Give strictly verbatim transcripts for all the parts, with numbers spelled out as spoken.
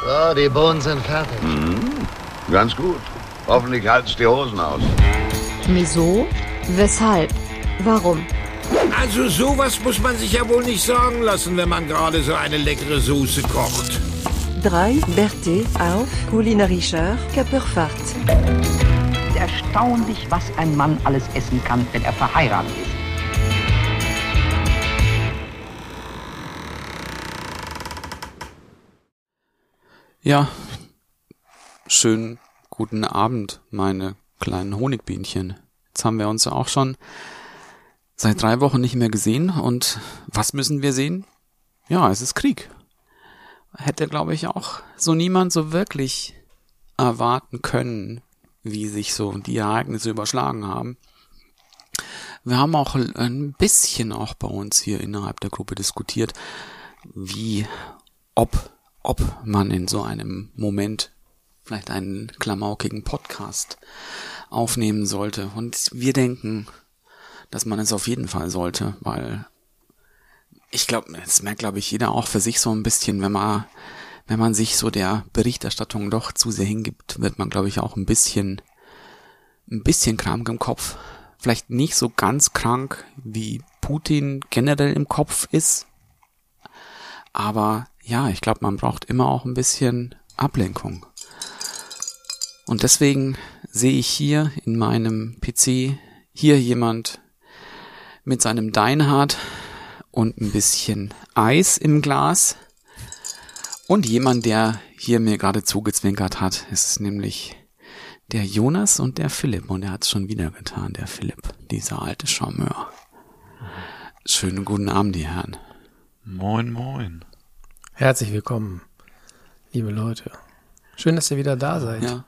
So, die Bohnen sind fertig. Mhm. Ganz gut. Hoffentlich halt's die Hosen aus. Wieso? Weshalb? Warum? Also sowas muss man sich ja wohl nicht sagen lassen, wenn man gerade so eine leckere Soße kocht. drei Berthe auf kulinarischer Körperfahrt. Erstaunlich, was ein Mann alles essen kann, wenn er verheiratet ist. Ja, schönen guten Abend, meine kleinen Honigbienchen. Jetzt haben wir uns ja auch schon seit drei Wochen nicht mehr gesehen und was müssen wir sehen? Ja, es ist Krieg. Hätte, glaube ich, auch so niemand so wirklich erwarten können, wie sich so die Ereignisse überschlagen haben. Wir haben auch ein bisschen auch bei uns hier innerhalb der Gruppe diskutiert, wie, ob, ob man in so einem Moment vielleicht einen klamaukigen Podcast aufnehmen sollte. Und wir denken, dass man es auf jeden Fall sollte, weil ich glaube, das merkt, glaube ich, jeder auch für sich so ein bisschen, wenn man, wenn man sich so der Berichterstattung doch zu sehr hingibt, wird man, glaube ich, auch ein bisschen, ein bisschen krank im Kopf. Vielleicht nicht so ganz krank, wie Putin generell im Kopf ist. Aber ja, ich glaube, man braucht immer auch ein bisschen Ablenkung. Und deswegen sehe ich hier in meinem P C hier jemand mit seinem Deinhard und ein bisschen Eis im Glas und jemand, der hier mir gerade zugezwinkert hat. Es ist nämlich der Jonas und der Philipp und er hat es schon wieder getan, der Philipp, dieser alte Charmeur. Schönen guten Abend, die Herren. Moin, moin. Herzlich willkommen, liebe Leute. Schön, dass ihr wieder da seid. Ja.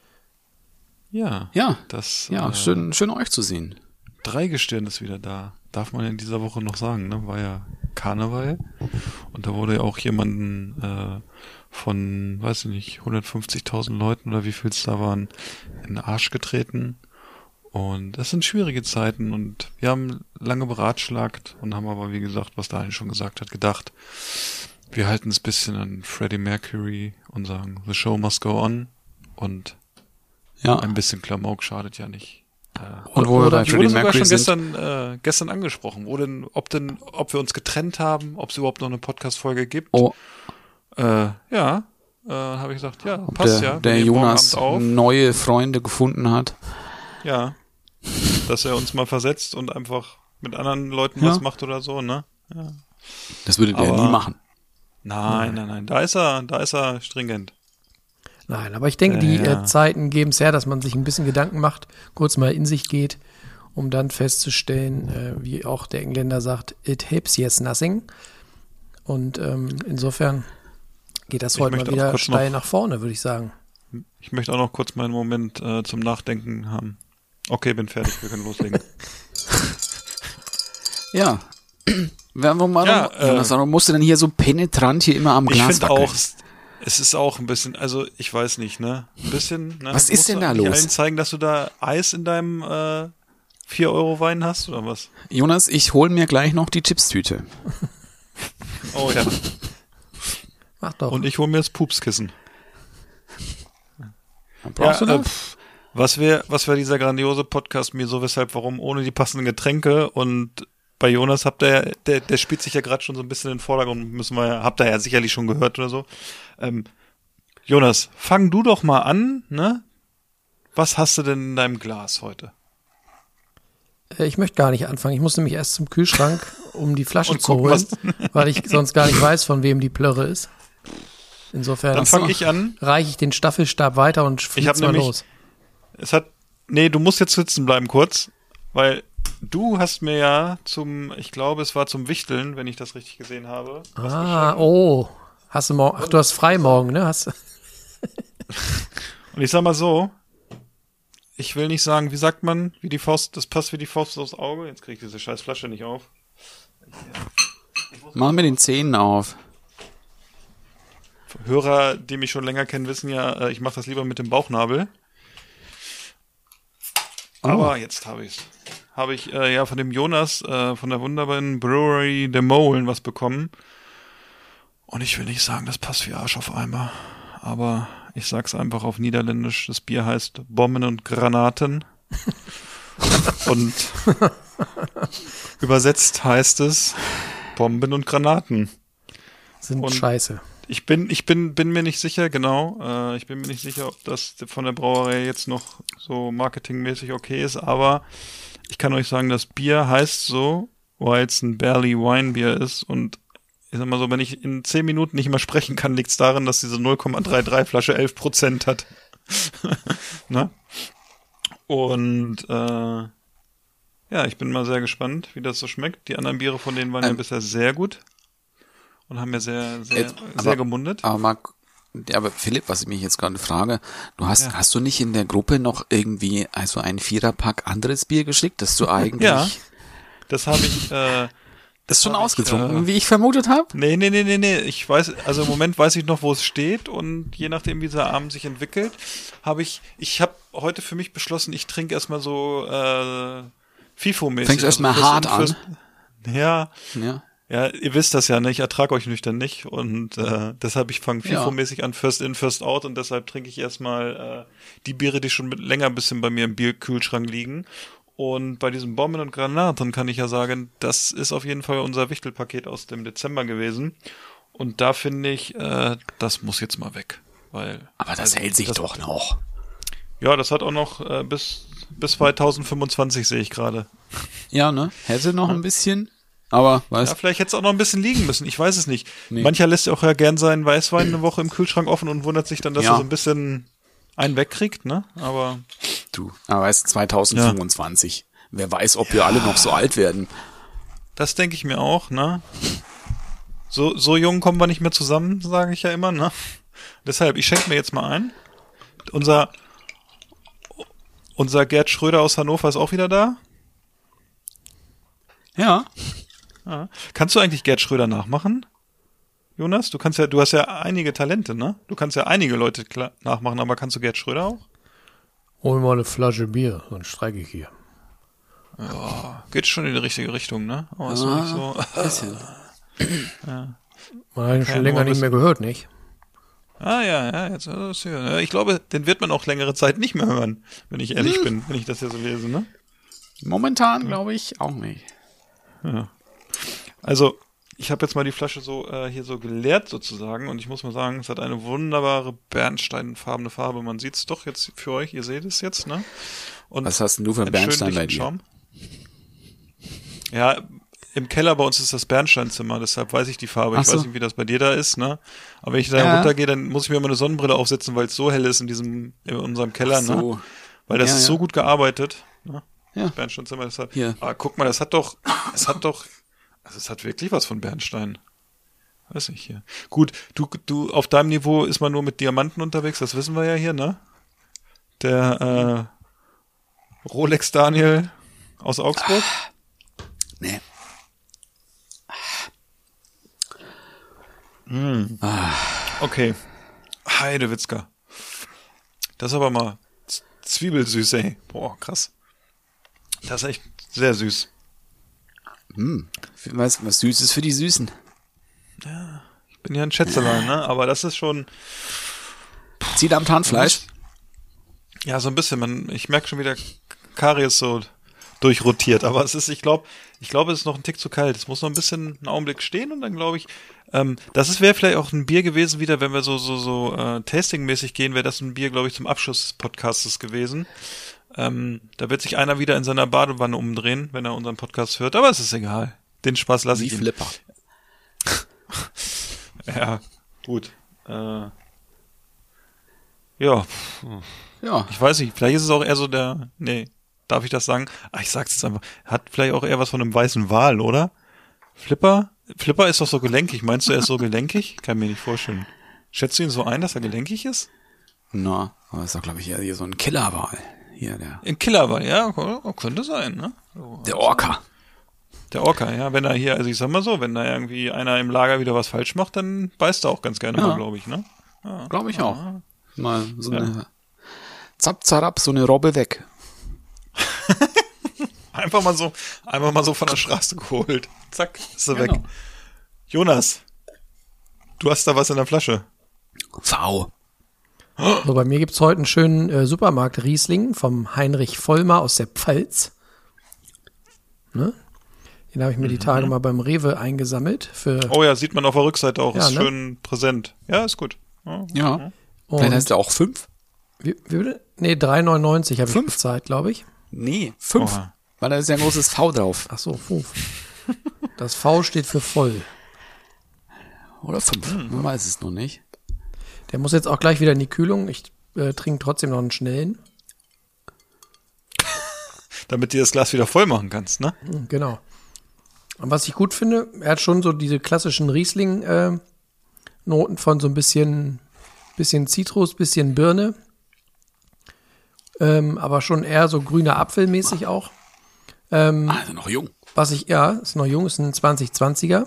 Ja, ja, das, ja äh, schön, schön euch zu sehen. Dreigestirn ist wieder da. Darf man in dieser Woche noch sagen, ne? War ja Karneval. Und da wurde ja auch jemanden äh, von, weiß ich nicht, hundertfünfzigtausend Leuten oder wie viel es da waren, in den Arsch getreten. Und das sind schwierige Zeiten und wir haben lange beratschlagt und haben aber, wie gesagt, was Daniel schon gesagt hat, gedacht, wir halten es ein bisschen an Freddie Mercury und sagen, the show must go on und ja. Ein bisschen Klamauk schadet ja nicht. Äh, und wo wir bei Freddie Mercury Mercury schon sind, gestern, äh, gestern angesprochen, wo denn, ob denn, ob wir uns getrennt haben, ob es überhaupt noch eine Podcast-Folge gibt. Oh. Äh, ja, äh, habe ich gesagt, ja, passt der, ja. Der Jonas neue Freunde gefunden hat. Ja, dass er uns mal versetzt und einfach mit anderen Leuten ja. was macht oder so, ne? Ja. Das würde der nie machen. Nein, nein, nein, da ist er, da ist er stringent. Nein, aber ich denke, die ja. äh, Zeiten geben es her, dass man sich ein bisschen Gedanken macht, kurz mal in sich geht, um dann festzustellen, äh, wie auch der Engländer sagt, it helps yes nothing. Und ähm, insofern geht das ich heute mal wieder steil noch, nach vorne, würde ich sagen. Ich möchte auch noch kurz meinen Moment äh, zum Nachdenken haben. Okay, bin fertig, wir können loslegen. Ja. Warum, warum, ja, äh, Jonas, warum musst du denn hier so penetrant hier immer am Glas Ich finde auch, es ist auch ein bisschen, also ich weiß nicht, ne? Ein bisschen, ne? Was ist denn da los? Allen zeigen, dass du da Eis in deinem äh, vier Euro Wein hast, oder was? Jonas, ich hol mir gleich noch die Chipstüte. Oh ja. Mach doch. Und ich hol mir das Pupskissen. Brauchst ja, du das? Äh, pff, was wäre was wär dieser grandiose Podcast mir so, weshalb, warum, ohne die passenden Getränke und bei Jonas habt ihr, der, der spielt sich ja gerade schon so ein bisschen in den Vordergrund, müssen wir, habt ihr ja sicherlich schon gehört oder so. Ähm, Jonas, fang du doch mal an, ne? Was hast du denn in deinem Glas heute? Äh, ich möchte gar nicht anfangen. Ich muss nämlich erst zum Kühlschrank, um die Flasche zu holen, weil ich sonst gar nicht weiß, von wem die Plörre ist. Insofern Dann fange ich an. Reiche ich den Staffelstab weiter und fliege mal nämlich, los. Es hat, nee, du musst jetzt sitzen bleiben kurz, weil du hast mir ja zum, ich glaube, es war zum Wichteln, wenn ich das richtig gesehen habe. Ah, oh. Hast du morgen, ach, du hast frei morgen, ne? Hast Und ich sag mal so, ich will nicht sagen, wie sagt man, wie die Faust, das passt wie die Faust aufs Auge. Jetzt krieg ich diese scheiß Flasche nicht auf. Mach mir den Zähnen auf. Hörer, die mich schon länger kennen, wissen ja, ich mache das lieber mit dem Bauchnabel. Oh. Aber jetzt habe ich's. Habe ich äh, ja von dem Jonas äh, von der wunderbaren Brewery The Mole was bekommen. Und ich will nicht sagen, das passt wie Arsch auf Eimer. aber ich sag's einfach auf Niederländisch. Das Bier heißt Bomben und Granaten. Und übersetzt heißt es Bomben und Granaten. Sind und scheiße. Ich bin, ich bin, bin mir nicht sicher, genau. Äh, ich bin mir nicht sicher, ob das von der Brauerei jetzt noch so marketingmäßig okay ist, aber ich kann euch sagen, das Bier heißt so, weil es ein Barley Wine Bier ist und ich sag mal so, wenn ich in zehn Minuten nicht mehr sprechen kann, liegt's daran, dass diese null Komma dreiunddreißig Flasche elf Prozent hat. Ne? Und äh, ja, ich bin mal sehr gespannt, wie das so schmeckt. Die anderen Biere von denen waren ähm, ja bisher sehr gut und haben mir sehr, sehr, jetzt, sehr aber, gemundet. Aber Marc, ja, aber Philipp, was ich mich jetzt gerade frage, du hast, ja. hast du nicht in der Gruppe noch irgendwie also ein Viererpack anderes Bier geschickt, dass du eigentlich... Ja, das habe ich... Äh, Das ist schon ausgetrunken, äh, wie ich vermutet habe? Nee, nee, nee, nee, nee. Ich weiß, also im Moment weiß ich noch, wo es steht und je nachdem, wie dieser Abend sich entwickelt, habe ich, ich habe heute für mich beschlossen, ich trinke erstmal so äh, FIFO-mäßig. Fängst du erstmal also hart fürs, an? Ja, ja. Ja, ihr wisst das ja, ne? Ich ertrage euch nüchtern nicht und äh, deshalb, ich fange FIFO-mäßig ja. an, First in, First out und deshalb trinke ich erstmal äh, die Biere, die schon mit länger ein bisschen bei mir im Bierkühlschrank liegen. Und bei diesen Bomben und Granaten kann ich ja sagen, das ist auf jeden Fall unser Wichtelpaket aus dem Dezember gewesen. Und da finde ich, äh, das muss jetzt mal weg. Weil, aber das also, hält sich das, doch noch. Ja, das hat auch noch äh, bis, bis zweitausendfünfundzwanzig sehe ich gerade. Ja, ne? Hätte noch ja. ein bisschen, aber weiß. Ja, vielleicht hätte es auch noch ein bisschen liegen müssen, ich weiß es nicht. Nee. Mancher lässt ja auch ja gern seinen Weißwein eine Woche im Kühlschrank offen und wundert sich dann, dass ja. er so ein bisschen einen wegkriegt, ne? Aber du, aber weißt zweitausendfünfundzwanzig. Ja. Wer weiß, ob wir alle noch so alt werden. Das denke ich mir auch, ne? So so jung kommen wir nicht mehr zusammen, sage ich ja immer, ne? Deshalb, ich schenke mir jetzt mal ein. Unser unser Gerd Schröder aus Hannover ist auch wieder da. Ja. ja. Kannst du eigentlich Gerd Schröder nachmachen? Jonas, du kannst ja, du hast ja einige Talente, ne? Du kannst ja einige Leute klar nachmachen, aber kannst du Gerd Schröder auch? Hol mal eine Flasche Bier, sonst streike ich hier. Ja, geht schon in die richtige Richtung, ne? Aber ist nicht so. Bisschen. ja. Man hat ihn schon ja, länger nicht mehr gehört, nicht? Ah ja, ja, jetzt ist ja. Ich glaube, den wird man auch längere Zeit nicht mehr hören, wenn ich ehrlich hm. bin, wenn ich das hier so lese, ne? Momentan glaube ich auch nicht. Ja. Also, ich habe jetzt mal die Flasche so äh, hier so geleert sozusagen und ich muss mal sagen, es hat eine wunderbare bernsteinfarbene Farbe. Man sieht es doch jetzt für euch, ihr seht es jetzt, ne? Und was hast denn du für einen Bernstein bei dir? Schaum. Ja, im Keller bei uns ist das Bernsteinzimmer, deshalb weiß ich die Farbe. Ach ich so. weiß nicht, wie das bei dir da ist, ne? Aber wenn ich da ja. runtergehe, dann muss ich mir immer eine Sonnenbrille aufsetzen, weil es so hell ist in diesem, in unserem Keller, Ach so. ne? Weil das ja, ist ja. so gut gearbeitet, ne? Ja. Das Bernsteinzimmer, das hat, Hier. ah, guck mal, das hat doch, es hat doch, also es hat wirklich was von Bernstein. Weiß ich hier. Gut, du, du, auf deinem Niveau ist man nur mit Diamanten unterwegs, das wissen wir ja hier, ne? Der, äh, Rolex Daniel aus Augsburg? Ah, nee. Mm. Ah. Okay. Heidewitzka. Das ist aber mal Z- Zwiebelsüß, ey. Boah, krass. Das ist echt sehr süß. Hm. Was, was Süßes für die Süßen. Ja, ich bin ja ein Schätzelein, ne? Aber das ist schon... Zieht am Zahnfleisch? Ja, so ein bisschen. Man, ich merke schon wieder, Karies so durchrotiert. Aber es ist, ich glaube, ich glaube, es ist noch ein Tick zu kalt. Es muss noch ein bisschen einen Augenblick stehen und dann glaube ich, ähm, das wäre vielleicht auch ein Bier gewesen wieder, wenn wir so so so äh, tastingmäßig gehen, wäre das ein Bier, glaube ich, zum Abschluss des Podcasts gewesen. Ähm, da wird sich einer wieder in seiner Badewanne umdrehen, wenn er unseren Podcast hört. Aber es ist egal. Den Spaß lasse ich ihm. Wie Flipper. Ja, gut. Äh, ja. Ja. Ich weiß nicht, vielleicht ist es auch eher so der, nee, darf ich das sagen? Ach, ich sag's jetzt einfach. Hat vielleicht auch eher was von einem weißen Wal, oder? Flipper? Flipper ist doch so gelenkig. Meinst du, er ist so gelenkig? Kann mir nicht vorstellen. Schätzt du ihn so ein, dass er gelenkig ist? Na, aber ist doch, glaube ich, eher hier so ein Killerwal. Hier, der. Ein Killerwal, ja, könnte sein, ne? So, der Orca. Der Orca, ja, wenn er hier, also ich sag mal so, wenn da irgendwie einer im Lager wieder was falsch macht, dann beißt er auch ganz gerne ja. mal, glaube ich, ne? Ja. Glaube ich ja. auch. Mal so ja. eine Zap, zarab, so eine Robbe weg. Einfach mal so, einfach mal so von der Straße geholt. Zack, ist er genau. weg. Jonas, du hast da was in der Flasche. V. So, bei mir gibt's heute einen schönen äh, Supermarkt Riesling vom Heinrich Vollmer aus der Pfalz. Ne? Den habe ich mir die Tage mal beim Rewe eingesammelt. Für Oh ja, sieht man auf der Rückseite auch. Ja, ist ne? schön präsent. Ja, ist gut. Ja. Ja. Und Vielleicht heißt er auch fünf? wie, wie bitte? Nee, drei neunundneunzig habe ich Fünf? bezahlt, glaube ich. Nee, fünf. Oha. Weil da ist ja ein großes V drauf. Ach so, fünf. Das V steht für voll. Oder fünf. Man weiß es noch nicht. Der muss jetzt auch gleich wieder in die Kühlung. Ich äh, trinke trotzdem noch einen schnellen. Damit du das Glas wieder voll machen kannst, ne? Hm, genau. Und was ich gut finde, er hat schon so diese klassischen Riesling-Noten von so ein bisschen, bisschen Zitrus, bisschen Birne. Ähm, aber schon eher so grüner Apfelmäßig auch. Ähm, Also noch jung. Was ich, ja, ist noch jung, ist ein zwanzig zwanziger.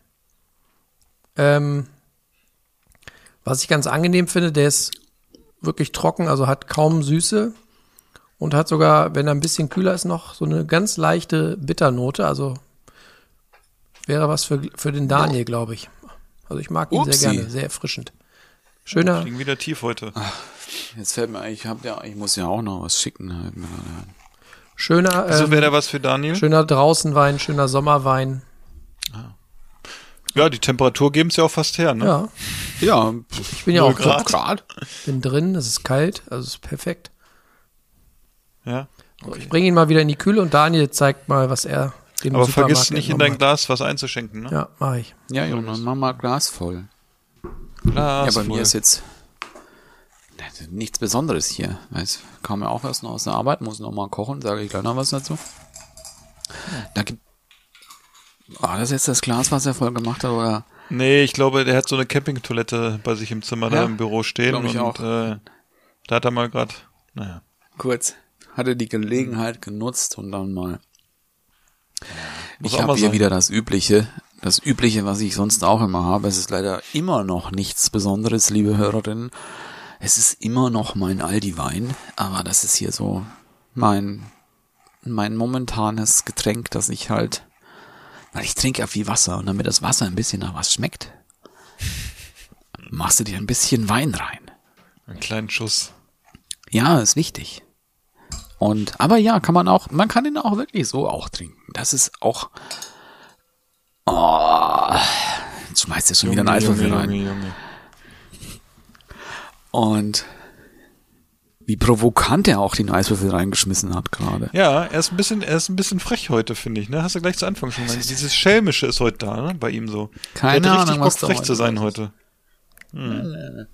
Ähm, was ich ganz angenehm finde, der ist wirklich trocken, also hat kaum Süße und hat sogar, wenn er ein bisschen kühler ist, noch so eine ganz leichte Bitternote. Also wäre was für, für den Daniel, glaube ich. Also ich mag ihn Upsi. sehr gerne, sehr erfrischend. Schöner, Klingt wieder tief heute. Jetzt fällt mir ein, ich hab ja, ich muss ja auch noch was schicken. Halt. schöner, Also ähm, wäre da was für Daniel? schöner Draußenwein, schöner Sommerwein. Ja, die Temperatur geben es ja auch fast her, ne? Ja, Ja, ich bin ja auch Grad. Grad. Bin drin, es ist kalt, also es ist perfekt. Ja. So, ich bringe ihn mal wieder in die Kühle und Daniel zeigt mal, was er dem Aber Supermarkt vergiss nicht in entnommen dein Glas was einzuschenken, ne? hat. Ja, mache ich. ja, Jonas, mach mal Glas voll. Glas ja, bei voll. mir ist jetzt nichts Besonderes hier. Weiß, kam ja auch erst noch aus der Arbeit, muss noch mal kochen, sage ich gleich noch was dazu. Da gibt War das jetzt das Glas, was er voll gemacht hat, oder? Nee, ich glaube, der hat so eine Campingtoilette bei sich im Zimmer Ja, da im Büro stehen glaub ich und auch. Äh, da hat er mal gerade, naja. Kurz. Hatte die Gelegenheit genutzt und dann mal. Muss Ich auch habe mal hier sein. wieder das Übliche. Das Übliche, was ich sonst auch immer habe. Es ist leider immer noch nichts Besonderes, liebe Hörerinnen. Es ist immer noch mein Aldi-Wein, aber das ist hier so mein, mein momentanes Getränk, das ich halt, weil ich trinke ja viel Wasser und damit das Wasser ein bisschen nach was schmeckt, machst du dir ein bisschen Wein rein. Einen kleinen Schuss. Ja, ist wichtig. Und, aber ja, kann man auch, man kann ihn auch wirklich so auch trinken. Das ist auch, oh, jetzt schmeißt er schon wieder einen Eiswürfel rein. Junge, Junge. Und wie provokant er auch den Eiswürfel reingeschmissen hat gerade. Ja, er ist ein bisschen, er ist ein bisschen frech heute, finde ich, ne? Hast du gleich zu Anfang schon gesagt. Dieses Schelmische ist heute da, ne? Bei ihm so. Keine der hat richtig Ahnung, Bock, was da frech heute zu sein los heute. Hm.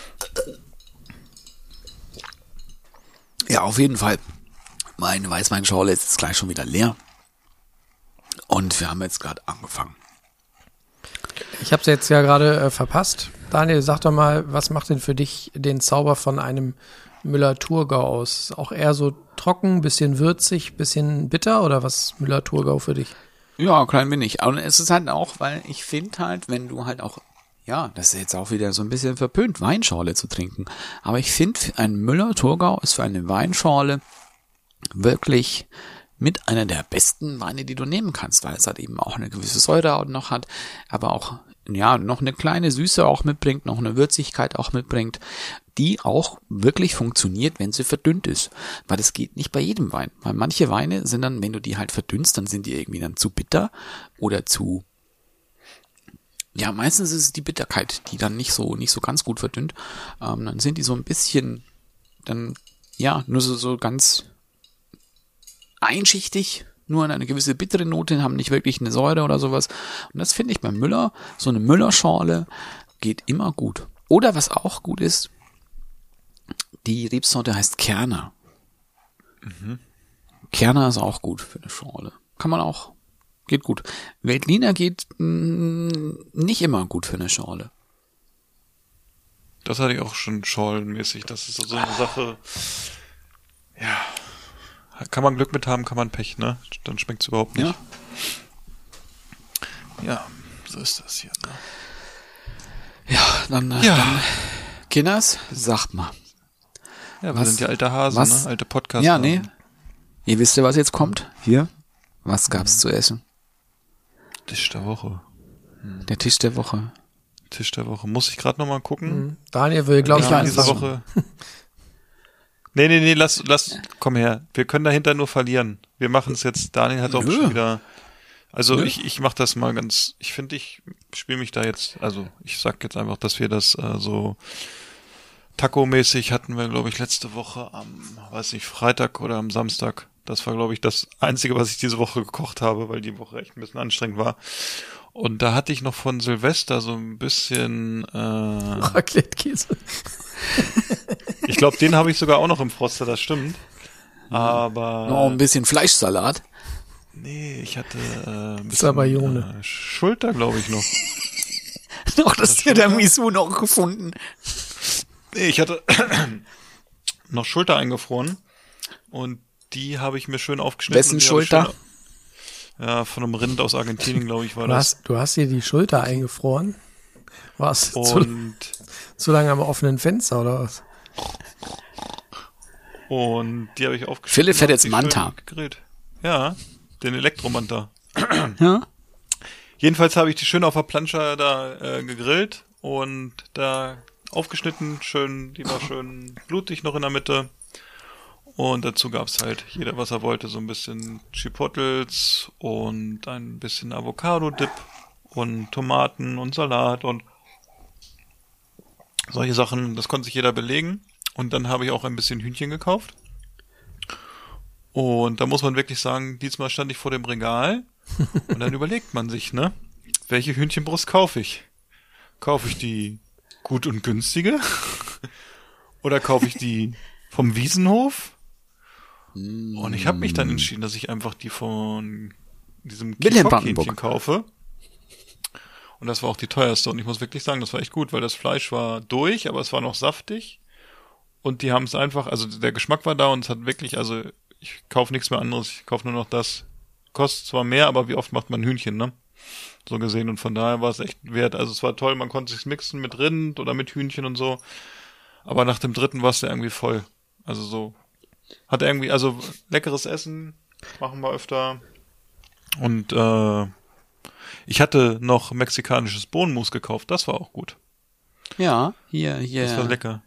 Ja, auf jeden Fall. Meine Weißweinschorle ist jetzt gleich schon wieder leer. Und wir haben jetzt gerade angefangen. Ich habe es jetzt ja gerade äh, verpasst. Daniel, sag doch mal, was macht denn für dich den Zauber von einem Müller-Thurgau aus? Auch eher so trocken, bisschen würzig, bisschen bitter oder was ist Müller-Thurgau für dich? Ja, klein bin ich. Und es ist halt auch, weil ich finde halt, wenn du halt auch, ja, das ist jetzt auch wieder so ein bisschen verpönt, Weinschorle zu trinken. Aber ich finde, ein Müller-Thurgau ist für eine Weinschorle wirklich mit einer der besten Weine, die du nehmen kannst, weil es halt eben auch eine gewisse Säure auch noch hat, aber auch, ja, noch eine kleine Süße auch mitbringt, noch eine Würzigkeit auch mitbringt, die auch wirklich funktioniert, wenn sie verdünnt ist. Weil das geht nicht bei jedem Wein. Weil manche Weine sind dann, wenn du die halt verdünnst, dann sind die irgendwie dann zu bitter oder zu, ja, meistens ist es die Bitterkeit, die dann nicht so, nicht so ganz gut verdünnt. Ähm, dann sind die so ein bisschen, dann, ja, nur so, so ganz einschichtig, nur eine gewisse bittere Note, haben nicht wirklich eine Säure oder sowas. Und das finde ich beim Müller, so eine Müllerschorle geht immer gut. Oder was auch gut ist, die Rebsorte heißt Kerner. Mhm. Kerner ist auch gut für eine Schorle. Kann man auch, geht gut. Veltliner geht mh, nicht immer gut für eine Schorle. Das hatte ich auch schon schorlenmäßig. Das ist so eine Sache, ja, kann man Glück mit haben, kann man Pech, ne? Dann schmeckt's überhaupt nicht. Ja, ja, so ist das hier, ne? Ja, dann, Ja. dann Kinders, sagt mal. Ja, wir Was- sind ja alte Hasen, was- ne? Alte Podcasts. Ja, nee. Ihr wisst ja, was jetzt kommt? Hier. Was gab's zu essen? Tisch der Woche. Der Tisch der Woche. Tisch der Woche. Muss ich gerade noch mal gucken. Mhm. Daniel will, glaube ich, ja, ja, diese Woche. Nee, nee, nee, lass, lass, komm her. Wir können dahinter nur verlieren. Wir machen es jetzt. Daniel hat auch Nö. schon wieder. Also Nö. ich, ich mach das mal ganz. Ich finde, ich spiele mich da jetzt. Also ich sag jetzt einfach, dass wir das äh, so Taco-mäßig hatten wir, glaube ich, letzte Woche am, weiß nicht, Freitag oder am Samstag. Das war, glaube ich, das Einzige, was ich diese Woche gekocht habe, weil die Woche echt ein bisschen anstrengend war. Und da hatte ich noch von Silvester so ein bisschen. Äh, Raclette-Käse. Ich glaube, den habe ich sogar auch noch im Froster, das stimmt. Aber. Noch ein bisschen Fleischsalat. Nee, ich hatte äh, ein bisschen Sabayone. äh, Schulter, glaube ich, noch. Doch, das hat der Misu noch gefunden. Nee, ich hatte noch Schulter eingefroren. Und die habe ich mir schön aufgeschnitten. Wessen Schulter? Schön, ja, von einem Rind aus Argentinien, glaube ich, war Du das. hast, du hast dir die Schulter eingefroren? Warst du zu, Und, zu lange am offenen Fenster oder was? und die habe ich aufgeschnitten. Philipp fährt und jetzt die Manta. schön gegrillt. Ja, den Elektromanta. Ja? Jedenfalls habe ich die schön auf der Plansche da äh, gegrillt und da aufgeschnitten, schön, die war schön blutig noch in der Mitte. Und dazu gab's halt jeder, was er wollte, so ein bisschen Chipotles und ein bisschen Avocado-Dip und Tomaten und Salat und solche Sachen. Das konnte sich jeder belegen. Und dann habe ich auch ein bisschen Hühnchen gekauft. Und da muss man wirklich sagen, diesmal stand ich vor dem Regal und dann überlegt man sich, ne, welche Hühnchenbrust kaufe ich? Kaufe ich die gut und günstige? Oder kaufe ich die vom Wiesenhof? Und ich habe mich dann entschieden, dass ich einfach die von diesem Wilhelm Hähnchen Brandenburg kaufe. Und das war auch die teuerste. Und ich muss wirklich sagen, das war echt gut, weil das Fleisch war durch, aber es war noch saftig. Und die haben es einfach, also der Geschmack war da und es hat wirklich, also ich kaufe nichts mehr anderes, ich kaufe nur noch das. Kostet zwar mehr, aber wie oft macht man Hühnchen, ne? So gesehen. Und von daher war es echt wert. Also es war toll, man konnte sich mixen mit Rind oder mit Hühnchen und so. Aber nach dem dritten war es ja irgendwie voll. Also so. Hat irgendwie, also leckeres Essen, machen wir öfter. Und äh, ich hatte noch mexikanisches Bohnenmus gekauft, das war auch gut. Ja, hier, hier. Das war lecker.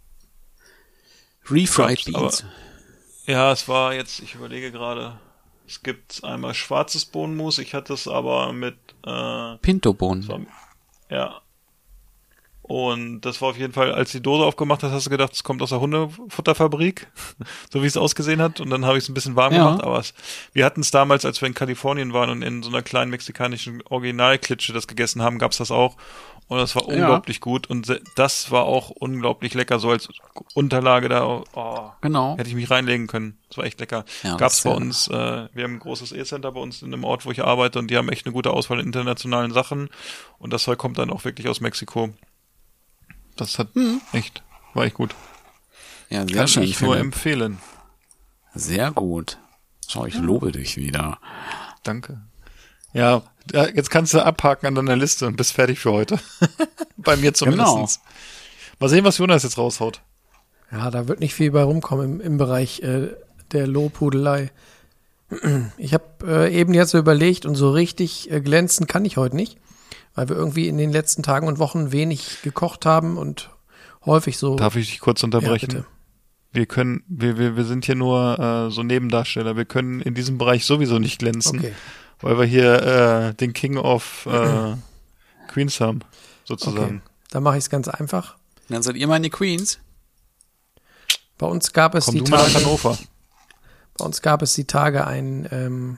Refried Aber, Beans. ja, es war jetzt, ich überlege gerade, es gibt einmal schwarzes Bohnenmus, ich hatte es aber mit äh, Pinto-Bohnen. es war, ja. Und das war auf jeden Fall, als die Dose aufgemacht hast, hast du gedacht, es kommt aus der Hundefutterfabrik, so wie es ausgesehen hat. Und dann habe ich es ein bisschen warm Ja. gemacht. Aber es, wir hatten es damals, als wir in Kalifornien waren und in so einer kleinen mexikanischen Originalklitsche das gegessen haben, gab's das auch. Und das war Ja. unglaublich gut. Und se- das war auch unglaublich lecker, so als Unterlage da. Oh, Genau. hätte ich mich reinlegen können. Das war echt lecker. Ja, Gab's das bei ist ja- uns, äh, wir haben ein großes E-Center bei uns in dem Ort, wo ich arbeite. Und die haben echt eine gute Auswahl an internationalen Sachen. Und das Zeug kommt dann auch wirklich aus Mexiko. Das hat echt, war echt gut. Ja, sehr Kann schön. ich nur Philipp. empfehlen. Sehr gut. Schau, ich lobe dich wieder. Danke. Ja, ja, jetzt kannst du abhaken an deiner Liste und bist fertig für heute. Bei mir zumindest. Genau. Mal sehen, was Jonas jetzt raushaut. Ja, da wird nicht viel bei rumkommen im, im Bereich äh, der Lobhudelei. Ich habe äh, eben jetzt so überlegt und so richtig äh, glänzen kann ich heute nicht, weil wir irgendwie in den letzten Tagen und Wochen wenig gekocht haben und häufig so. Darf ich dich kurz unterbrechen? Ja, bitte. Wir können, wir, wir, wir sind hier nur äh, so Nebendarsteller. Wir können in diesem Bereich sowieso nicht glänzen, Okay. weil wir hier äh, den King of äh, Queens haben, sozusagen. Okay. Dann mache ich es ganz einfach. Dann seid ihr meine Queens. Bei uns gab es Komm die du mal nach Tage, Hannover. bei uns gab es die Tage ein ähm,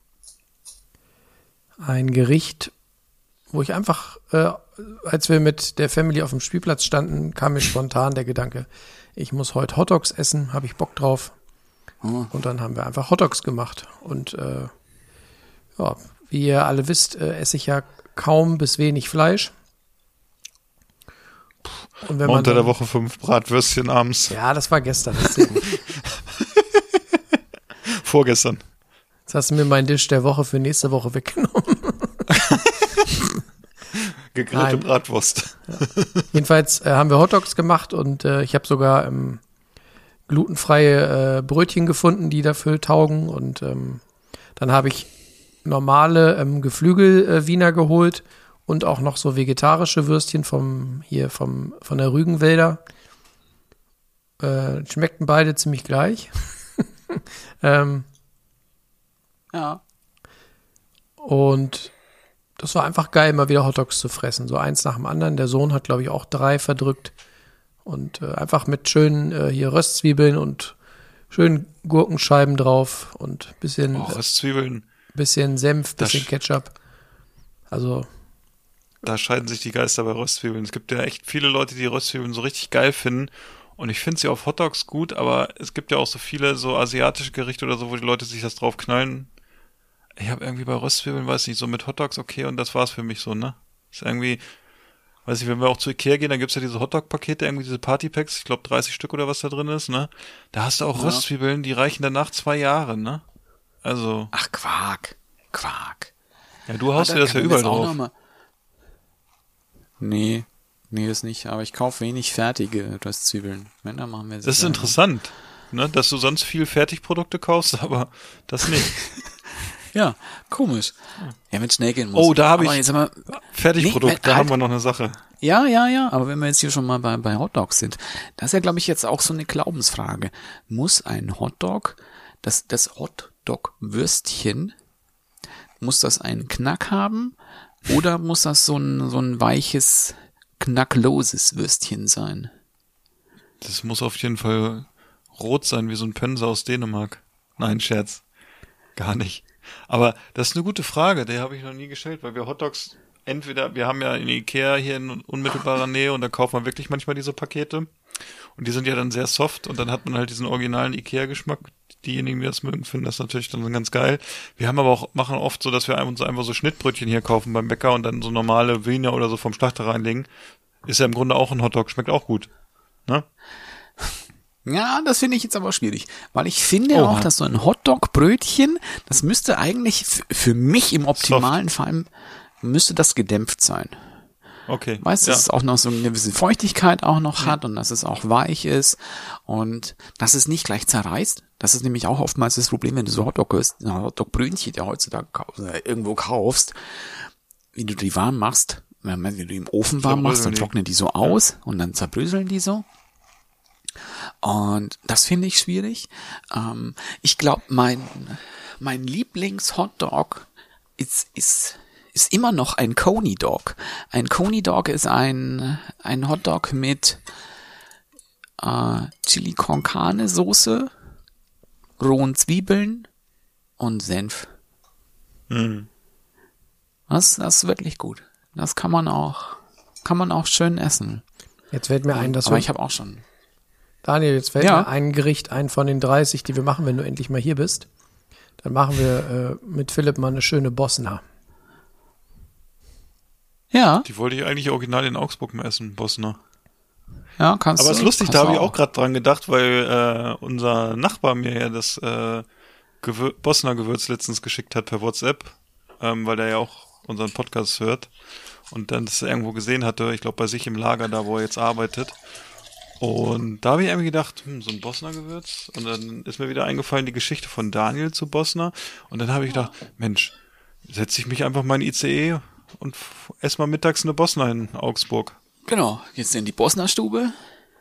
ein Gericht, wo ich einfach, äh, als wir mit der Family auf dem Spielplatz standen, kam mir spontan der Gedanke, ich muss heute Hotdogs essen, habe ich Bock drauf. Oh. Und dann haben wir einfach Hotdogs gemacht. Und äh, ja, wie ihr alle wisst, äh, esse ich ja kaum bis wenig Fleisch. Und wenn Mal man unter dann, der Woche fünf Bratwürstchen abends. Ja, das war gestern. Deswegen. Vorgestern. Jetzt hast du mir meinen Tisch der Woche für nächste Woche weggenommen. Gegrillte Nein. Bratwurst. Jedenfalls äh, haben wir Hotdogs gemacht und äh, ich habe sogar ähm, glutenfreie äh, Brötchen gefunden, die dafür taugen. Und ähm, dann habe ich normale ähm, Geflügel-Wiener geholt und auch noch so vegetarische Würstchen vom hier vom von der Rügenwälder. Äh, schmeckten beide ziemlich gleich. ähm, Ja. Und das war einfach geil, mal wieder Hotdogs zu fressen. So eins nach dem anderen. Der Sohn hat, glaube ich, auch drei verdrückt. Und äh, einfach mit schönen äh, hier Röstzwiebeln und schönen Gurkenscheiben drauf und bisschen, Oh, Röstzwiebeln. bisschen Senf, Das bisschen sch- Ketchup. Also, Da scheiden sich die Geister bei Röstzwiebeln. Es gibt ja echt viele Leute, die Röstzwiebeln so richtig geil finden. Und ich finde sie auf Hotdogs gut, aber es gibt ja auch so viele so asiatische Gerichte oder so, wo die Leute sich das drauf knallen. Ich habe irgendwie bei Röstzwiebeln, weiß nicht, so mit Hotdogs okay und das war's für mich so, ne? Ist irgendwie, weiß ich, wenn wir auch zu Ikea gehen, dann gibt's ja diese Hotdog-Pakete, irgendwie diese Partypacks, ich glaube dreißig Stück oder was da drin ist, ne? Da hast du auch Ja. Röstzwiebeln, die reichen danach zwei Jahre, ne? Also, Ach, Quark. Quark. ja, du haust Ah, dir das ja kann man überall jetzt auch drauf. noch mal- Nee, nee, das nicht. Aber ich kaufe wenig fertige Röstzwiebeln. Wenn, dann machen wir Das ist selber. interessant, ne? Dass du sonst viel Fertigprodukte kaufst, aber das nicht. Ja, komisch. Ja, wenn es schnell gehen muss. Oh, da habe Aber ich jetzt haben wir, Fertigprodukt, Nee, da halt- haben wir noch eine Sache. Ja, ja, ja, aber wenn wir jetzt hier schon mal bei, bei Hotdogs sind, das ist ja, glaube ich, jetzt auch so eine Glaubensfrage. Muss ein Hotdog, das, das Hotdog-Würstchen, muss das einen Knack haben oder muss das so ein, so ein weiches, knackloses Würstchen sein? Das muss auf jeden Fall rot sein, wie so ein Pönser aus Dänemark. Nein, Scherz. Gar nicht. Aber das ist eine gute Frage, die habe ich noch nie gestellt, weil wir Hotdogs entweder, wir haben ja in Ikea hier in unmittelbarer Nähe und da kauft man wirklich manchmal diese Pakete und die sind ja dann sehr soft und dann hat man halt diesen originalen Ikea-Geschmack. Diejenigen, die das mögen, finden das natürlich dann ganz geil. Wir haben aber auch, machen oft so, dass wir uns einfach so Schnittbrötchen hier kaufen beim Bäcker und dann so normale Wiener oder so vom Schlachter reinlegen. Ist ja im Grunde auch ein Hotdog, schmeckt auch gut. Ne? Ja, das finde ich jetzt aber schwierig, weil ich finde Oha. auch, dass so ein Hotdog-Brötchen, das müsste eigentlich f- für mich im optimalen Fall, müsste das gedämpft sein. Okay. Weißt du, ja. dass es auch noch so eine gewisse Feuchtigkeit auch noch hat und dass es auch weich ist und dass es nicht gleich zerreißt. Das ist nämlich auch oftmals das Problem, wenn du so Hotdog isst, Hotdog-Brötchen, die heutzutage kaufst, oder irgendwo kaufst, wie du die warm machst, wenn du die im Ofen warm machst, dann Zerbröseln die. trocknen die so aus und dann zerbröseln die so. Und das finde ich schwierig. Ähm, ich glaube, mein, mein Lieblings-Hotdog ist, ist, ist immer noch ein Coney Dog. Ein Coney Dog ist ein, ein Hotdog mit äh, Chili con Carne Soße, rohen Zwiebeln und Senf. Hm. Das, das ist wirklich gut. Das kann man auch, kann man auch schön essen. jetzt fällt mir ein, dass Aber wir, ich habe auch schon. Daniel, jetzt fällt Ja. mir ein Gericht ein von den dreißig, die wir machen, wenn du endlich mal hier bist. Dann machen wir äh, mit Philipp mal eine schöne Bosna. Ja, Die wollte ich eigentlich original in Augsburg mal essen, Bosner. ja, kannst Aber du. es ist lustig, kannst da du habe ich auch gerade dran gedacht, weil äh, unser Nachbar mir ja das äh, Gewür- Bosner Gewürz letztens geschickt hat per WhatsApp, ähm, weil der ja auch unseren Podcast hört und dann das irgendwo gesehen hatte, ich glaube bei sich im Lager, da wo er jetzt arbeitet. Und da habe ich irgendwie gedacht, hm, so ein Bosner Gewürz. Und dann ist mir wieder eingefallen die Geschichte von Daniel zu Bosner. Und dann habe ich gedacht, Mensch, setze ich mich einfach mal in I C E und f- esse mal mittags eine Bosner in Augsburg. Genau, jetzt in die Bosner Stube.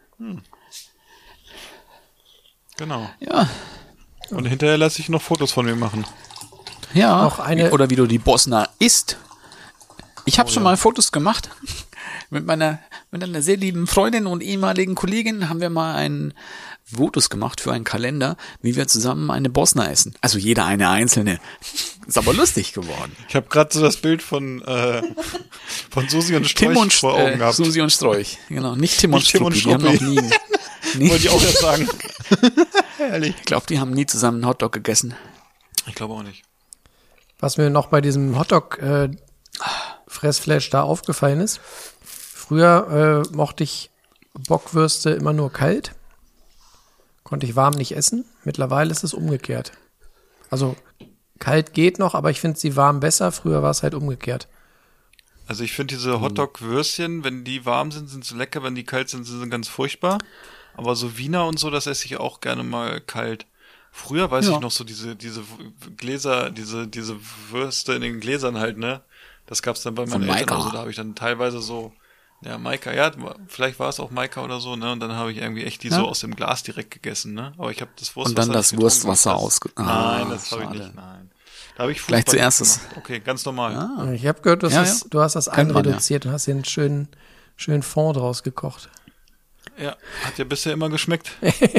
Genau. Ja, Und hinterher lasse ich noch Fotos von mir machen. ja. Auch eine- Oder wie du die Bosner isst. Ich habe Oh, schon ja. mal Fotos gemacht. Mit meiner, mit einer sehr lieben Freundin und ehemaligen Kollegin haben wir mal ein Fotos gemacht für einen Kalender, wie wir zusammen eine Bosner essen. Also jeder eine einzelne. Ist aber lustig geworden. Ich habe gerade so das Bild von äh, von Susi und Tim Strolch und vor Augen äh, gehabt. Susi und Strolch. Genau, nicht Tim und Nicht Tim und Struppi. Die haben noch nie. nie Wollte ich auch erst sagen. Herrlich. ich glaube, die haben nie zusammen einen Hotdog gegessen. Ich glaube auch nicht. Was mir noch bei diesem Hotdog äh, Fressflash da aufgefallen ist, früher äh, mochte ich Bockwürste immer nur kalt, konnte ich warm nicht essen. Mittlerweile ist es umgekehrt. Also kalt geht noch, aber ich finde sie warm besser. Früher war es halt umgekehrt. Also ich finde diese Hotdog-Würstchen, wenn die warm sind, sind sie lecker, wenn die kalt sind, sind sie ganz furchtbar. Aber so Wiener und so, das esse ich auch gerne mal kalt. Früher weiß Ja. ich noch so diese diese Gläser, diese diese Würste in den Gläsern halt, ne? Das gab's dann bei Von meinen Eltern. Maika. Also da habe ich dann teilweise so, ja, Maika, ja, vielleicht war es auch Maika oder so, ne? Und dann habe ich irgendwie echt die Ja. so aus dem Glas direkt gegessen, ne? Aber ich habe das Wurstwasser Und dann das nicht getrunken. Wurstwasser Das- ausge- Nein, Ah, das habe ich schade. nicht, nein. Da habe ich Gleich Fußball zuerst das- gemacht. Okay, ganz normal. Ah. Ich habe gehört, du hast, Ja, das, ja. du hast das Kennt man, einreduziert und hast hier einen schönen, schönen Fond draus gekocht. Ja, hat ja bisher immer geschmeckt.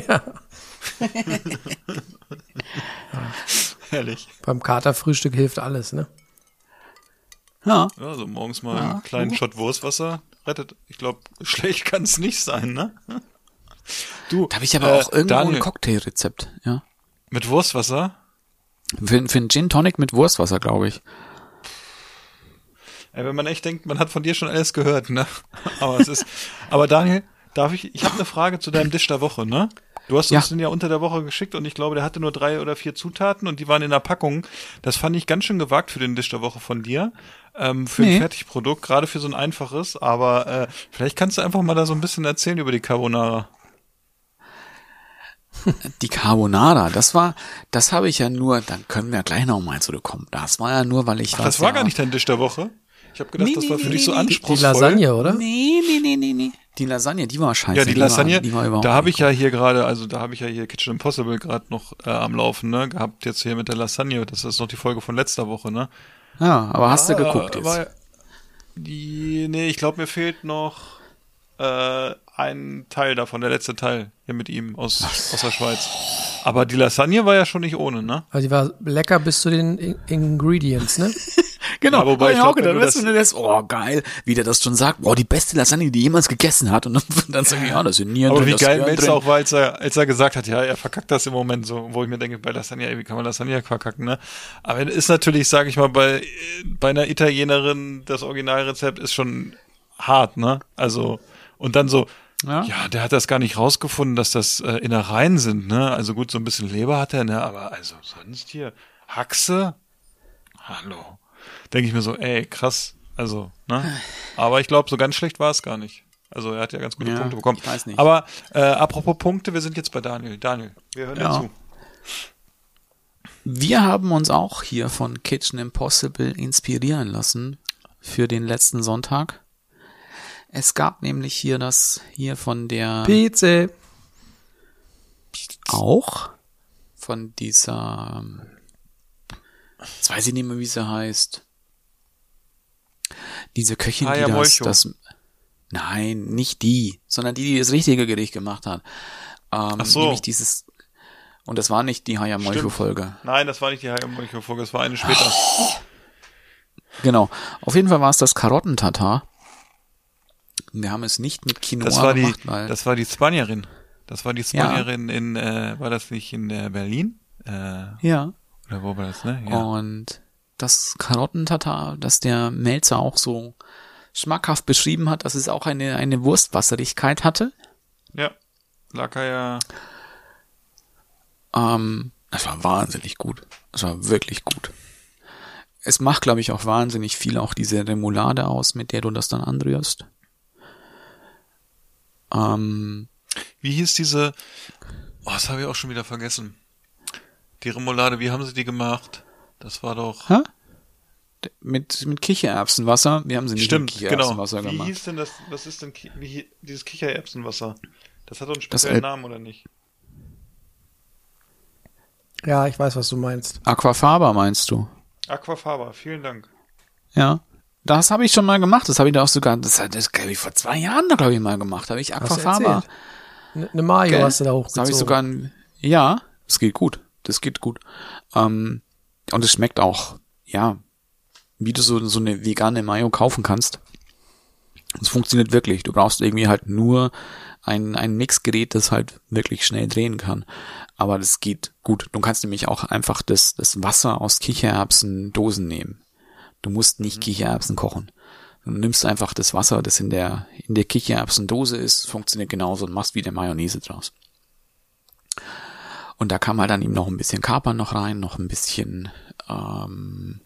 Herrlich. Beim Katerfrühstück hilft alles, ne? Ja. Ja, so morgens mal Ja, einen kleinen Shot Wurstwasser rettet. Ich glaube, schlecht kann es nicht sein, ne? Du, Da habe ich aber äh, auch irgendwo Daniel, ein Cocktailrezept, ja. mit Wurstwasser? Für, für einen Gin Tonic mit Wurstwasser, glaube ich. Ey, wenn man echt denkt, man hat von dir schon alles gehört, ne? Aber es ist, aber Daniel, darf ich, ich habe eine Frage zu deinem Dish der Woche, ne? Du hast uns Ja. den ja unter der Woche geschickt und ich glaube, der hatte nur drei oder vier Zutaten und die waren in der Packung. Das fand ich ganz schön gewagt für den Dish der Woche von dir, ähm, für Nee. ein Fertigprodukt, gerade für so ein einfaches. Aber äh, vielleicht kannst du einfach mal da so ein bisschen erzählen über die Carbonara. Die Carbonara, das war, das habe ich ja nur, dann können wir gleich noch mal zurückkommen. Das war ja nur, weil ich Ach, das war ja, gar nicht dein Dish der Woche? Ich habe gedacht, Nee, das nee, war für nee, dich so nee, nee. Die anspruchsvoll. Lasagne, oder? Nee, nee, nee, nee, nee. Die Lasagne, die war scheiße. Ja, die Lasagne, war, die war überhaupt da habe ich nicht ja hier gerade, also da habe ich ja hier Kitchen Impossible gerade noch äh, am Laufen, ne, gehabt jetzt hier mit der Lasagne. Das ist noch die Folge von letzter Woche, ne? gut. Ja, aber hast du Ah, geguckt jetzt? war- Die, nee, ich glaube, mir fehlt noch äh, ein Teil davon, der letzte Teil hier mit ihm aus, aus der Schweiz. Aber die Lasagne war ja schon nicht ohne, ne? Also die war lecker bis zu den In Ingredients, ne? Genau, Ja, wobei hab ich auch glaub, wenn gedacht, du weißt das- du, das, oh geil, wie der das schon sagt, boah, die beste Lasagne, die jemals gegessen hat, und dann, dann sag ich, ja, das sind Nieren Aber drin, wie das geil Gehirn Melzer drin. auch war, als er, als er gesagt hat, ja, er verkackt das im Moment so, wo ich mir denke, bei Lasagne, ey, wie kann man Lasagne verkacken, ne? Aber ist natürlich, sage ich mal, bei, bei einer Italienerin, das Originalrezept ist schon hart, ne? Also, und dann so, Ja. ja, der hat das gar nicht rausgefunden, dass das äh, Innereien sind, ne? Also gut, so ein bisschen Leber hat er, ne? Aber also sonst hier, Haxe? Hallo. Denke ich mir so, ey, krass. Also, ne? Aber ich glaube, so ganz schlecht war es gar nicht. Also er hat ja ganz gute Ja, Punkte bekommen. ich weiß nicht. Aber äh, apropos Punkte, wir sind jetzt bei Daniel. Daniel, wir hören dir Ja. zu. Wir haben uns auch hier von Kitchen Impossible inspirieren lassen für den letzten Sonntag. Es gab nämlich hier das, hier von der, Pizza. auch von dieser, ähm, jetzt weiß ich nicht mehr, wie sie heißt. Diese Köchin, Haya die das, Molcho. das, nein, nicht die, sondern die, die das richtige Gericht gemacht hat. Ähm, Ach so. Nämlich dieses, und das war nicht die Haya Molcho Folge. Nein, das war nicht die Heimat-Folge, das war eine später. Genau. Auf jeden Fall war es das Karottentatar. Wir haben es nicht mit Quinoa Das war die, gemacht, weil das war die Spanierin. Das war die Spanierin in, äh, war das nicht in äh, Berlin? Äh, ja. oder wo war das, ne? Ja. Und das Karottentatar, das der Melzer auch so schmackhaft beschrieben hat, dass es auch eine eine Wurstwasserigkeit hatte. Ja. Lag ja. Ähm, das war wahnsinnig gut. Das war wirklich gut. Es macht, glaube ich, auch wahnsinnig viel auch diese Remoulade aus, mit der du das dann anrührst. Ähm, Wie hieß diese, oh, das habe ich auch schon wieder vergessen. Die Remoulade, wie haben sie die gemacht? Das war doch, hä? D- Mit, mit Kichererbsenwasser. Wir haben sie nicht stimmt, mit genau. Kichererbsenwasser Wie gemacht. hieß denn das, was ist denn, Ki- wie, hie- dieses Kichererbsenwasser? Das hat doch einen Das speziellen El- Namen, oder nicht? Ja, ich weiß, was du meinst. Aquafaba meinst du? Aquafaba, vielen Dank. Ja. Das habe ich schon mal gemacht. Das habe ich da auch sogar, das hat das glaube ich vor zwei Jahren da glaube ich mal gemacht. Habe ich Hast du Aquafaba. erzählt? Eine ne Mayo Gell? hast du da Das hochgezogen. habe ich sogar, ein, ja, das geht gut. Das geht gut. Ähm, und es schmeckt auch, ja, wie du so, so eine vegane Mayo kaufen kannst. Es funktioniert wirklich. Du brauchst irgendwie halt nur ein, ein Mixgerät, das halt wirklich schnell drehen kann. Aber das geht gut. Du kannst nämlich auch einfach das, das Wasser aus Kichererbsen-Dosen nehmen. Du musst nicht Kichererbsen kochen. Du nimmst einfach das Wasser, das in der, in der Kichererbsendose ist, funktioniert genauso und machst wieder Mayonnaise draus. Und da kam halt dann eben noch ein bisschen Kapern noch rein, noch ein bisschen ähm,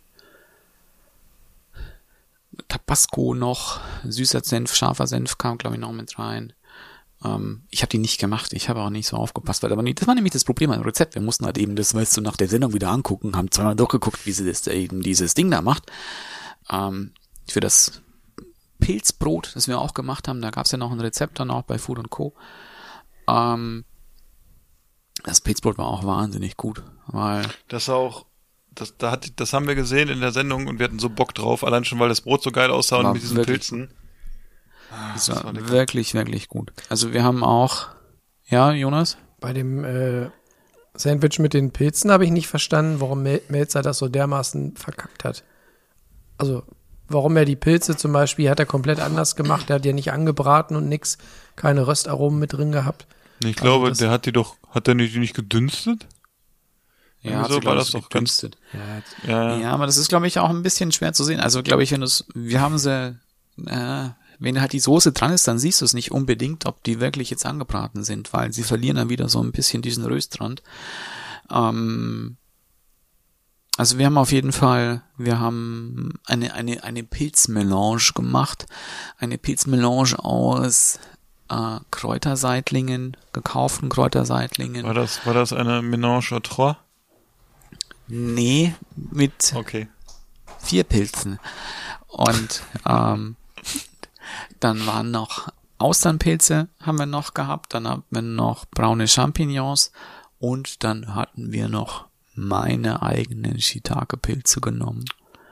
Tabasco noch, süßer Senf, scharfer Senf kam, glaube ich, noch mit rein. Ähm, ich habe die nicht gemacht, ich habe auch nicht so aufgepasst, weil aber nicht, das war nämlich das Problem beim Rezept. Wir mussten halt eben das, weißt du, nach der Sendung wieder angucken, haben zweimal durchgeguckt, wie sie das eben dieses Ding da macht. ähm, für das Pilzbrot, das wir auch gemacht haben, da gab es ja noch ein Rezept dann auch bei Food und Co. Ähm, das Pilzbrot war auch wahnsinnig gut, weil Das auch, das, da hat, das haben wir gesehen in der Sendung und wir hatten so Bock drauf, allein schon, weil das Brot so geil aussah und War mit diesen wirklich- Pilzen. Ah, das das war war lecker. wirklich, wirklich gut. Also wir haben auch, ja, Jonas? Bei dem äh, Sandwich mit den Pilzen habe ich nicht verstanden, warum Mel- Melzer das so dermaßen verkackt hat. Also, warum er die Pilze zum Beispiel, hat er komplett anders gemacht. Er hat ja nicht angebraten und nix, keine Röstaromen mit drin gehabt. Ich glaube, das- der hat die doch, hat der nicht, die nicht gedünstet? Ja, Irgendwie hat so sie, war glaub ich, das so doch ganz- gedünstet. Ja, Ja, aber das ist, glaube ich, auch ein bisschen schwer zu sehen. Also, glaube ich, wenn du es, wir haben sie, äh, wenn halt die Soße dran ist, dann siehst du es nicht unbedingt, ob die wirklich jetzt angebraten sind, weil sie verlieren dann wieder so ein bisschen diesen Röstrand. Ähm, also wir haben auf jeden Fall, wir haben eine, eine, eine Pilzmelange gemacht. Eine Pilzmelange aus äh, Kräuterseitlingen, gekauften Kräuterseitlingen. War das, war das eine Mélange à trois? Nee, mit Okay. vier Pilzen. Und ähm, dann waren noch Austernpilze haben wir noch gehabt, dann haben wir noch braune Champignons und dann hatten wir noch meine eigenen Shiitake-Pilze genommen.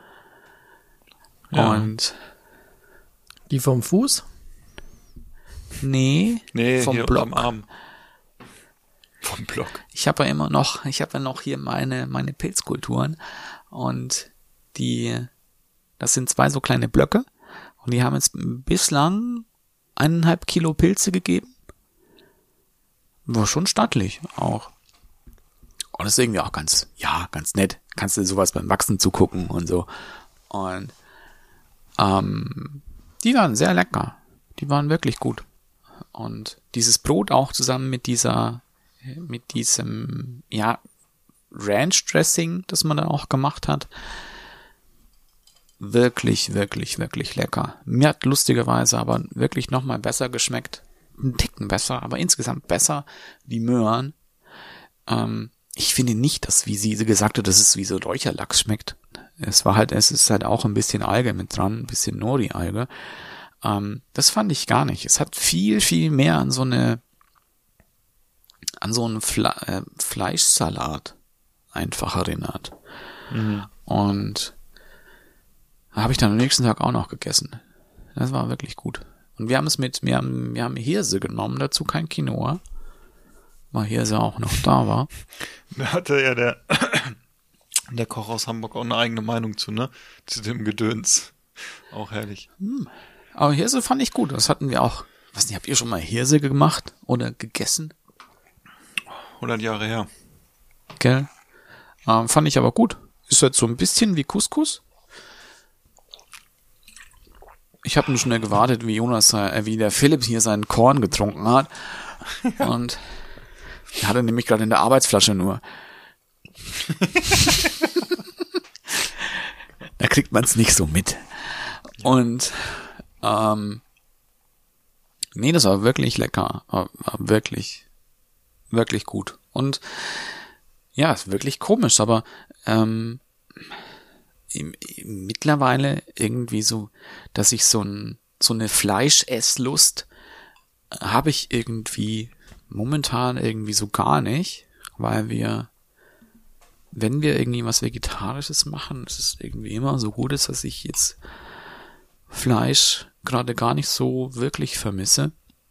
Ja. Und Die vom Fuß? nee, Nee, vom hier Block. unterm Arm. Vom Block. Ich habe ja immer noch, ich habe ja noch hier meine meine Pilzkulturen und die, das sind zwei so kleine Blöcke und die haben jetzt bislang eineinhalb Kilo Pilze gegeben. War schon stattlich auch. Und das ist irgendwie auch ganz, ja, ganz nett. Kannst du sowas beim Wachsen zugucken und so. Und ähm, die waren sehr lecker. Die waren wirklich gut. Und dieses Brot auch zusammen mit dieser, mit diesem, ja, Ranch-Dressing, das man dann auch gemacht hat. Wirklich, wirklich, wirklich lecker. Mir hat lustigerweise aber wirklich nochmal besser geschmeckt. Ein Ticken besser, aber insgesamt besser die Möhren. Ähm, ich finde nicht, dass, wie sie gesagt hat, dass es wie so Räucherlachs schmeckt. Es war halt, es ist halt auch ein bisschen Alge mit dran, ein bisschen Nori-Alge. Ähm, das fand ich gar nicht. Es hat viel, viel mehr an so eine, an so einen Fle- äh, Fleischsalat einfach erinnert. Mhm. Und habe ich dann am nächsten Tag auch noch gegessen. Das war wirklich gut. Und wir haben es mit, wir haben, wir haben Hirse genommen, dazu kein Quinoa, weil Hirse auch noch da war. Da hatte ja der, der Koch aus Hamburg auch eine eigene Meinung zu, ne? Zu dem Gedöns. Auch herrlich. Aber Hirse fand ich gut, das hatten wir auch. Was nicht, habt ihr schon mal Hirse gemacht oder gegessen? hundert Jahre her. Gell? Ähm, fand ich aber gut. Ist halt so ein bisschen wie Couscous. Ich habe nur schnell gewartet, wie Jonas, äh, wie der Philipp hier seinen Korn getrunken hat. Und er hatte nämlich gerade in der Arbeitsflasche nur. Da kriegt man es nicht so mit. Und ähm, nee, das war wirklich lecker. War, war wirklich, wirklich gut. Und ja, ist wirklich komisch, aber ähm, im, im, mittlerweile irgendwie so, dass ich so ein so eine Fleischesslust habe ich irgendwie momentan irgendwie so gar nicht, weil wir, wenn wir irgendwie was Vegetarisches machen, ist es irgendwie immer so gut ist, dass ich jetzt Fleisch gerade gar nicht so wirklich vermisse.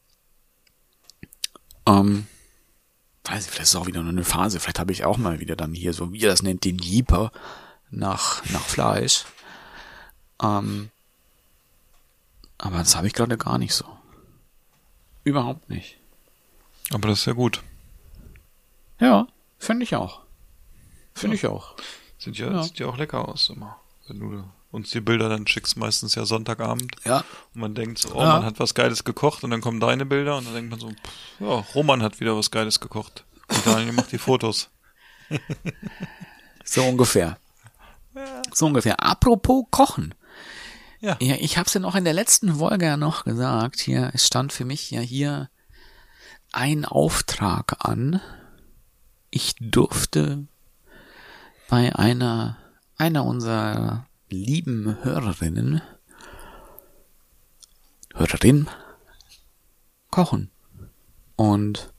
Ähm, weiß ich, vielleicht ist es auch wieder nur eine Phase, vielleicht habe ich auch mal wieder dann hier so, wie ihr das nennt, den Jeeper nach, nach Fleisch. Ähm, aber das habe ich gerade gar nicht so. Überhaupt nicht. Aber das ist ja gut. Ja, finde ich auch. Finde ich auch. Sieht ja, Ja. sieht ja auch lecker aus immer. Wenn du uns die Bilder dann schickst, meistens ja Sonntagabend. Ja. Und man denkt so, oh, Ja. man hat was Geiles gekocht und dann kommen deine Bilder und dann denkt man so, pff, ja, Roman hat wieder was Geiles gekocht. Und Daniel macht die Fotos. So ungefähr. So ungefähr. Apropos Kochen. Ja. Ja, ich habe es ja noch in der letzten Folge ja noch gesagt. Hier, es stand für mich ja hier ein Auftrag an. Ich durfte bei einer einer unserer lieben Hörerinnen, Hörerin, kochen. Und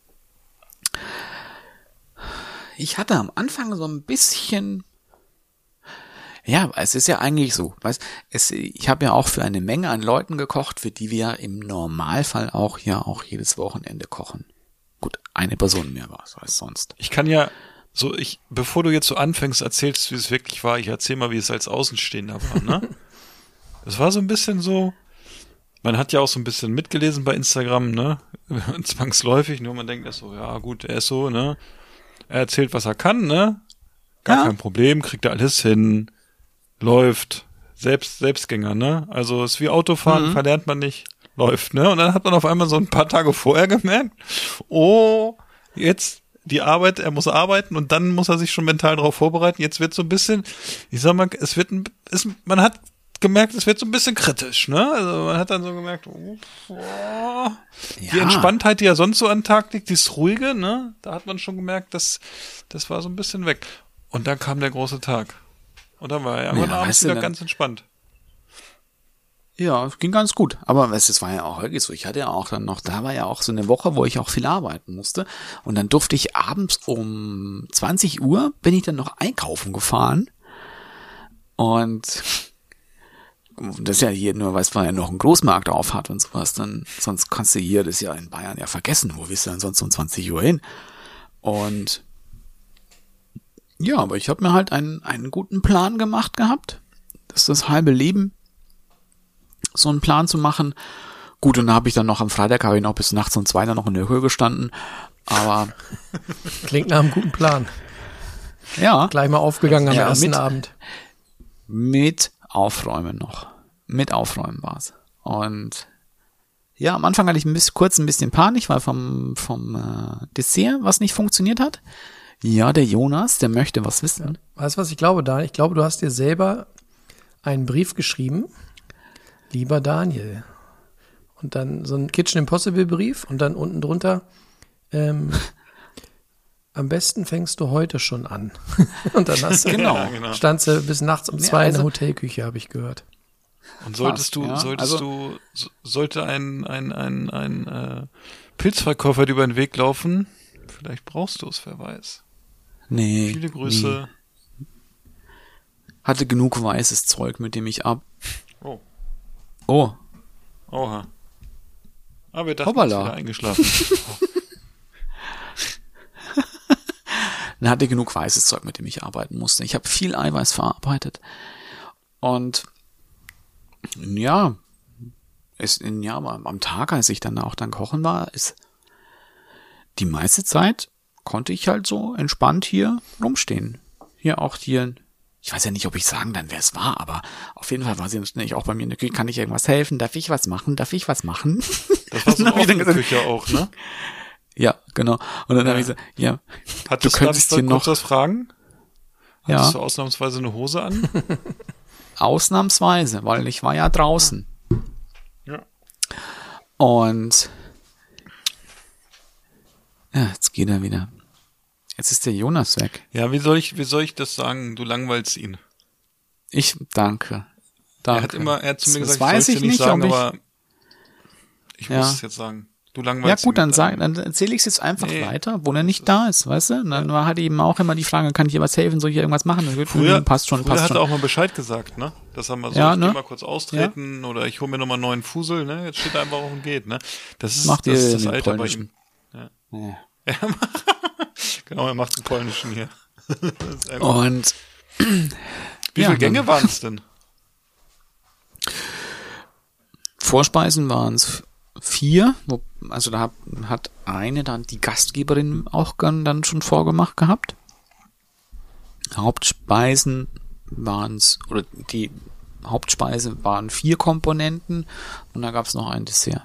ich hatte am Anfang so ein bisschen, ja, es ist ja eigentlich so, weißt, es, ich habe ja auch für eine Menge an Leuten gekocht, für die wir im Normalfall auch ja auch jedes Wochenende kochen. Gut, eine Person mehr war es als sonst. Ich kann ja so, ich, bevor du jetzt so anfängst, erzählst, wie es wirklich war, ich erzähl mal, wie es als Außenstehender war, ne? Es war so ein bisschen so, man hat ja auch so ein bisschen mitgelesen bei Instagram, ne? Zwangsläufig, nur man denkt erst so, ja gut, er ist so, ne? Er erzählt, was er kann, ne? Gar Ja. kein Problem, kriegt er alles hin, läuft, selbst, Selbstgänger, ne? Also es ist wie Autofahren, Mhm. verlernt man nicht, läuft, ne? Und dann hat man auf einmal so ein paar Tage vorher gemerkt, oh, jetzt die Arbeit, er muss arbeiten und dann muss er sich schon mental darauf vorbereiten. Jetzt wird so ein bisschen, ich sag mal, es wird ein, es, man hat gemerkt, es wird so ein bisschen kritisch, ne? Also man hat dann so gemerkt, oh, oh. Die Ja. Entspanntheit, die ja sonst so an den Tag liegt, dieses Ruhige, ne? Da hat man schon gemerkt, dass das war so ein bisschen weg. Und dann kam der große Tag. Und dann war er irgendwann Ja, abends weißt du, wieder dann- ganz entspannt. Ja, ging ganz gut. Aber weißt, du, es war ja auch wirklich so. Ich hatte ja auch dann noch, da war ja auch so eine Woche, wo ich auch viel arbeiten musste. Und dann durfte ich abends um zwanzig Uhr, bin ich dann noch einkaufen gefahren. Und das ist ja hier nur, weil man ja noch einen Großmarkt auf hat und sowas. Dann, sonst kannst du hier, das ist ja in Bayern ja vergessen. Wo willst du denn sonst um zwanzig Uhr hin? Und ja, aber ich habe mir halt einen, einen guten Plan gemacht gehabt. Das ist das halbe Leben, so einen Plan zu machen. Gut, und dann habe ich dann noch am Freitag, habe ich noch bis nachts um zwei dann noch in der Höhe gestanden. Aber Klingt nach einem guten Plan. ja, Gleich mal aufgegangen am Ja, ersten mit- Abend. mit Aufräumen noch. Mit Aufräumen war's. Und ja, am Anfang hatte ich ein bisschen, kurz ein bisschen Panik, weil vom, vom äh, Dessert was nicht funktioniert hat. Ja, der Jonas, der möchte was wissen. Weißt du, was ich glaube, Daniel? Ich glaube, du hast dir selber einen Brief geschrieben. Lieber Daniel. Und dann so ein Kitchen Impossible Brief und dann unten drunter, ähm, am besten fängst du heute schon an. Und dann hast du, Genau. Ja, genau. standst du bis nachts um Ja, zwei in der also- Hotelküche, habe ich gehört. Und solltest Fast, du, ja. solltest Also- du, so- sollte ein, ein, ein, ein äh, Pilzverkäufer dir über den Weg laufen, vielleicht brauchst du es, wer weiß. Nee. Viele Grüße. Nee. Hatte genug weißes Zeug, mit dem ich ab. Oh, Oh, oha. Aber wir dachten, Hoppala. ist wieder eingeschlafen. dann hatte ich genug weißes Zeug, mit dem ich arbeiten musste. Ich habe viel Eiweiß verarbeitet. Und ja, es, ja, aber am Tag, als ich dann auch dann kochen war, ist die meiste Zeit konnte ich halt so entspannt hier rumstehen. Hier auch hier, ich weiß ja nicht, ob ich sagen dann, wer es war, aber auf jeden Fall war sie natürlich auch bei mir in der Küche. Kann ich irgendwas helfen? Darf ich was machen? Darf ich was machen? Das war so Dann eine hab ich dann offene gesagt, Küche auch, ne? ja, genau. Und dann Ja. habe ich gesagt, ja, Hattest du könntest darf hier ich kurz noch, was fragen? ja, Hattest du ausnahmsweise eine Hose an? ausnahmsweise, weil ich war ja draußen. Ja. Und ja, jetzt geht er wieder. Jetzt ist der Jonas weg. Ja, wie soll ich, wie soll ich das sagen? Du langweilst ihn. Ich danke. danke. Er hat immer, er hat zu mir Das gesagt, weiß ich ich soll es dir nicht, nicht sagen, ob ich, aber ich Ja. muss es jetzt sagen. Du ja langweilst ihn. gut, dann mit sag, deinem- dann erzähle ich es jetzt einfach Nee. weiter, wo er nicht da ist, weißt du? Und dann war halt eben auch immer die Frage, kann ich dir was helfen, soll ich hier irgendwas machen? Dann, Früher, hm, passt schon, früher passt hat schon. er auch mal Bescheid gesagt, ne? Dass er mal so, Ja, ich ne? geh mal kurz austreten oder ich hole mir nochmal einen neuen Fusel, ne? Jetzt steht er einfach auf und geht, ne? Das ist, Macht das, ihr ist das den Alter bei polnischen. ihm. Ja. Genau, er macht den polnischen hier. Das ist einfach- Und Wie ja, viele Gänge dann- waren es denn? Vorspeisen waren es vier, wo, also da hat, hat eine dann die Gastgeberin auch gern dann schon vorgemacht gehabt. Hauptspeisen waren es, oder die Hauptspeise waren vier Komponenten und da gab es noch ein Dessert.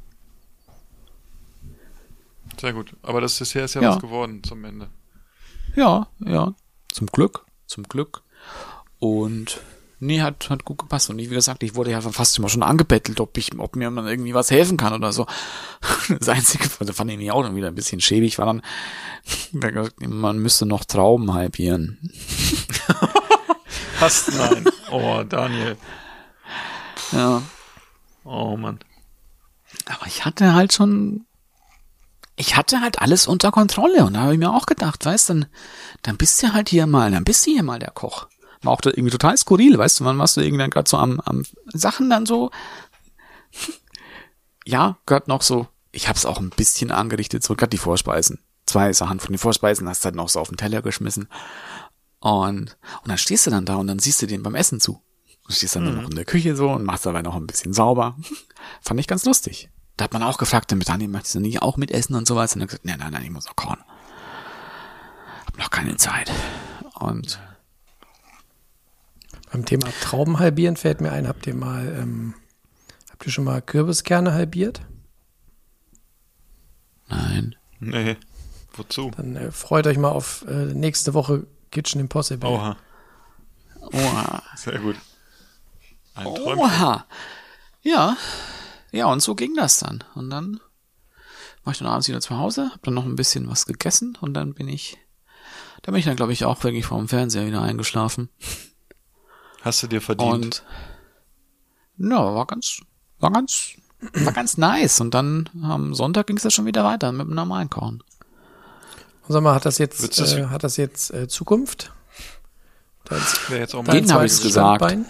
Sehr gut. Aber das Dessert ist ja, Ja. was geworden zum Ende. Ja, ja, zum Glück, zum Glück. Und nee, hat, hat gut gepasst. Und wie gesagt, ich wurde ja fast immer schon angebettelt, ob ich, ob mir man irgendwie was helfen kann oder so. Das Einzige, das fand ich mich auch dann wieder ein bisschen schäbig, war dann, man müsste noch Trauben halbieren. Fast nein. Oh, Daniel. Ja. Oh, Mann. Aber ich hatte halt schon, ich hatte halt alles unter Kontrolle und da habe ich mir auch gedacht, weißt du, dann, dann bist du halt hier mal, dann bist du hier mal der Koch. War auch da irgendwie total skurril, weißt du, wann warst du irgendwie dann gerade so am, am Sachen dann so, ja, gehört noch so, ich hab's auch ein bisschen angerichtet, so gerade die Vorspeisen. Zwei Sachen von den Vorspeisen hast du halt noch so auf den Teller geschmissen. Und, und dann stehst du dann da und dann siehst du den beim Essen zu. Du stehst dann mhm. noch in der Küche so und machst dabei noch ein bisschen sauber. Fand ich ganz lustig. Da hat man auch gefragt, mit Daniel, möchtest du nicht auch mitessen und sowas? Und dann gesagt, nein, nein, nein, ich muss noch kochen. Hab noch keine Zeit. Und beim Thema Trauben halbieren fällt mir ein, habt ihr mal, ähm, habt ihr schon mal Kürbiskerne halbiert? Nein. Nee. Wozu? Dann äh, freut euch mal auf äh, nächste Woche Kitchen Impossible. Oha. Oha. Sehr gut. Ein Oha. Ja. Ja, und so ging das dann. Und dann war ich dann abends wieder zu Hause, hab dann noch ein bisschen was gegessen und dann bin ich, da bin ich dann, glaube ich, auch wirklich vor dem Fernseher wieder eingeschlafen. Hast du dir verdient? Und ja, war ganz, war ganz, war ganz nice. Und dann am Sonntag ging es ja schon wieder weiter mit dem normalen Kochen. Und sag mal, hat das jetzt, das äh, hat das jetzt äh, Zukunft? Wäre jetzt auch mal denen habe ich es gesagt. Standbein?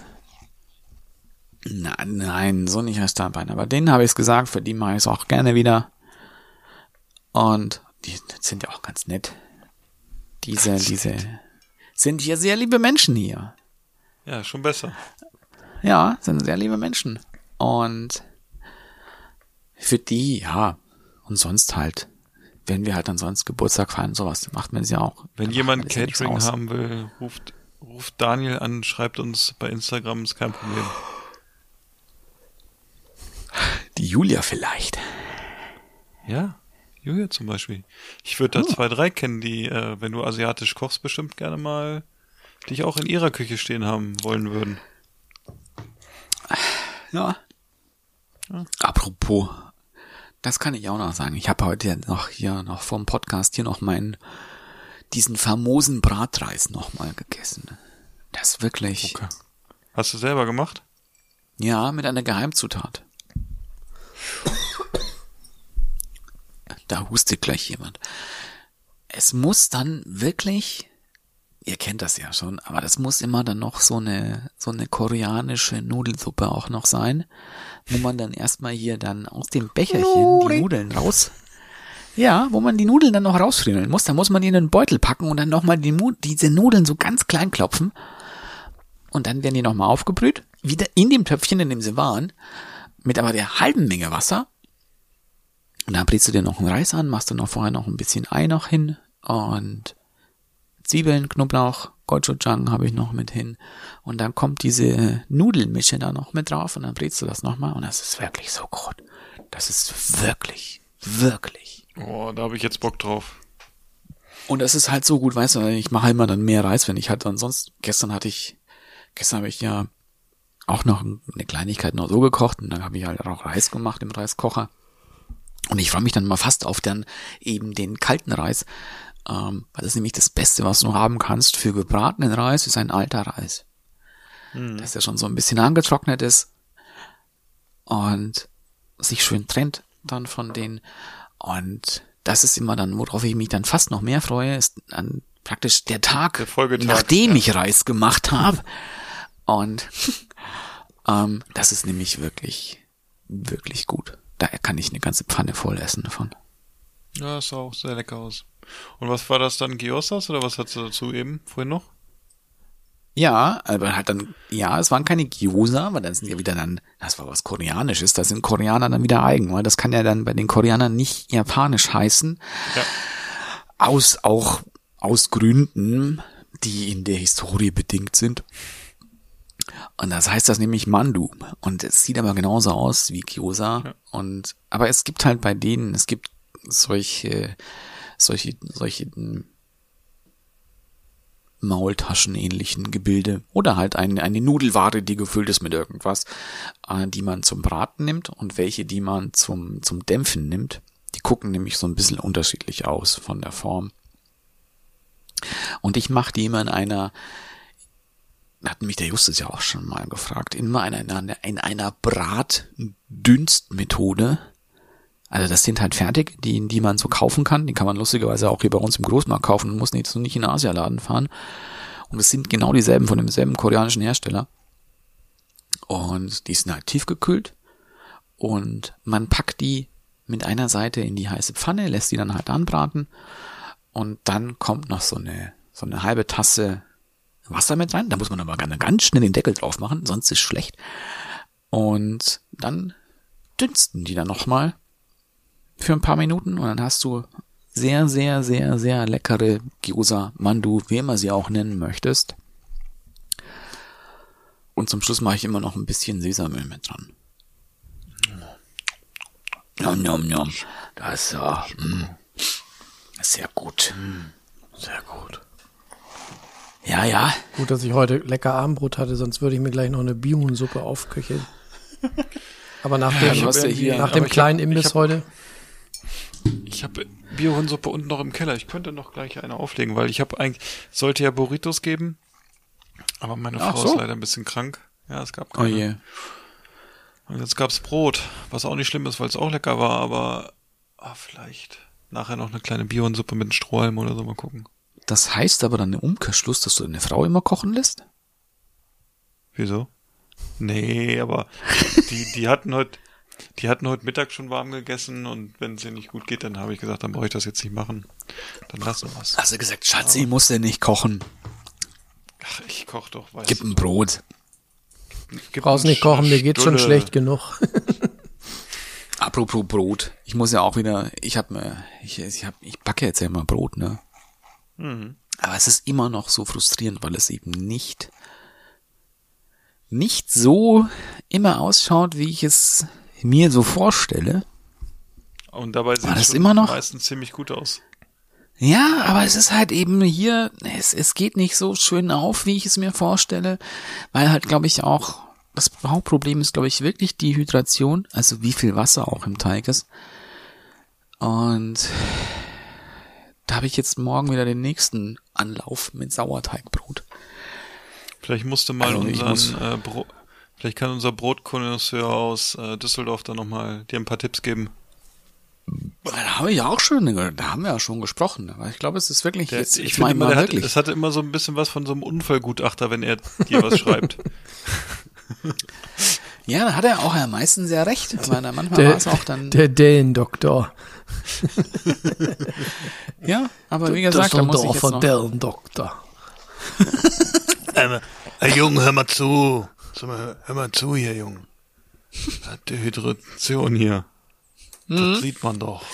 Nein, nein, so nicht als Standbein. Aber denen habe ich es gesagt, für die mache ich es auch gerne wieder. Und die sind ja auch ganz nett. Diese, ganz diese, nett. Sind hier sehr liebe Menschen hier. Ja, schon besser. Ja, sind sehr liebe Menschen. Und für die, ja, und sonst halt, wenn wir halt dann sonst Geburtstag feiern, sowas, macht man es ja auch. Wenn dann jemand ja Catering haben will, ruft, ruft Daniel an, schreibt uns bei Instagram, ist kein Problem. Die Julia vielleicht. Ja, Julia zum Beispiel. Ich würde da Oh. zwei, drei kennen, die, äh, wenn du asiatisch kochst, bestimmt gerne mal dich auch in ihrer Küche stehen haben wollen würden. Ja. Ja. Apropos, das kann ich auch noch sagen. Ich habe heute noch hier noch vom Podcast hier noch meinen diesen famosen Bratreis noch mal gegessen. Das ist wirklich. Okay. Hast du selber gemacht? Ja, mit einer Geheimzutat. Da hustet gleich jemand. Es muss dann wirklich, ihr kennt das ja schon, aber das muss immer dann noch so eine so eine koreanische Nudelsuppe auch noch sein, wo man dann erstmal hier dann aus dem Becherchen die Nudeln raus, ja, wo man die Nudeln dann noch rausfriemeln muss. Da muss man die in einen Beutel packen und dann nochmal die, diese Nudeln so ganz klein klopfen und dann werden die nochmal aufgebrüht, wieder in dem Töpfchen, in dem sie waren, mit aber der halben Menge Wasser. Und dann brätst du dir noch einen Reis an, machst du noch vorher noch ein bisschen Ei noch hin und Zwiebeln, Knoblauch, Gochujang habe ich noch mit hin. Und dann kommt diese Nudelmische da noch mit drauf und dann brätst du das nochmal und das ist wirklich so gut. Das ist wirklich, wirklich. Oh, da habe ich jetzt Bock drauf. Und das ist halt so gut, weißt du, ich mache immer dann mehr Reis, wenn ich halt ansonsten, gestern hatte ich, gestern habe ich ja auch noch eine Kleinigkeit noch so gekocht und dann habe ich halt auch Reis gemacht im Reiskocher. Und ich freue mich dann mal fast auf dann eben den kalten Reis, ähm, weil das ist nämlich das Beste, was du haben kannst für gebratenen Reis, ist ein alter Reis. Hm. Dass der schon so ein bisschen angetrocknet ist und sich schön trennt dann von den. Und das ist immer dann, worauf ich mich dann fast noch mehr freue, ist dann praktisch der Tag, der Folgetag, nachdem ja. ich Reis gemacht habe. Und ähm, das ist nämlich wirklich, wirklich gut. Da kann ich eine ganze Pfanne voll essen davon. Ja, das sah auch sehr lecker aus. Und was war das dann, Gyozas oder was hast du dazu eben vorhin noch? Ja, aber halt dann, ja, es waren keine Gyoza, weil dann sind ja wieder dann, das war was Koreanisches, da sind Koreaner dann wieder eigen, weil das kann ja dann bei den Koreanern nicht japanisch heißen. Ja. Aus, auch aus Gründen, die in der Historie bedingt sind. Und das heißt das nämlich Mandu. Und es sieht aber genauso aus wie Gyoza. Ja. Und, aber es gibt halt bei denen, es gibt solche, solche, solche Maultaschen-ähnlichen Gebilde. Oder halt eine, eine Nudelware, die gefüllt ist mit irgendwas, äh, die man zum Braten nimmt und welche, die man zum, zum Dämpfen nimmt. Die gucken nämlich so ein bisschen unterschiedlich aus von der Form. Und ich mache die immer in einer hat mich der Justus ja auch schon mal gefragt, in einer, in einer Bratdünstmethode. Also das sind halt fertig, die, die man so kaufen kann. Die kann man lustigerweise auch hier bei uns im Großmarkt kaufen. Man muss nicht, so nicht in den Asialaden fahren. Und es sind genau dieselben von demselben koreanischen Hersteller. Und die sind halt tiefgekühlt. Und man packt die mit einer Seite in die heiße Pfanne, lässt die dann halt anbraten. Und dann kommt noch so eine, so eine halbe Tasse Wasser mit rein. Da muss man aber ganz schnell den Deckel drauf machen, sonst ist schlecht. Und dann dünsten die dann nochmal für ein paar Minuten und dann hast du sehr, sehr, sehr, sehr leckere Gyoza, Mandu, wie immer sie auch nennen möchtest. Und zum Schluss mache ich immer noch ein bisschen Sesamöl mit dran. Nom, nom, nom. Das ist ja mh, sehr gut. Sehr gut. Ja, ja. Gut, dass ich heute lecker Abendbrot hatte, sonst würde ich mir gleich noch eine Bihunsuppe aufköcheln. Aber nach dem, Ja, du hast ja hier- nach dem aber ich kleinen hab- Imbiss ich hab- heute. Ich habe Biohunsuppe unten noch im Keller. Ich könnte noch gleich eine auflegen, weil ich habe eigentlich, sollte ja Burritos geben, aber meine Ach Frau so. ist leider ein bisschen krank. Ja, es gab Oh keine. je. Und jetzt gab's Brot, was auch nicht schlimm ist, weil es auch lecker war, aber ah, vielleicht nachher noch eine kleine Biohunsuppe mit einem Strohhalm oder so, mal gucken. Das heißt aber dann im Umkehrschluss, dass du deine Frau immer kochen lässt? Wieso? Nee, aber die, die hatten heute, die hatten heute Mittag schon warm gegessen und wenn es ihr nicht gut geht, dann habe ich gesagt, dann brauche ich das jetzt nicht machen. Dann lassen wir es. Hast du gesagt, Schatzi, muss der nicht kochen? Ach, ich koch doch, weißt Gib du. ein Brot. Gib Brauchst eine nicht kochen, mir geht's schon Stulle. schlecht genug. Apropos Brot. Ich muss ja auch wieder, ich hab mir, ich, ich hab, ich backe jetzt ja immer Brot, ne? Mhm. Aber es ist immer noch so frustrierend, weil es eben nicht, nicht so immer ausschaut, wie ich es mir so vorstelle. Und dabei sieht War es das schon immer noch? meistens ziemlich gut aus. Ja, aber es ist halt eben hier, es, es geht nicht so schön auf, wie ich es mir vorstelle, weil halt, glaube ich, auch, das Hauptproblem ist, glaube ich, wirklich die Hydration, also wie viel Wasser auch im Teig ist. Und da habe ich jetzt morgen wieder den nächsten Anlauf mit Sauerteigbrot. Vielleicht musste mal Also ich unseren, äh, Bro vielleicht kann unser Brotkonnoisseur aus äh, Düsseldorf da nochmal dir ein paar Tipps geben. Da habe ich auch schon, da haben wir ja schon gesprochen, aber ich glaube, es ist wirklich Der, jetzt, ich jetzt finde mal immer, der hat, wirklich. es hatte immer so ein bisschen was von so einem Unfallgutachter, wenn er dir was schreibt. Ja, da hat er auch ja meistens sehr recht, aber dann manchmal Der, war es auch dann, der Dellendoktor. ja, aber wie gesagt, da muss ich jetzt noch, Dellendoktor. Ähm, hey, Junge, hör mal zu. Sag mal, hör mal zu hier, Junge. Dehydration hier. Mhm. Das sieht man doch.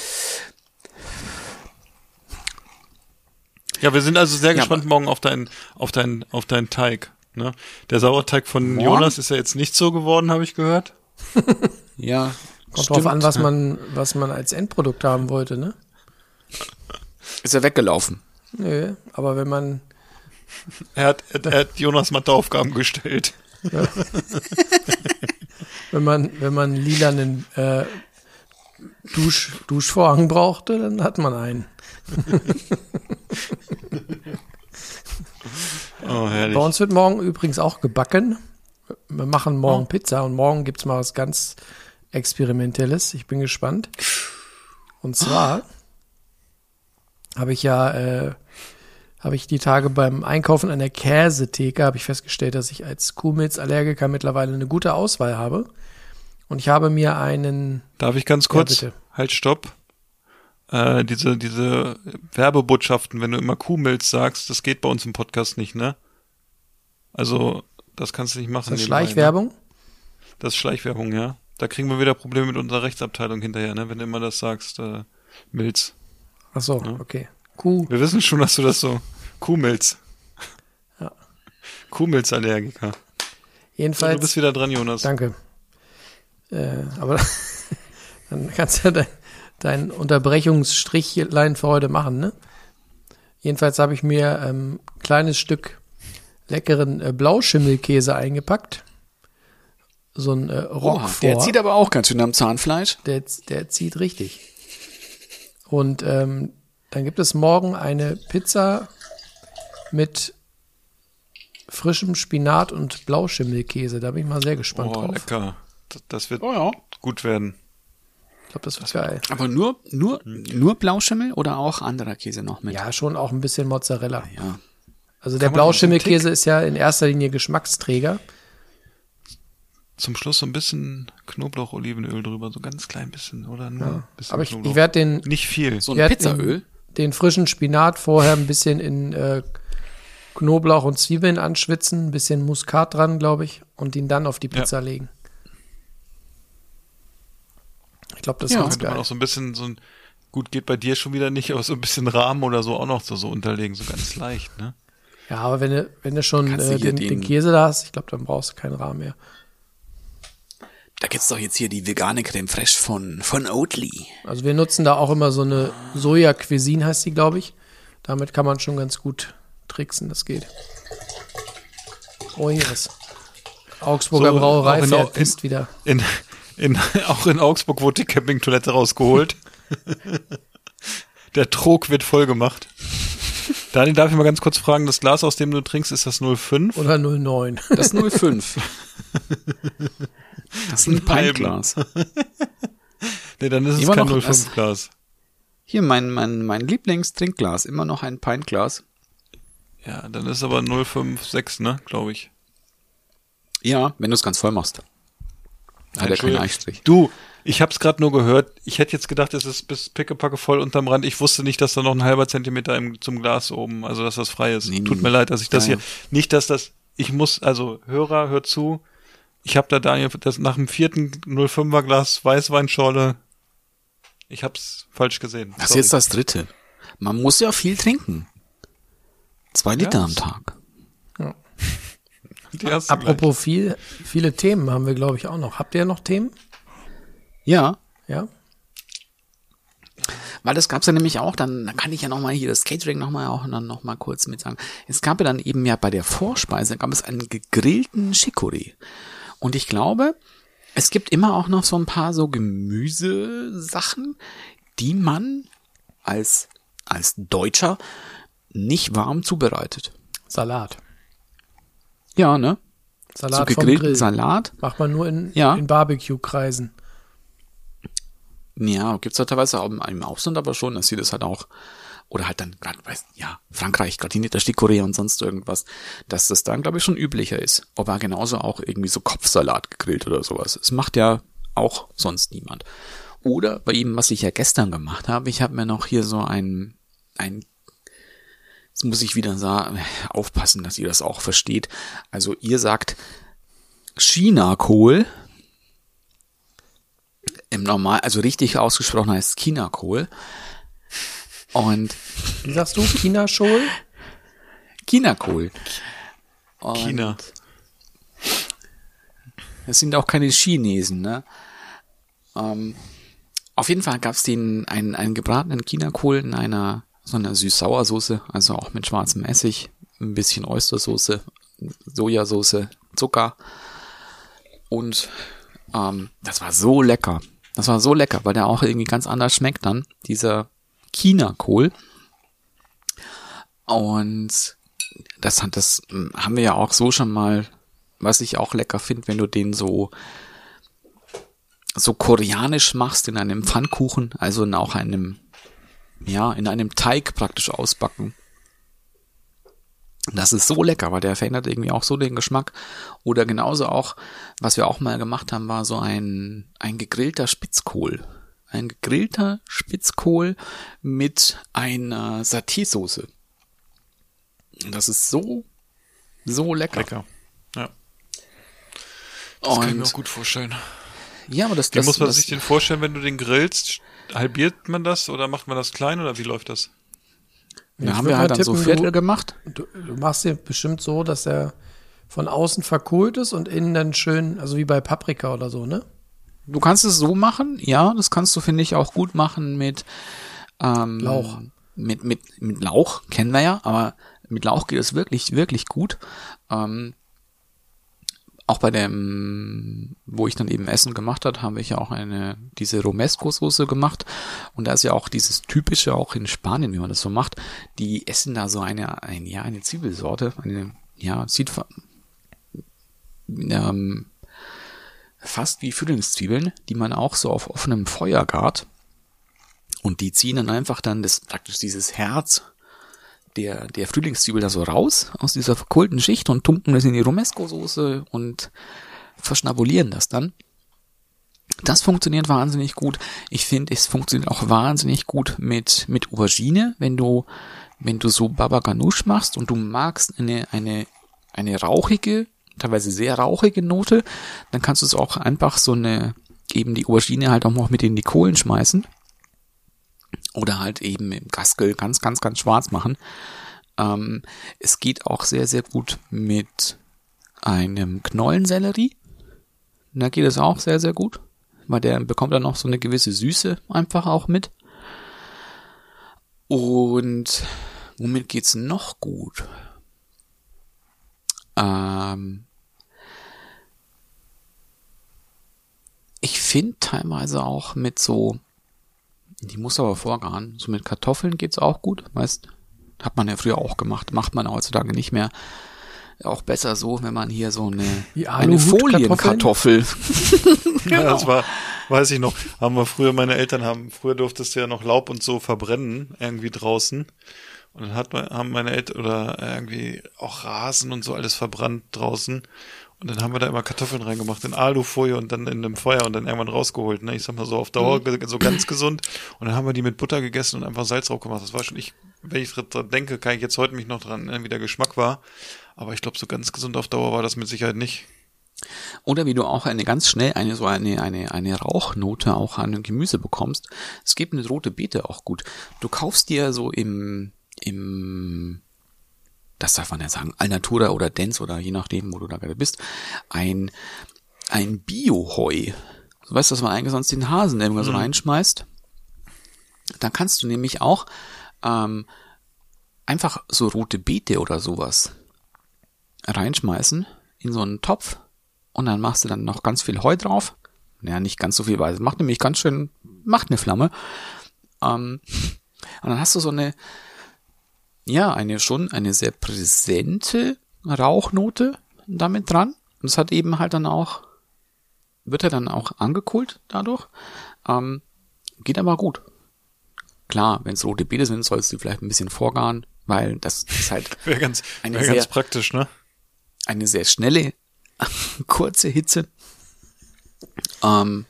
Ja, wir sind also sehr Ja, gespannt aber- morgen auf deinen, auf deinen, auf deinen Teig. Ne? Der Sauerteig von Morgen? Jonas ist ja jetzt nicht so geworden, habe ich gehört. ja, Kommt stimmt, drauf an, was ja. man, was man als Endprodukt haben wollte, ne? Ist er weggelaufen? Nö, aber wenn man, Er hat, er, er hat Jonas Matheaufgaben gestellt. wenn man, wenn man einen lilanen äh, Dusch, Duschvorhang brauchte, dann hat man einen. Oh, herrlich. Bei uns wird morgen übrigens auch gebacken. Wir machen morgen Oh. Pizza und morgen gibt's mal was ganz Experimentelles. Ich bin gespannt. Und zwar habe ich ja, äh, habe ich die Tage beim Einkaufen an der Käsetheke, habe ich festgestellt, dass ich als Kuhmilzallergiker mittlerweile eine gute Auswahl habe. Und ich habe mir einen, Darf ich ganz kurz? bitte. Halt, stopp. Äh, diese, diese Werbebotschaften, wenn du immer Kuhmilz sagst, das geht bei uns im Podcast nicht, ne? Also, das kannst du nicht machen. das ist nebenbei, Schleichwerbung. Ne? Das ist Schleichwerbung, ja. Da kriegen wir wieder Probleme mit unserer Rechtsabteilung hinterher, ne? Wenn du immer das sagst, äh, Milz. Ach so, Ja. okay. Kuh. Wir wissen schon, dass du das so, Kuhmilz. Ja. Kuhmilzallergiker. So, Jedenfalls. du bist wieder dran, Jonas. Danke. Äh, aber dann kannst du dein, dein Unterbrechungsstrichlein für heute machen, ne? Jedenfalls habe ich mir ähm, ein kleines Stück leckeren äh, Blauschimmelkäse eingepackt. So ein äh, Oha, Roquefort. der zieht aber auch ganz schön am Zahnfleisch. Der, der zieht richtig. Und ähm, dann gibt es morgen eine Pizza mit frischem Spinat und Blauschimmelkäse. Da bin ich mal sehr gespannt Oh, drauf. lecker. Das, das wird Oh ja. gut werden. Ich glaube, das wird geil. Aber nur, nur, nur Blauschimmel oder auch anderer Käse noch mit? Ja, schon auch ein bisschen Mozzarella. Ja. Also der Kann man Blauschimmelkäse ist ja in erster Linie Geschmacksträger. Zum Schluss so ein bisschen Knoblauch, Olivenöl drüber, so ganz klein bisschen, oder nur ein bisschen Aber ich, Knoblauch. ich werde den, Nicht viel. So ich ein werd Pizzaöl? den, den frischen Spinat vorher ein bisschen in äh, Knoblauch und Zwiebeln anschwitzen, ein bisschen Muskat dran, glaube ich, und ihn dann auf die Pizza Ja. legen. Ich glaube, das Ja. ist ganz Könnte man geil. auch so ein bisschen so ein, gut, geht bei dir schon wieder nicht, aber so ein bisschen Rahmen oder so auch noch so, so unterlegen, so ganz leicht, ne? Ja, aber wenn du, wenn du schon Kannst du äh, hier den, den- den Käse da hast, ich glaube, dann brauchst du keinen Rahmen mehr. Da gibt's doch jetzt hier die vegane Creme Fraiche von, von Oatly. Also wir nutzen da auch immer so eine Soja-Cuisine, heißt die, glaube ich. Damit kann man schon ganz gut tricksen, das geht. Oh, hier ist Augsburger So, Brauerei auch in- fährt in- ist wieder. In, in, auch in Augsburg wurde die Campingtoilette rausgeholt. Der Trog wird voll gemacht. Daniel, darf ich mal ganz kurz fragen, das Glas, aus dem du trinkst, ist das null Komma fünf? Oder null Komma neun. Das ist null Komma fünf. Das ist ein Pintglas. Nee, dann ist es Immer kein noch null Komma fünf das- Glas. Hier mein, mein, mein Lieblingstrinkglas. Immer noch ein Pintglas. Ja, dann ist aber null Komma fünf sechs, ne, glaube ich. Ja, wenn du es ganz voll machst. Hat er keinen Entschuldigung. Eichstrich. Du, ich hab's gerade nur gehört. Ich hätte jetzt gedacht, es ist bis pickepacke voll unterm Rand. Ich wusste nicht, dass da noch ein halber Zentimeter im, zum Glas oben, also dass das frei ist. Nee, Tut nee. mir leid, dass ich das Ja. hier, nicht, dass das, ich muss, also Hörer, hört zu. Ich habe da Daniel, das nach dem vierten null Komma fünfer Glas Weißweinschorle, ich hab's falsch gesehen. Das ist Sorry. jetzt das dritte. Man muss ja viel trinken. Zwei Liter am das- Tag. Die hast du Apropos viel, viele Themen haben wir, glaube ich, auch noch. Habt ihr noch Themen? Ja, Ja? weil das gab's ja nämlich auch, dann, dann kann ich ja nochmal hier das Catering nochmal auch dann noch mal kurz mit sagen. Es gab ja dann eben ja bei der Vorspeise, gab es einen gegrillten Chicorée. Und ich glaube, es gibt immer auch noch so ein paar so Gemüsesachen, die man als, als Deutscher nicht warm zubereitet. Salat. Ja, ne? Salat so vom gegrillten Grill. Salat. Macht man nur in, Ja. in Barbecue-Kreisen. Ja, gibt's halt teilweise auch im Ausland aber schon, dass sie das halt auch, oder halt dann gerade, weiß, ja, Frankreich, gratinierter Chicorée und sonst irgendwas, dass das dann, glaube ich, schon üblicher ist. Aber genauso auch irgendwie so Kopfsalat gegrillt oder sowas. Es macht ja auch sonst niemand. Oder bei ihm, was ich ja gestern gemacht habe, ich habe mir noch hier so ein, ein, jetzt muss ich wieder sagen, aufpassen, dass ihr das auch versteht. Also ihr sagt Chinakohl. Im Normal, also richtig ausgesprochen heißt Chinakohl. Und Wie sagst du? Chinaschol? Chinakohl. Und China. Das sind auch keine Chinesen, ne? Ähm, auf jeden Fall gab's den einen, einen gebratenen Chinakohl in einer so einer Süß-Sauer-Soße, also auch mit schwarzem Essig, ein bisschen Oystersoße, Sojasauce, Zucker. Und ähm, das war so lecker. Das war so lecker, weil der auch irgendwie ganz anders schmeckt dann, dieser Chinakohl. Und das hat das ähm, haben wir ja auch so schon mal, was ich auch lecker finde, wenn du den so so koreanisch machst in einem Pfannkuchen, also in auch einem ja, in einem Teig praktisch ausbacken. Das ist so lecker, weil der verändert irgendwie auch so den Geschmack. Oder genauso auch, was wir auch mal gemacht haben, war so ein, ein gegrillter Spitzkohl. Ein gegrillter Spitzkohl mit einer Saté-Soße. Das ist so, so lecker. Lecker. Ja. Das kann ich mir auch Und gut vorstellen. ja, aber das, Wie das, muss man das sich den vorstellen, wenn du den grillst? Halbiert man das oder macht man das klein oder wie läuft das? da Ich haben würd wir halt mal dann so tippen, Viertel du- gemacht. Du, du machst den bestimmt so, dass er von außen verkohlt ist und innen dann schön, also wie bei Paprika oder so, ne? Du kannst es so machen, ja, das kannst du, finde ich, auch gut machen mit ähm, Lauch. Mit, mit, mit Lauch, kennen wir ja, aber mit Lauch geht es wirklich, wirklich gut. Ähm, auch bei dem, wo ich dann eben Essen gemacht habe, haben wir ja auch eine, diese Romesco-Soße gemacht. Und da ist ja auch dieses typische, auch in Spanien, wie man das so macht, die essen da so eine, ein, ja, eine Zwiebelsorte, eine ja, sieht fa- ähm, fast wie Frühlingszwiebeln, die man auch so auf offenem Feuer gart. Und die ziehen dann einfach dann das, praktisch dieses Herz der, der Frühlingszwiebel da so raus aus dieser verkohlten Schicht und tunken das in die Romesco-Soße und verschnabulieren das dann. Das funktioniert wahnsinnig gut. Ich finde, es funktioniert auch wahnsinnig gut mit, mit Aubergine, wenn du, wenn du so Baba Ganoush machst und du magst eine, eine, eine rauchige, teilweise sehr rauchige Note, dann kannst du es auch einfach so eine, eben die Aubergine halt auch noch mit in die Kohlen schmeißen. Oder halt eben im Gaskel ganz, ganz, ganz schwarz machen. Ähm, es geht auch sehr, sehr gut mit einem Knollensellerie. Da geht es auch sehr, sehr gut. Weil der bekommt dann noch so eine gewisse Süße einfach auch mit. Und womit geht's noch gut? Ähm, ich finde teilweise auch mit so, die muss aber vorgaren, so mit Kartoffeln geht's auch gut, weißt, hat man ja früher auch gemacht, macht man heutzutage nicht mehr. Auch besser so, wenn man hier so eine, eine Folienkartoffel. Genau. Ja, das war, weiß ich noch, haben wir früher, meine Eltern haben, früher durftest du ja noch Laub und so verbrennen, irgendwie draußen. Und dann hat man, haben meine Eltern, oder irgendwie auch Rasen und so alles verbrannt draußen. Und dann haben wir da immer Kartoffeln reingemacht in Alufolie und dann in einem Feuer und dann irgendwann rausgeholt. Ne? Ich sag mal so auf Dauer, mhm. so ganz gesund. Und dann haben wir die mit Butter gegessen und einfach Salz drauf gemacht. Das war schon, ich, wenn ich dran denke, kann ich jetzt heute mich noch dran, wie der Geschmack war. Aber ich glaube, so ganz gesund auf Dauer war das mit Sicherheit nicht. Oder wie du auch eine ganz schnell eine so eine eine eine Rauchnote auch an dem Gemüse bekommst. Es gibt eine rote Beete auch gut. Du kaufst dir so im im das darf man ja sagen, Alnatura oder Dents oder je nachdem, wo du da gerade bist, ein ein Bio-Heu. Du weißt, dass man eigentlich sonst den Hasen irgendwo so reinschmeißt. Dann kannst du nämlich auch ähm, einfach so rote Beete oder sowas reinschmeißen in so einen Topf und dann machst du dann noch ganz viel Heu drauf. Naja, nicht ganz so viel, weil es macht nämlich ganz schön, macht eine Flamme. Ähm, und dann hast du so eine, ja, eine schon eine sehr präsente Rauchnote damit dran. Und es hat eben halt dann auch, wird er dann auch angekohlt dadurch. Ähm, geht aber gut. Klar, wenn es rote Beete sind, sollst du vielleicht ein bisschen vorgaren, weil das ist halt wäre ganz, eine wär sehr, ganz praktisch, ne? Eine sehr schnelle, kurze Hitze. Ähm,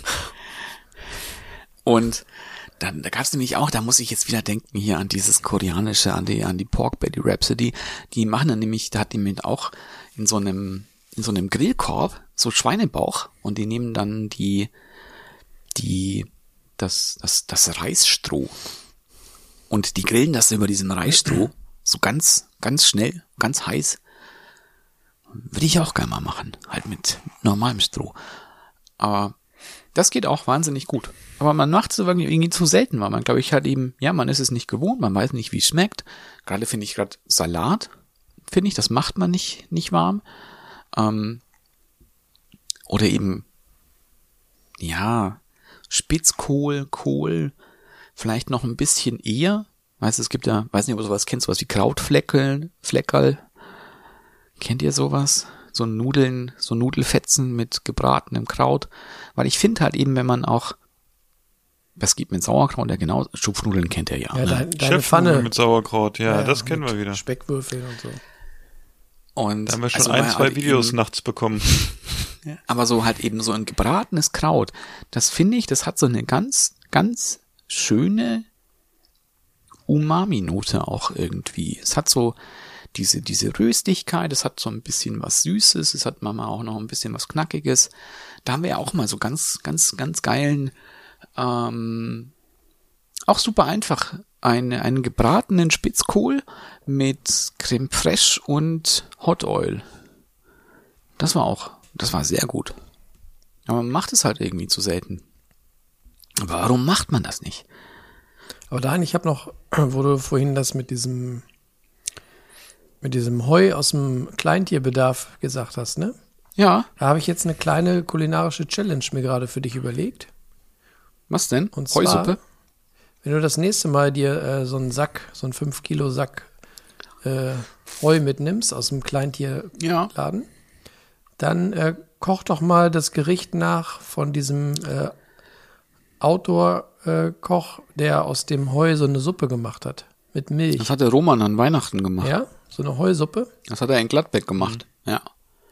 und dann, da gab es nämlich auch, da muss ich jetzt wieder denken hier an dieses koreanische, an die, an die Pork Belly Rhapsody. Die machen dann nämlich, da hat die mit auch in so einem, in so einem Grillkorb so Schweinebauch und die nehmen dann die, die, das, das, das Reisstroh und die grillen das über diesem Reisstroh so ganz, ganz schnell, ganz heiß. Würde ich auch gerne mal machen, halt mit normalem Stroh. Aber das geht auch wahnsinnig gut. Aber man macht es irgendwie zu selten, weil man, glaube ich, halt eben, ja, man ist es nicht gewohnt, man weiß nicht, wie es schmeckt. Gerade finde ich gerade Salat, finde ich, das macht man nicht, nicht warm. Ähm, oder eben, ja, Spitzkohl, Kohl, vielleicht noch ein bisschen eher. Weißt du, es gibt ja, weiß nicht, ob du sowas kennst, sowas wie Krautfleckeln, Fleckerl. Kennt ihr sowas? So Nudeln, so Nudelfetzen mit gebratenem Kraut. Weil ich finde halt eben, wenn man auch, was gibt mit Sauerkraut, ja genau, Schupfnudeln kennt ihr ja. Ja, ne? dein, deine Pfanne. Mit Sauerkraut, ja, ja das kennen wir wieder. Speckwürfel und so. Und da haben wir schon also ein, zwei halt Videos eben, nachts bekommen. Ja, aber so halt eben so ein gebratenes Kraut, das finde ich, das hat so eine ganz, ganz schöne Umami-Note auch irgendwie. Es hat so diese, diese Röstigkeit, es hat so ein bisschen was Süßes, es hat manchmal auch noch ein bisschen was Knackiges. Da haben wir ja auch mal so ganz, ganz, ganz geilen, ähm, auch super einfach, eine, einen gebratenen Spitzkohl mit Creme Fraiche und Hot Oil. Das war auch, das war sehr gut. Aber man macht es halt irgendwie zu selten. Warum macht man das nicht? Aber Daniel, ich habe noch, wo du vorhin das mit diesem mit diesem Heu aus dem Kleintierbedarf gesagt hast, ne? Ja. Da habe ich jetzt eine kleine kulinarische Challenge mir gerade für dich überlegt. Was denn? Und zwar, Heusuppe? wenn du das nächste Mal dir äh, so einen Sack, so einen fünf Kilo Sack äh, Heu mitnimmst aus dem Kleintierladen, Ja. dann äh, koch doch mal das Gericht nach von diesem äh, Outdoor-Koch, der aus dem Heu so eine Suppe gemacht hat. Mit Milch. Das hat der Roman an Weihnachten gemacht. Ja, so eine Heusuppe. Das hat er in Gladbeck gemacht. Mhm. Ja.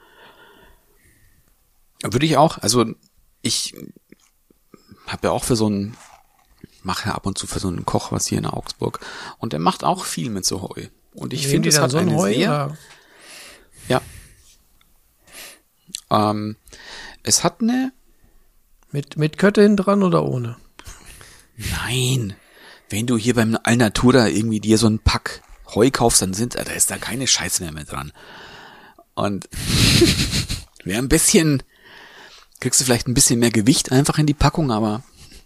Würde ich auch, also ich habe ja auch für so einen, mache ja ab und zu für so einen Koch was hier in Augsburg und der macht auch viel mit so Heu. Und ich finde, es hat so ein eine Heu, sehr, oder? ja, ähm, es hat eine, Mit, mit Kötte hinten dran oder ohne? nein, wenn du hier beim Alnatura irgendwie dir so ein Pack Heu kaufst, dann sind, da ist da keine Scheiße mehr mit dran. Und wäre ein bisschen, kriegst du vielleicht ein bisschen mehr Gewicht einfach in die Packung, aber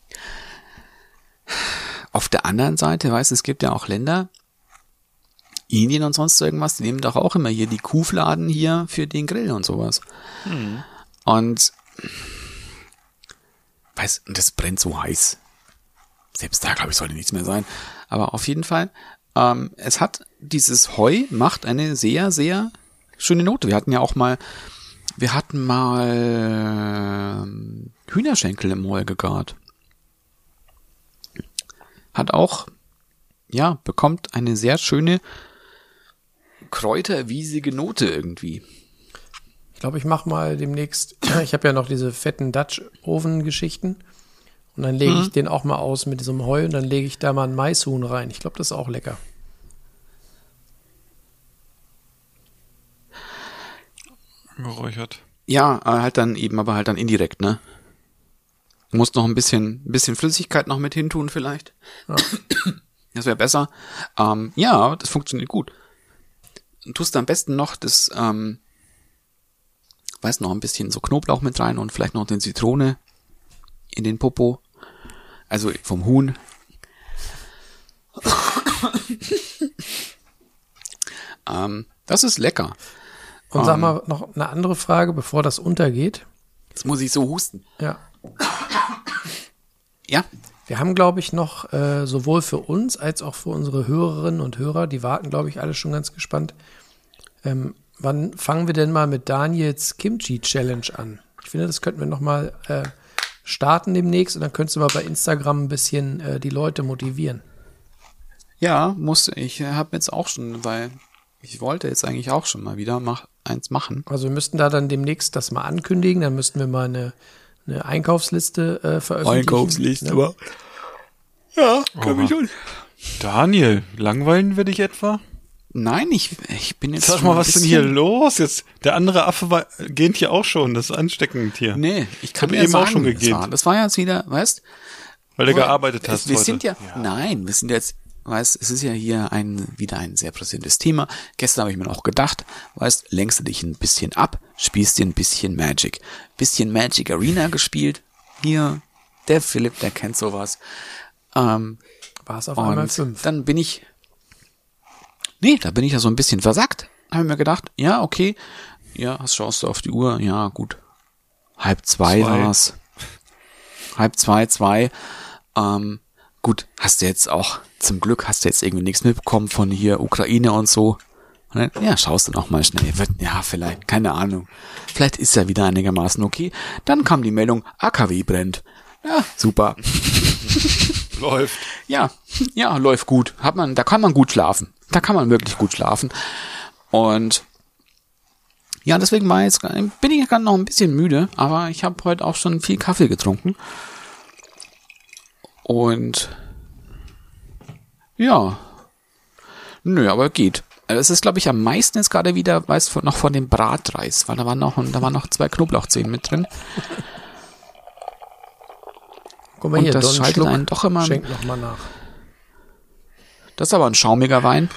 auf der anderen Seite, weißt du, es gibt ja auch Länder, Indien und sonst irgendwas, die nehmen doch auch immer hier die Kuhfladen hier für den Grill und sowas. Hm. Und weiß, das brennt so heiß. Selbst da, glaube ich, sollte nichts mehr sein. Aber auf jeden Fall, ähm, es hat, dieses Heu macht eine sehr, sehr schöne Note. Wir hatten ja auch mal, wir hatten mal ähm, Hühnerschenkel im Heu gegart. Hat auch, ja, bekommt eine sehr schöne kräuterwiesige Note irgendwie. Ich glaube, ich mache mal demnächst, ich habe ja noch diese fetten Dutch-Oven-Geschichten und dann lege Mhm. ich den auch mal aus mit diesem Heu und dann lege ich da mal ein Maishuhn rein. Ich glaube, das ist auch lecker. Geräuchert. Ja, äh, halt dann eben, aber halt dann indirekt, ne? Du musst noch ein bisschen, ein bisschen Flüssigkeit noch mit hintun vielleicht. Ja. Das wäre besser. Ähm, ja, das funktioniert gut. Du tust am besten noch das, ähm, weiß noch ein bisschen so Knoblauch mit rein und vielleicht noch den Zitrone in den Popo. Also vom Huhn. ähm, das ist lecker. Und sag Ähm. mal noch eine andere Frage, bevor das untergeht. Jetzt muss ich so husten. Ja. Ja. Wir haben, glaube ich, noch äh, sowohl für uns als auch für unsere Hörerinnen und Hörer, die warten, glaube ich, alle schon ganz gespannt. Ähm, wann fangen wir denn mal mit Daniels Kimchi-Challenge an? Ich finde, das könnten wir noch mal äh, starten demnächst und dann könntest du mal bei Instagram ein bisschen äh, die Leute motivieren. Ja, musste. Ich habe jetzt auch schon, weil ich wollte jetzt eigentlich auch schon mal wieder mach, eins machen. Also wir müssten da dann demnächst das mal ankündigen, dann müssten wir mal eine, eine Einkaufsliste äh, veröffentlichen. Einkaufsliste, ne? aber ja, kann ich schon. Daniel, langweilen wir dich etwa? Nein, ich, ich bin jetzt Sag schon mal, ein was ist denn bisschen- hier los? Jetzt, der andere Affe war, gähnt hier auch schon, das ist ansteckend hier. Nee, ich kann hab dir eben sagen, auch schon das gegähnt. war, das war jetzt wieder, weißt? Weil du Aber gearbeitet es, hast wir heute. sind ja, nein, wir sind jetzt, weißt, es ist ja hier ein, wieder ein sehr präsentes Thema. Gestern habe ich mir auch gedacht, weißt, lenkst du dich ein bisschen ab, spielst dir ein bisschen Magic. Bisschen Magic Arena gespielt. Hier, der Philipp, der kennt sowas. Ähm, War es auf einmal und fünf. dann bin ich, nee, da bin ich ja so ein bisschen versackt. Habe mir gedacht, ja, okay, ja, hast schaust du auf die Uhr, ja, gut. Halb zwei, Zwei. war's. Halb zwei, zwei. Ähm, gut, hast du jetzt auch, zum Glück hast du jetzt irgendwie nichts mitbekommen von hier Ukraine und so. Und dann, ja, schaust du noch mal schnell. Wird, ja, vielleicht, keine Ahnung. Vielleicht ist ja wieder einigermaßen okay. Dann kam die Meldung, A K W brennt. Ja, super. Läuft. Ja, ja, läuft gut. Hat man, da kann man gut schlafen. Da kann man wirklich gut schlafen. Und ja, deswegen war jetzt, bin ich gerade noch ein bisschen müde, aber ich habe heute auch schon viel Kaffee getrunken. Und ja, nö, aber geht. Es ist, glaube ich, am meisten jetzt gerade wieder, weiß noch von dem Bratreis, weil da waren noch, da waren noch zwei Knoblauchzehen mit drin. Guck mal Und hier, das Don schaltet Schluck, einen doch immer- Schenk noch mal nach. Das ist aber ein schaumiger Wein.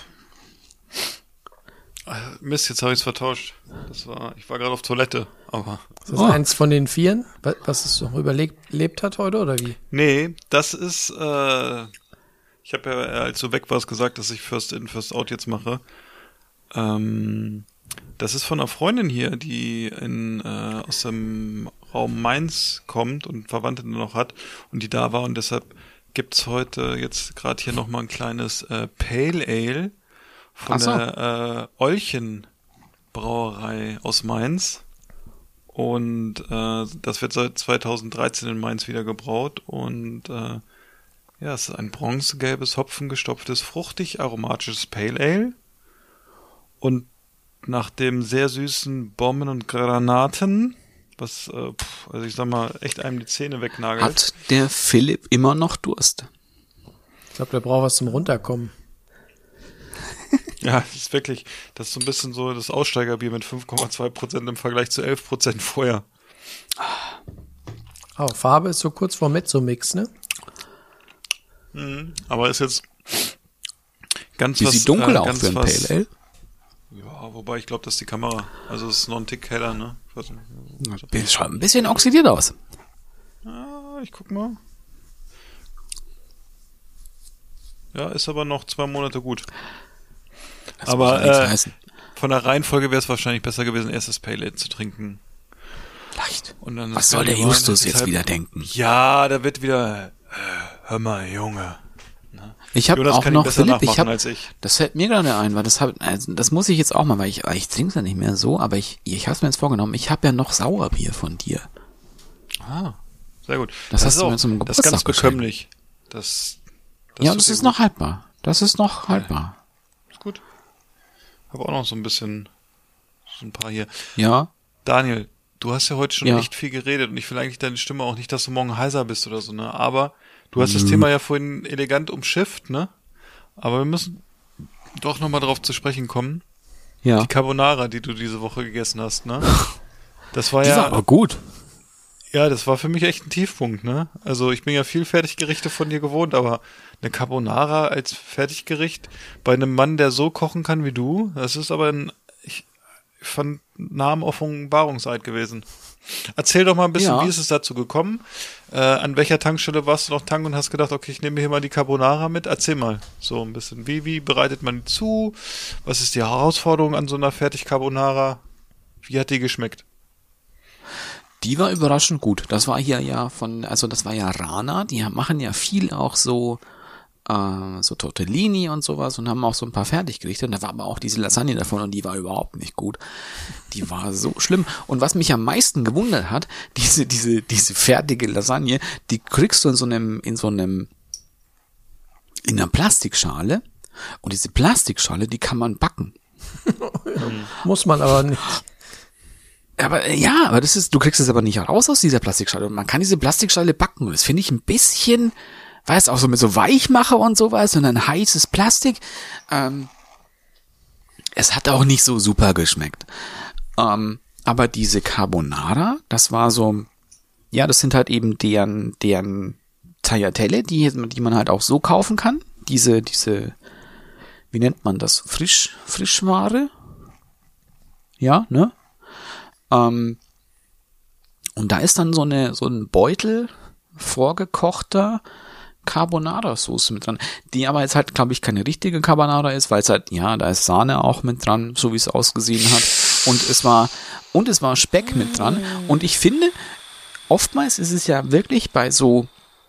Mist, jetzt habe ich es vertauscht. Das war, ich war gerade auf Toilette, aber. Ist das Oh. eins von den Vieren, wa- was es noch überlebt hat heute oder wie? Nee, das ist, äh, ich habe ja, als du weg warst, gesagt, dass ich First In, First Out jetzt mache. Ähm, das ist von einer Freundin hier, die in, äh, aus dem Raum Mainz kommt und Verwandte noch hat und die da war und deshalb gibt's heute jetzt gerade hier nochmal ein kleines äh, Pale Ale von Ach so. der äh, Olchen Brauerei aus Mainz. Und äh, das wird seit zweitausenddreizehn in Mainz wieder gebraut. Und äh, ja, es ist ein bronzegelbes, hopfengestopftes, fruchtig aromatisches Pale Ale. Und nach dem sehr süßen Bomben und Granaten, was, äh, pff, also ich sag mal, echt einem die Zähne wegnagelt. Hat der Philipp immer noch Durst? Ich glaube, der braucht was zum Runterkommen. Ja, das ist wirklich, das ist so ein bisschen so das Aussteigerbier mit fünf Komma zwei Prozent im Vergleich zu elf Prozent vorher. Oh, Farbe ist so kurz vor Mezzo-Mix, ne? Mhm, aber ist jetzt ganz Wie was... sieht dunkel äh, auch ganz für ein was, Pale Ale? Ja, wobei ich glaube, das ist die Kamera. Also es ist noch ein Tick heller, ne? Ich weiß nicht. Schaut ein bisschen oxidiert aus. Ah, ich guck mal. Ja, ist aber noch zwei Monate gut. Das aber muss ja nichts äh, heißen. von der Reihenfolge wäre es wahrscheinlich besser gewesen, erstes Pale Ale zu trinken. Leicht. Und dann Was das soll der Berliner Justus ist jetzt halt- wieder denken? Ja, da wird wieder... Äh, hör mal, Junge. Ich habe Jonas auch kann ihn noch, besser Philipp, ich nachmachen habe, als ich. das fällt mir gerade ein, weil das hab, also das muss ich jetzt auch mal, weil ich, ich trinke es ja nicht mehr so, aber ich, ich habe es mir jetzt vorgenommen, ich habe ja noch Sauerbier von dir. Ah, sehr gut. Das hast du auch, mir zum das ist ganz Geburtstag geschenkt. bekömmlich. Das, das Ja, tut das dir ist gut. noch haltbar. Das ist noch haltbar. Ist gut. Habe auch noch so ein bisschen, so ein paar hier. Ja. Daniel, du hast ja heute schon Ja. echt viel geredet und ich will eigentlich deine Stimme auch nicht, dass du morgen heiser bist oder so, ne? Aber du hast das Nö. Thema ja vorhin elegant umschifft, ne? Aber wir müssen doch nochmal drauf zu sprechen kommen. Ja. Die Carbonara, die du diese Woche gegessen hast, ne? Das war Die ja, war aber gut. ja, das war für mich echt ein Tiefpunkt, ne? Also ich bin ja viel Fertiggerichte von dir gewohnt, aber eine Carbonara als Fertiggericht bei einem Mann, der so kochen kann wie du, das ist aber ein, ich fand, nah am Offenbarungseid gewesen. Erzähl doch mal ein bisschen, Ja. wie ist es dazu gekommen? Äh, an welcher Tankstelle warst du noch tanken und hast gedacht, okay, ich nehme hier mal die Carbonara mit? Erzähl mal so ein bisschen. Wie, wie bereitet man die zu? Was ist die Herausforderung an so einer Fertig-Carbonara? Wie hat die geschmeckt? Die war überraschend gut. Das war hier ja von, also das war ja Rana, die machen ja viel auch so, äh, so Tortellini und sowas und haben auch so ein paar Fertiggerichte. Und da war aber auch diese Lasagne davon und die war überhaupt nicht gut. Die war so schlimm. Und was mich am meisten gewundert hat, diese, diese, diese fertige Lasagne, die kriegst du in so einem, in so einem, in einer Plastikschale. Und diese Plastikschale, die kann man backen. Muss man aber nicht. Aber äh, ja, aber das ist, du kriegst es aber nicht raus aus dieser Plastikschale. Und man kann diese Plastikschale backen. Und das finde ich ein bisschen, weißt auch so mit so Weichmacher und sowas und dann heißes Plastik. Ähm, es hat auch nicht so super geschmeckt. Ähm, aber diese Carbonara, das war so, ja, das sind halt eben deren, deren Tagliatelle, die, die man halt auch so kaufen kann. Diese, diese, wie nennt man das? Frisch, Frischware? Ja, ne? Ähm, und da ist dann so eine, so ein Beutel vorgekochter Carbonara-Soße mit dran, die aber jetzt halt, glaube ich, keine richtige Carbonara ist, weil es halt, ja, da ist Sahne auch mit dran, so wie es ausgesehen hat. Und es war, und es war Speck mit dran. Und ich finde, oftmals ist es ja wirklich bei so,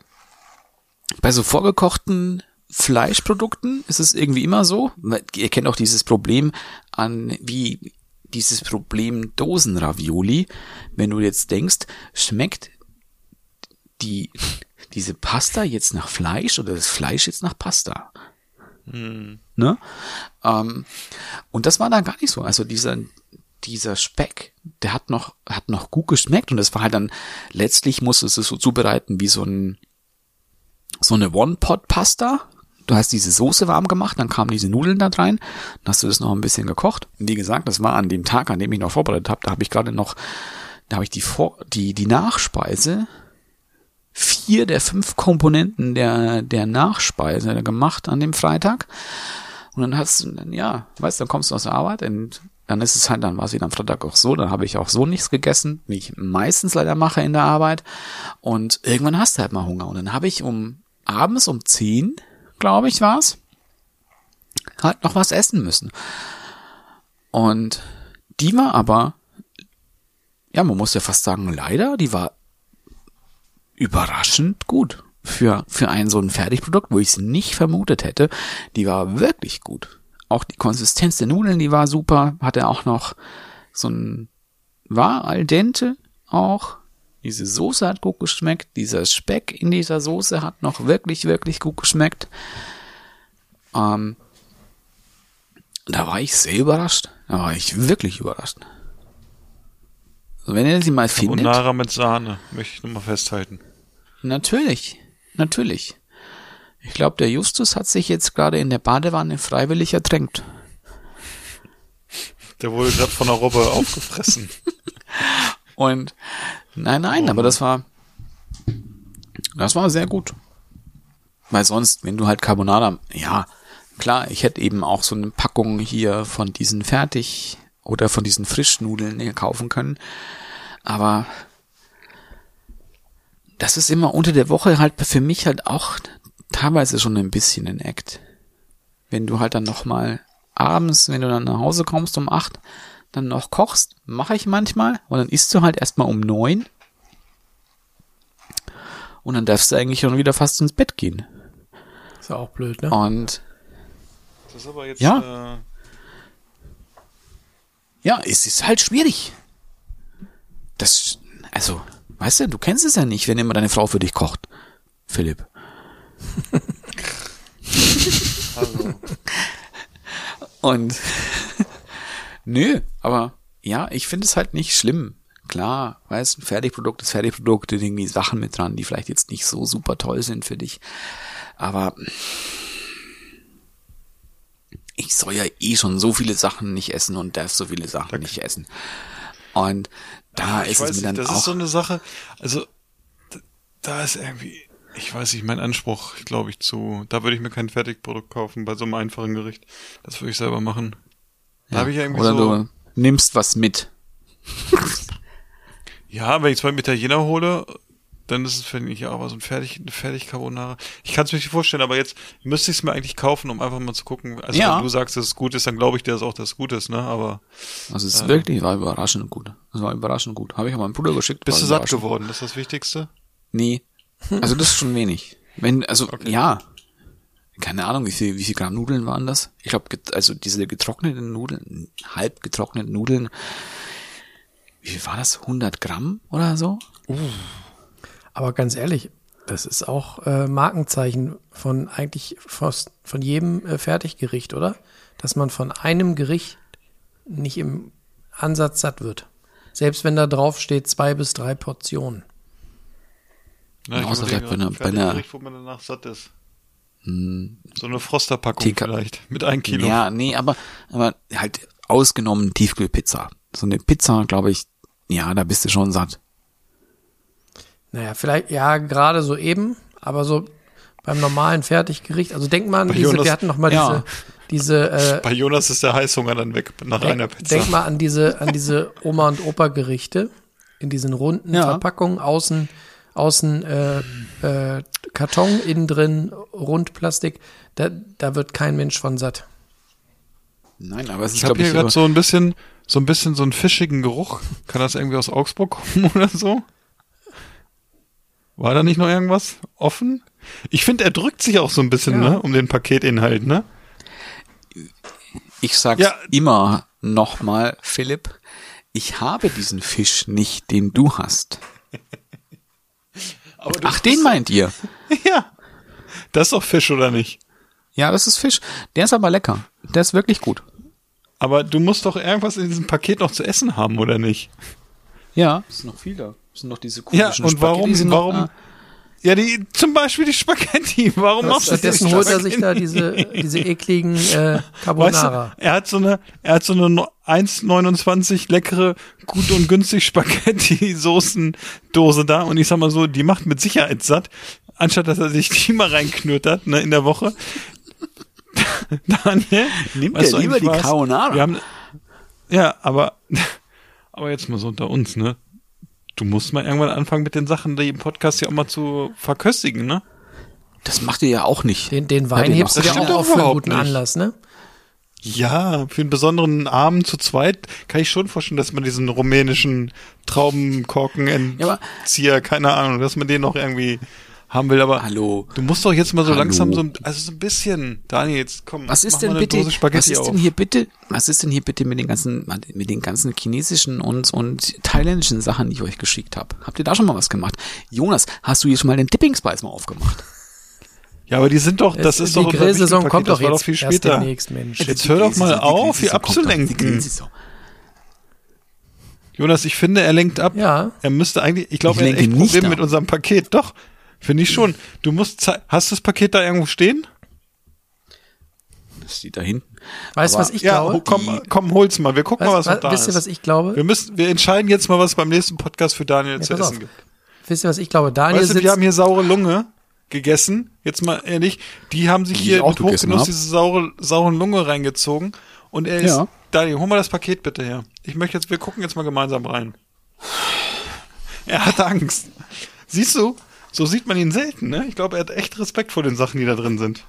bei so vorgekochten Fleischprodukten ist es irgendwie immer so. Ihr kennt auch dieses Problem an, wie, dieses Problem Dosenravioli, wenn du jetzt denkst, schmeckt die, diese Pasta jetzt nach Fleisch oder das Fleisch jetzt nach Pasta? Hm. Ne? Ähm, und das war da gar nicht so. Also dieser, dieser Speck, der hat noch, hat noch gut geschmeckt und das war halt dann, letztlich musste es so zubereiten wie so ein, so eine One-Pot-Pasta. Du hast diese Soße warm gemacht, dann kamen diese Nudeln da rein, dann hast du das noch ein bisschen gekocht. Wie gesagt, das war an dem Tag, an dem ich noch vorbereitet habe, da habe ich gerade noch, da habe ich die, Vor- die, die Nachspeise, vier der fünf Komponenten der, der Nachspeise gemacht an dem Freitag. Und dann hast du, dann, ja, weißt du, dann kommst du aus der Arbeit und dann ist es halt, dann war es wieder am Freitag auch so, dann habe ich auch so nichts gegessen, wie ich meistens leider mache in der Arbeit. Und irgendwann hast du halt mal Hunger. Und dann habe ich um, abends um zehn, glaube ich, war's, halt noch was essen müssen. Und die war aber, ja, man muss ja fast sagen, leider, die war überraschend gut für, für ein so ein Fertigprodukt, wo ich es nicht vermutet hätte. Die war wirklich gut. auch die Konsistenz der Nudeln, die war super. Hatte auch noch so ein, war al dente auch. Diese Soße hat gut geschmeckt. Dieser Speck in dieser Soße hat noch wirklich, wirklich gut geschmeckt. Ähm, da war ich sehr überrascht. Da war ich wirklich überrascht. Also wenn ihr sie mal findet. Carbonara mit Sahne, möchte ich nochmal festhalten. Natürlich, natürlich. Ich glaube, der Justus hat sich jetzt gerade in der Badewanne freiwillig ertränkt. Der wurde gerade von der Robbe aufgefressen. Und nein, nein, oh, aber das war das war sehr gut. Weil sonst, wenn du halt Carbonara, ja, klar, ich hätte eben auch so eine Packung hier von diesen Fertig- oder von diesen Frischnudeln hier kaufen können. Aber das ist immer unter der Woche halt für mich halt auch teilweise schon ein bisschen ein Act. Wenn du halt dann nochmal abends, wenn du dann nach Hause kommst um acht, dann noch kochst, mache ich manchmal, und dann isst du halt erstmal um neun und dann darfst du eigentlich schon wieder fast ins Bett gehen. Ist ja auch blöd, ne? Und das ist aber jetzt, ja, äh ja, es ist halt schwierig. Das, also, weißt du, du kennst es ja nicht, wenn immer deine Frau für dich kocht, Philipp. Hallo. Und nö, aber ja, ich finde es halt nicht schlimm. Klar, weißt du, ein Fertigprodukt ist Fertigprodukt, irgendwie Sachen mit dran, die vielleicht jetzt nicht so super toll sind für dich. Aber ich soll ja eh schon so viele Sachen nicht essen und darf so viele Sachen nicht essen. Und da ja, ist es mir dann nicht, das auch... Das ist so eine Sache, also da ist irgendwie, ich weiß nicht, mein Anspruch, glaube ich, zu, da würde ich mir kein Fertigprodukt kaufen bei so einem einfachen Gericht. Das würde ich selber machen. Da Ja, habe ich irgendwie oder so, du nimmst was mit. Ja, wenn ich zwei Italiener hole, dann ist es, finde ich, ja, aber so ein fertig, eine fertig Carbonara. Ich kann es mir nicht vorstellen, aber jetzt müsste ich es mir eigentlich kaufen, um einfach mal zu gucken. Also Ja. wenn du sagst, dass es gut ist, dann glaube ich dir, dass auch das gut ist, ne? Aber Also es ist äh, wirklich, war überraschend gut. Es war überraschend gut. Habe ich auch meinem Bruder geschickt. bist war du satt überraschend. geworden? Das ist das Wichtigste? Nee. Also das ist schon wenig. Wenn, also, Okay. ja. Keine Ahnung, wie viel, wie viel Gramm Nudeln waren das? Ich glaube, also diese getrockneten Nudeln, halb getrockneten Nudeln, wie viel war das? hundert Gramm oder so? Aber ganz ehrlich, das ist auch äh, Markenzeichen von eigentlich fast von jedem äh, Fertiggericht, oder? Dass man von einem Gericht nicht im Ansatz satt wird. Selbst wenn da drauf steht zwei bis drei Portionen. Na, ich Außer überlege vielleicht bei einer- gerade, bei einer- Fertiggericht, wo man danach satt ist. Hm, So eine Frosterpackung Tika- vielleicht, mit ein Kilo. ja, nee, aber, aber halt ausgenommen Tiefkühlpizza. So eine Pizza, glaube ich, ja, da bist du schon satt. Naja, vielleicht, ja, gerade so eben, aber so beim normalen Fertiggericht, also denk mal an Bei diese, Jonas- wir hatten noch mal ja. diese, diese, äh, Bei Jonas ist der Heißhunger dann weg nach einer denk, Pizza. denk mal an diese, an diese Oma- und Opa-Gerichte in diesen runden Ja. Verpackungen, außen, außen äh, äh, Karton, innen drin Rundplastik, da, da wird kein Mensch von satt. Nein, aber es ist, Ich habe glaube hier ich, gerade über- so ein bisschen, so ein bisschen so einen fischigen Geruch. Kann das irgendwie aus Augsburg kommen oder so? War da nicht noch irgendwas offen? Ich finde, er drückt sich auch so ein bisschen, Ja. ne, um den Paketinhalt, ne? ich sag's Ja. immer nochmal, Philipp, ich habe diesen Fisch nicht, den du hast. Aber du Ach, den meint ihr? Ja. Das ist doch Fisch, oder nicht? Ja, das ist Fisch. Der ist aber lecker. Der ist wirklich gut. Aber du musst doch irgendwas in diesem Paket noch zu essen haben, oder nicht? Ja. Es ist noch viel da. Es sind noch diese Ja, komischen und warum, Spaghetti sind noch warum, da. ja, die, zum Beispiel die Spaghetti. Warum machst du Stattdessen die holt er sich Spaghetti? da diese, diese ekligen äh, Weißt Carbonara. du, er hat so eine, er hat so eine eins neunundzwanzig leckere, gut und günstig Spaghetti-Soßendose da, und ich sag mal so, die macht mit Sicherheit satt, anstatt dass er sich die mal reinknötert, ne, in der Woche. Daniel, Nimmt weißt er du lieber eigentlich die was? Carbonara? Wir haben, ja, aber, aber jetzt mal so unter uns, ne? Du musst mal irgendwann anfangen mit den Sachen, die im Podcast ja auch mal zu verköstigen, ne? Das macht ihr ja auch nicht. Den, den Ja, Wein den hebst du macht- dir das auch stimmt auf doch für einen überhaupt guten nicht. Anlass, ne? Ja, für einen besonderen Abend zu zweit kann ich schon vorstellen, dass man diesen rumänischen Traubenkorken Ja, aber- Entzieher, keine Ahnung, dass man den noch irgendwie haben will, aber Hallo. du musst doch jetzt mal so Hallo. langsam so, ein- also so ein bisschen, Daniel, jetzt komm, Was ist mach denn mal eine bitte, Dose Spaghetti was ist auf. denn hier bitte, was ist denn hier bitte mit den ganzen, mit den ganzen chinesischen und, und thailändischen Sachen, die ich euch geschickt habe? Habt ihr da schon mal was gemacht? Jonas, hast du hier schon mal den Dipping Spice mal aufgemacht? Ja, aber die sind doch, das Es- ist die doch unser Grillsaison Wichtelpaket, kommt das doch war jetzt doch viel erst später. demnächst, Mensch. Jetzt hör doch mal auf, hier abzulenken. Jonas, ich finde, er lenkt ab. Ja. Er müsste eigentlich, ich glaube, Ich er hat lenke echt nicht Probleme ab. mit unserem Paket. Doch, finde ich schon. Du musst, zei- hast du das Paket da irgendwo stehen? Das steht da hinten. Weißt du, Aber- was ich Ja, glaube? ho- komm, komm, hol's mal. Wir gucken Weißt- mal, was noch da wisst ihr, ist. was ich glaube? Wir müssen, wir entscheiden jetzt mal, was beim nächsten Podcast für Daniel Ja, zu pass essen auf. gibt. Wisst ihr, was ich glaube? Daniel Weißt du, sitzt, wir haben hier saure Lunge gegessen. Jetzt mal ehrlich, die haben sich Die hier ich auch mit gegessen Hochgenuss hab. diese saure, sauren Lunge reingezogen. Und er ist, Ja. Daniel, hol mal das Paket bitte her. Ich möchte jetzt, wir gucken jetzt mal gemeinsam rein. Er hat Angst. Siehst du? So sieht man ihn selten, ne? Ich glaube, er hat echt Respekt vor den Sachen, die da drin sind.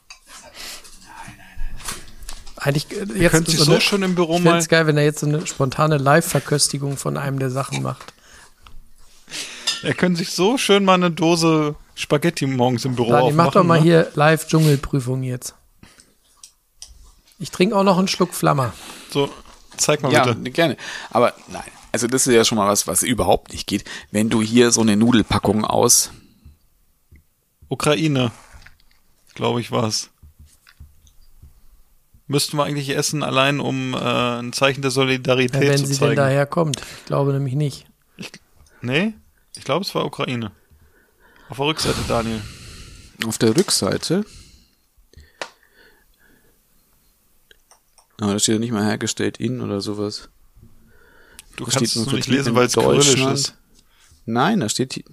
eigentlich äh, Ihr jetzt könnt sich so so eine, schon im Büro ich mal... find's geil, wenn er jetzt so eine spontane Live-Verköstigung von einem der Sachen macht. Er könnte sich so schön mal eine Dose Spaghetti morgens im Büro Daniel, aufmachen. mach doch mal ne? hier Live-Dschungelprüfung jetzt. Ich trinke auch noch einen Schluck Flammer. So, zeig mal Ja, bitte. gerne. Aber nein, also das ist ja schon mal was, was überhaupt nicht geht. Wenn du hier so eine Nudelpackung aus, Ukraine, glaube ich, war's. Müssten wir eigentlich essen, allein um äh, ein Zeichen der Ja, Solidarität wenn zu sie zeigen. denn daher kommt. Ich glaube nämlich nicht. Nee, ich glaube, es war Ukraine. Auf der Rückseite, Daniel. auf der Rückseite, aber da steht ja nicht mal hergestellt in oder sowas. Du Da kannst steht es nur nicht Vertrieb lesen, in weil es kyrillisch Deutschland. ist. Nein, da steht hier-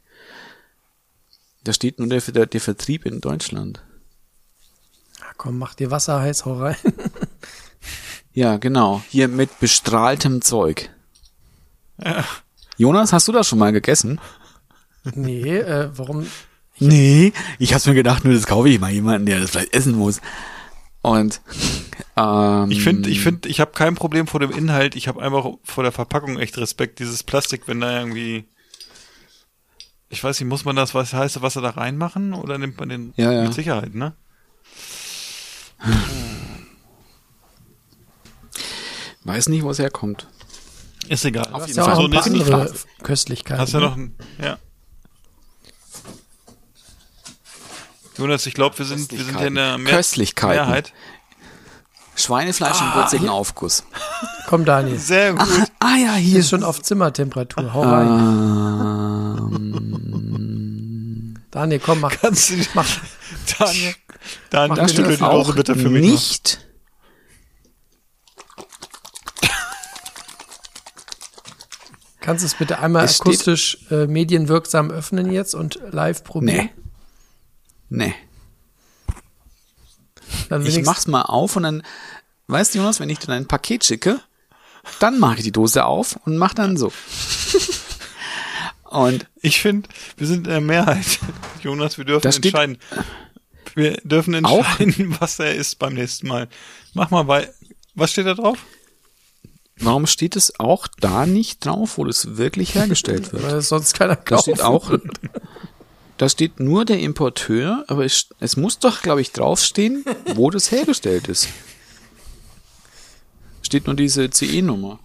da steht nur der, der, der Vertrieb in Deutschland. Ja, komm, mach dir Wasser heiß, hau rein. Ja, genau. Hier mit bestrahltem Zeug. Ja. Jonas, hast du das schon mal gegessen? Nee, äh, warum? Nee, ich hab's mir gedacht, nur das kaufe ich mal jemanden, der das vielleicht essen muss. Und ähm, Ich finde, ich finde, ich habe kein Problem vor dem Inhalt. Ich habe einfach vor der Verpackung echt Respekt. Dieses Plastik, wenn da irgendwie, ich weiß nicht, muss man das, was heißt, Wasser da reinmachen oder nimmt man den Ja, ja. mit Sicherheit, ne? weiß nicht, wo es herkommt. Ist egal. Auf Das ist jeden ja Fall. auch So ein paar nächsten- andere Köstlichkeiten. Hast ja ne? noch ein, ja. Jonas, ich glaube, wir sind, wir sind hier in der Mehr Köstlichkeiten. Mehrheit. Schweinefleisch im würzigen Aufguss. Komm, Daniel. Sehr gut. Ah ja, Hier hier. ist schon auf Zimmertemperatur. Hau Ah. rein. Ähm, Daniel, komm, mach. Kannst du Mach. Daniel, Daniel, Mach schüttel mir die das Dose auch bitte für mich. noch. nicht. Kannst du es bitte einmal Es steht- akustisch äh, medienwirksam öffnen jetzt und live probieren? Nee. Nee. Dann Ich wenigstens- mach's mal auf und dann, weißt du, Jonas, wenn ich dir ein Paket schicke, dann mache ich die Dose auf und mach dann so. Und Ich finde, wir sind in der Mehrheit. Jonas, wir dürfen Da steht- entscheiden. Wir dürfen Auch? entscheiden, was er ist beim nächsten Mal. Mach mal bei. Was steht da drauf? warum steht es auch da nicht drauf, wo das wirklich hergestellt weil wird? es sonst keiner Da kauft. steht auch, da steht nur der Importeur, aber es, es muss doch, glaube ich, draufstehen, wo das hergestellt ist. Steht nur diese C E-Nummer.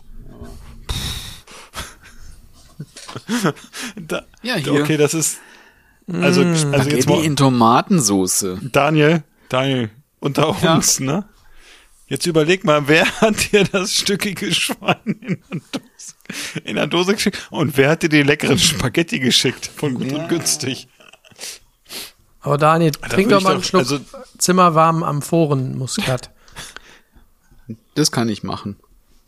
Da, Ja, hier. Okay, das ist. Also, also jetzt Spaghetti mal. in Tomatensoße. Daniel, Daniel, unter Ja. uns, ne? Jetzt überleg mal, wer hat dir das stückige Schwein in der Dose, in der Dose geschickt und wer hat dir die leckeren Spaghetti geschickt von Gut und Günstig? Aber Daniel, Da trink würd doch ich mal einen doch- Schluck also- zimmerwarmen Amphorenmuskat. Das kann ich machen.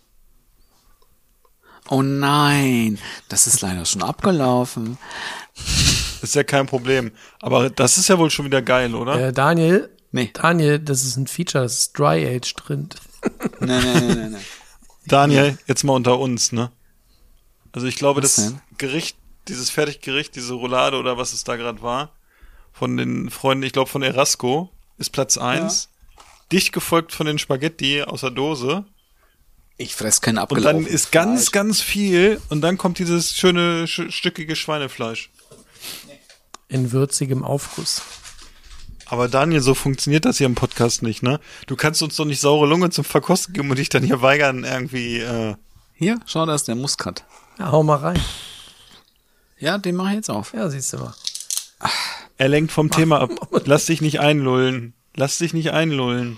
Oh nein, das ist leider schon abgelaufen. Ist ja kein Problem. Aber das ist ja wohl schon wieder geil, oder? äh, Daniel, Nee. Daniel, das ist ein Feature, das ist Dry Age drin. Nein, nein, nein, nein, nein. Daniel, jetzt mal unter uns, ne? Also ich glaube, Was das denn? Gericht, dieses Fertiggericht, diese Roulade oder was es da gerade war, von den Freunden, ich glaube von Erasco, ist Platz eins. Dicht gefolgt von den Spaghetti aus der Dose. Ich fress kein Und abgelaufenes dann ist ganz, Fleisch. ganz viel und dann kommt dieses schöne, sch stückige Schweinefleisch. in würzigem Aufguss. Aber Daniel, so funktioniert das hier im Podcast nicht, ne? Du kannst uns doch nicht saure Lunge zum Verkosten geben und dich dann hier weigern, irgendwie, äh... Hier, schau, da ist der Muskat. Ja, hau mal rein. Ja, den mach ich jetzt auf. Ja, siehst du mal. Er lenkt vom Thema ab. Lass dich nicht einlullen. Lass dich nicht einlullen.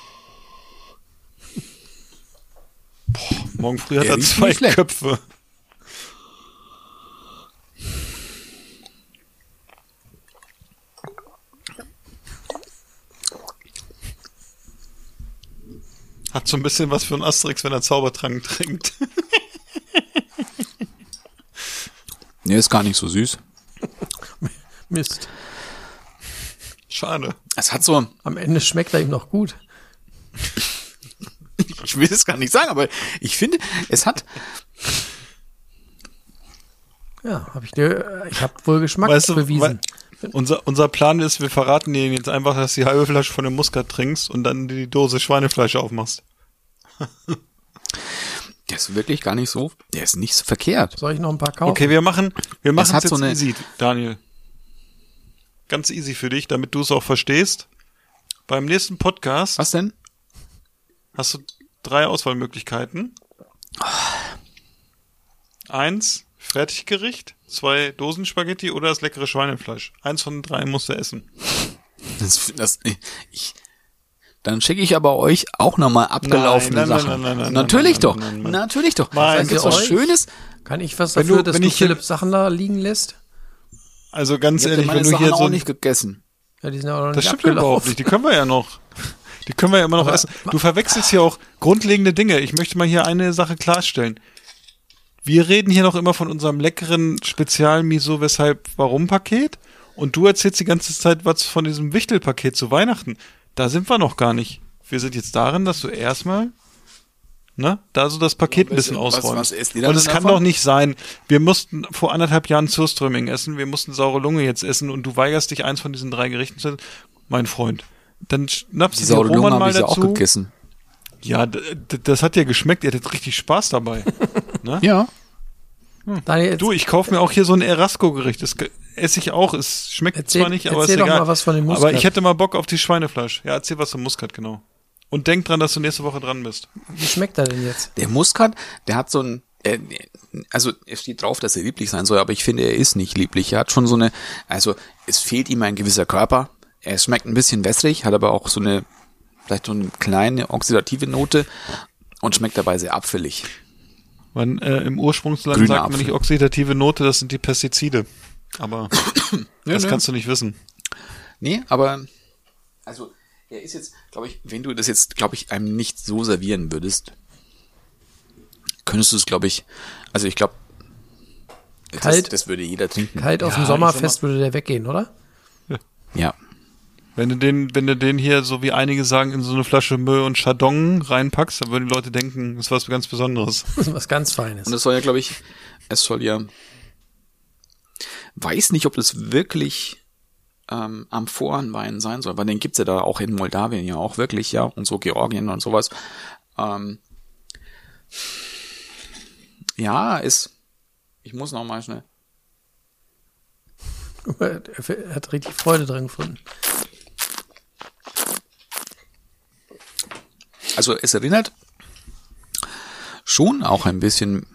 Boah, morgen früh hat Er er riecht zwei nicht schlecht. Köpfe. Hat so ein bisschen was für ein Asterix, wenn er Zaubertrank trinkt. Nee, ist gar nicht so süß. Mist. Schade. Es hat so, Am Ende schmeckt er ihm noch gut. ich will es gar nicht sagen, aber ich finde, es hat, Ja, habe ich dir, ich habe wohl Geschmack Weißt du, bewiesen. weil unser, unser Plan ist, wir verraten dir jetzt einfach, dass du die halbe Flasche von dem Muskat trinkst und dann die Dose Schweinefleisch aufmachst. der ist wirklich gar nicht so, der ist nicht so verkehrt. Soll ich noch ein paar kaufen? Okay, wir machen, wir machen hat es jetzt so eine- easy, Daniel. Ganz easy für dich, damit du es auch verstehst. Beim nächsten Podcast Was denn? hast du drei Auswahlmöglichkeiten. Eins, Fertiggericht, zwei Dosenspaghetti oder das leckere Schweinefleisch. Eins von den drei musst du essen. Das, das, ich, dann schicke ich aber euch auch nochmal abgelaufene Nein, nein, Sachen. nein, nein, nein, Natürlich nein, doch, nein, nein, nein. natürlich doch. Nein, Da gibt's für was euch? Schönes. Kann ich was Wenn dafür, du- dass wenn du ich hier- Philipps Sachen da liegen lässt? Also ganz Ich hab ehrlich, meine wenn du Sachen hier auch so ein, nicht gegessen. Ja, die sind ja auch noch das nicht stimmt überhaupt abgelaufen. nicht, die können wir ja noch. Die können wir ja immer noch Aber- essen. Du verwechselst hier auch grundlegende Dinge. Ich möchte mal hier eine Sache klarstellen. Wir reden hier noch immer von unserem leckeren Spezial-Miso, weshalb, warum Paket. Und du erzählst die ganze Zeit was von diesem Wichtelpaket zu Weihnachten. Da sind wir noch gar nicht. Wir sind jetzt darin, dass du erstmal, ne, da so das Paket ein bisschen was- ausräumst. was esst ihr dann Und es denn kann davon? doch nicht sein, wir mussten vor anderthalb Jahren Surströmming essen, wir mussten saure Lunge jetzt essen und du weigerst dich, eins von diesen drei Gerichten zu essen. Mein Freund. Dann schnappst Die du dir saure Lunge Roman habe mal ich ja auch dazu. gegessen. Ja, d- d- das hat dir geschmeckt, ihr hattet richtig Spaß dabei. Ne? Ja. Daniel, Du, ich kaufe mir auch hier so ein Erasco-Gericht. Das ge- esse ich auch. Es schmeckt Erzähl- zwar nicht, aber ist erzähl doch egal. mal was von dem Muskat. Aber ich hätte mal Bock auf die Schweinefleisch. Ja, erzähl was zum Muskat, genau. Und denk dran, dass du nächste Woche dran bist. wie schmeckt er denn jetzt? Der Muskat, der hat so ein, äh, also es steht drauf, dass er lieblich sein soll, aber ich finde, er ist nicht lieblich. Er hat schon so eine, also es fehlt ihm ein gewisser Körper. Er schmeckt ein bisschen wässrig, hat aber auch so eine, vielleicht so eine kleine oxidative Note und schmeckt dabei sehr abfällig. Man, äh, im Ursprungsland Grüner sagt man Apfel. nicht oxidative Note, das sind die Pestizide. Aber das nö. kannst du nicht wissen. Nee, aber, also, er ist jetzt, glaube ich, wenn du das jetzt, glaube ich, einem nicht so servieren würdest, könntest du es, glaube ich, also ich glaube, das, Kalt- das würde jeder trinken. Kalt auf Ja, dem ich Sommerfest würde der weggehen, oder? Ja. Wenn du den, wenn du den hier, so wie einige sagen, in so eine Flasche Mö und Chardon reinpackst, dann würden die Leute denken, das ist was ganz Besonderes. Das ist was ganz Feines. Und es soll ja, glaube ich, es soll ja, weiß nicht, ob das wirklich ähm, Amphorenwein sein soll, weil den gibt's ja da auch in Moldawien ja auch wirklich, ja, und so Georgien und sowas. Ähm, ja, ist, ich muss noch mal schnell. Er hat richtig Freude drin gefunden. Also es erinnert schon auch ein bisschen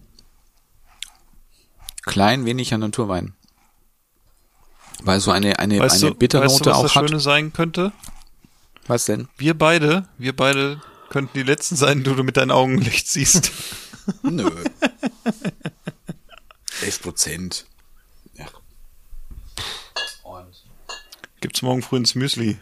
klein wenig an Naturwein. Weil so eine, eine, Weißt eine du, Bitternote weißt du, was auch das hat. Schöne sein könnte? Was denn? Wir beide, wir beide könnten die Letzten sein, die du mit deinen Augenlicht siehst. Nö. elf Prozent. Ja. Und Gibt's morgen früh ins Müsli.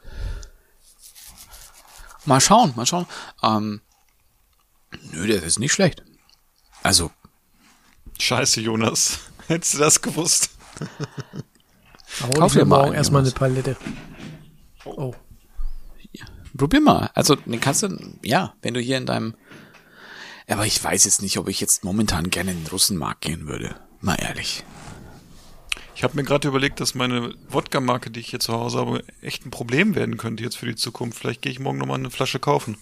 mal schauen, mal schauen. Ähm, nö, der ist nicht schlecht. Also, Scheiße, Jonas. Hättest du das gewusst? Da hol Kauf ich mir dir mal morgen einen, erstmal eine Jonas. Palette. Oh. probier mal. Also, den kannst du, ja, wenn du hier in deinem, aber ich weiß jetzt nicht, ob ich jetzt momentan gerne in den Russenmarkt gehen würde. Mal ehrlich. Ich habe mir gerade überlegt, dass meine Wodka-Marke, die ich hier zu Hause habe, echt ein Problem werden könnte jetzt für die Zukunft. Vielleicht gehe ich morgen nochmal eine Flasche kaufen.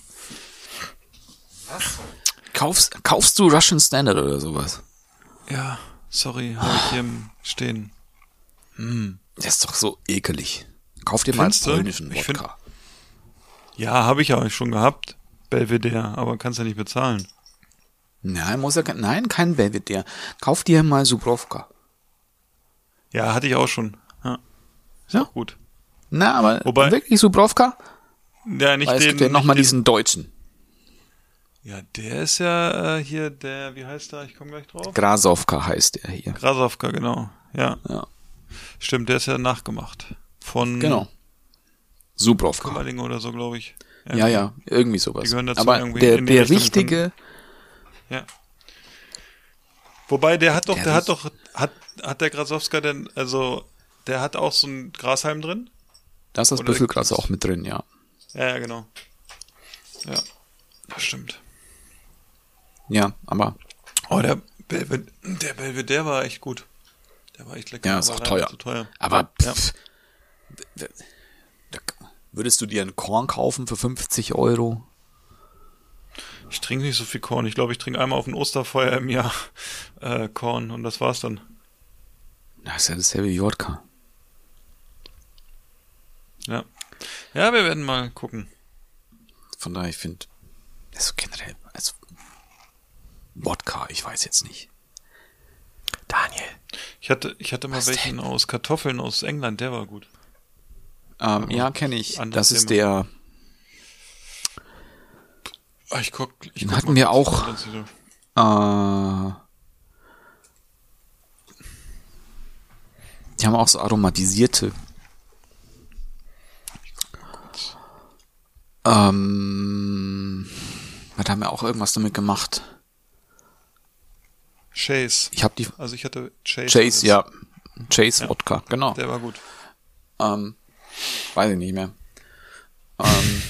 Kaufst, kaufst du Russian Standard oder sowas? Ja, sorry, habe ich hier im stehen. Das ist doch so ekelig. Kauf dir mal einen Findest du? polnischen Ich find- Wodka. Ja, habe ich ja schon gehabt. Belvedere, aber kannst ja nicht bezahlen. Nein, muss ja kein, nein, kein Belvedere. Kauf dir mal Subrowka. Ja, hatte ich auch schon. Ja. Ist Ja. auch gut. Na, aber Wobei- wirklich Subrowka? Ja, nicht Weil es den. gibt ja nochmal nicht den- diesen deutschen. Ja, der ist ja äh, hier der, wie heißt der? Ich komme gleich drauf. Grasowka heißt der hier. Grasowka, genau. Ja. Ja. Stimmt, der ist ja nachgemacht. Von Genau. Subrowka. Kummerling oder so, glaube ich. Ja, ja, irgendwie sowas. Die gehören dazu aber irgendwie der, in die der Richtung richtige, Ja. Wobei, der hat doch, Der der, hat riecht- doch, hat, hat der Grasowska denn, also, der hat auch so ein Grashalm drin? da ist das Oder Büffelgras gibt's- auch mit drin, ja. Ja, ja, genau. Ja, das stimmt. Ja, aber Oh, der, Belve, der Belvedere war echt gut. Der war echt lecker. ja, ist aber auch leider teuer. zu teuer. Aber Ja. pff, d- d- da- würdest du dir einen Korn kaufen für fünfzig Euro? Ich trinke nicht so viel Korn. Ich glaube, ich trinke einmal auf ein Osterfeuer im Jahr äh, Korn und das war's dann. Das ist ja dasselbe wie Wodka. Ja. Ja, wir werden mal gucken. Von daher, ich finde, also generell, also Wodka, ich weiß jetzt nicht. Daniel. Ich hatte, ich hatte mal Was welchen denn? aus Kartoffeln aus England, der war gut. Ähm, ja, kenne ich. Anderes Das ist Thema. der, Ah, ich guck, ich Den guck hatten mal wir kurz, auch. was das hier- äh, die haben auch so aromatisierte. Ähm, da haben wir auch irgendwas damit gemacht. Chase. Ich habe die Also ich hatte Chase. Chase, ja. Chase Ja. Wodka, genau. Der war gut. Ähm, weiß ich nicht mehr. Ähm,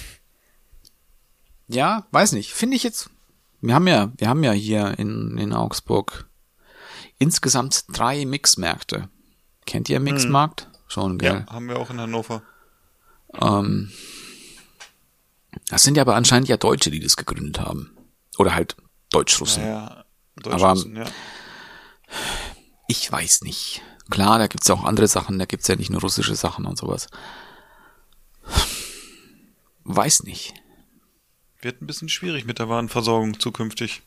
ja, weiß nicht. Finde ich jetzt. Wir haben ja, wir haben ja hier in, in Augsburg insgesamt drei Mixmärkte. Kennt ihr Mixmarkt? Schon, gell? Ja, haben wir auch in Hannover. Ähm, das sind ja aber anscheinend ja Deutsche, die das gegründet haben. Oder halt Deutsch-Russen. Naja, Aber- Deutschrussen, ja. Ich weiß nicht. Klar, da gibt's ja auch andere Sachen, da gibt's ja nicht nur russische Sachen und sowas. Weiß nicht. Wird ein bisschen schwierig mit der Warenversorgung zukünftig.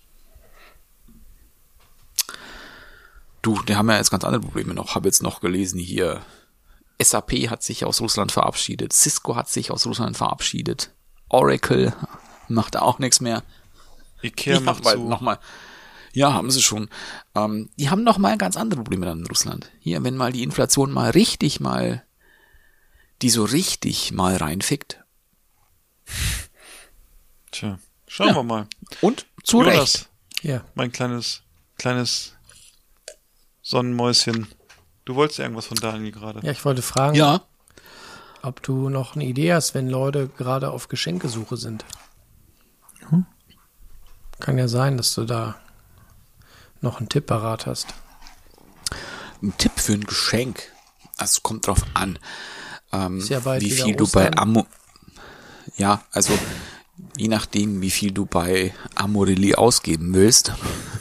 Du, die haben ja jetzt ganz andere Probleme noch. Habe jetzt noch gelesen hier. S A P hat sich aus Russland verabschiedet. Cisco hat sich aus Russland verabschiedet. Oracle macht auch nichts mehr. Ikea Ja, macht weil zu. noch mal, ja, haben sie schon. Ähm, die haben noch mal ganz andere Probleme dann in Russland. Hier, wenn mal die Inflation mal richtig mal, die so richtig mal reinfickt. Tja, schauen Ja. wir mal. Und zu Jonas, Recht. Ja. mein kleines, kleines Sonnenmäuschen. Du wolltest irgendwas von Daniel gerade. Ja, ich wollte fragen, Ja. ob du noch eine Idee hast, wenn Leute gerade auf Geschenkesuche sind. Kann ja sein, dass du da noch einen Tipp parat hast. Ein Tipp für ein Geschenk. Also kommt drauf an, ähm, Ist ja bald wie wieder viel du bei Ostern. Amo, ja, also je nachdem, wie viel du bei Amorelie ausgeben willst.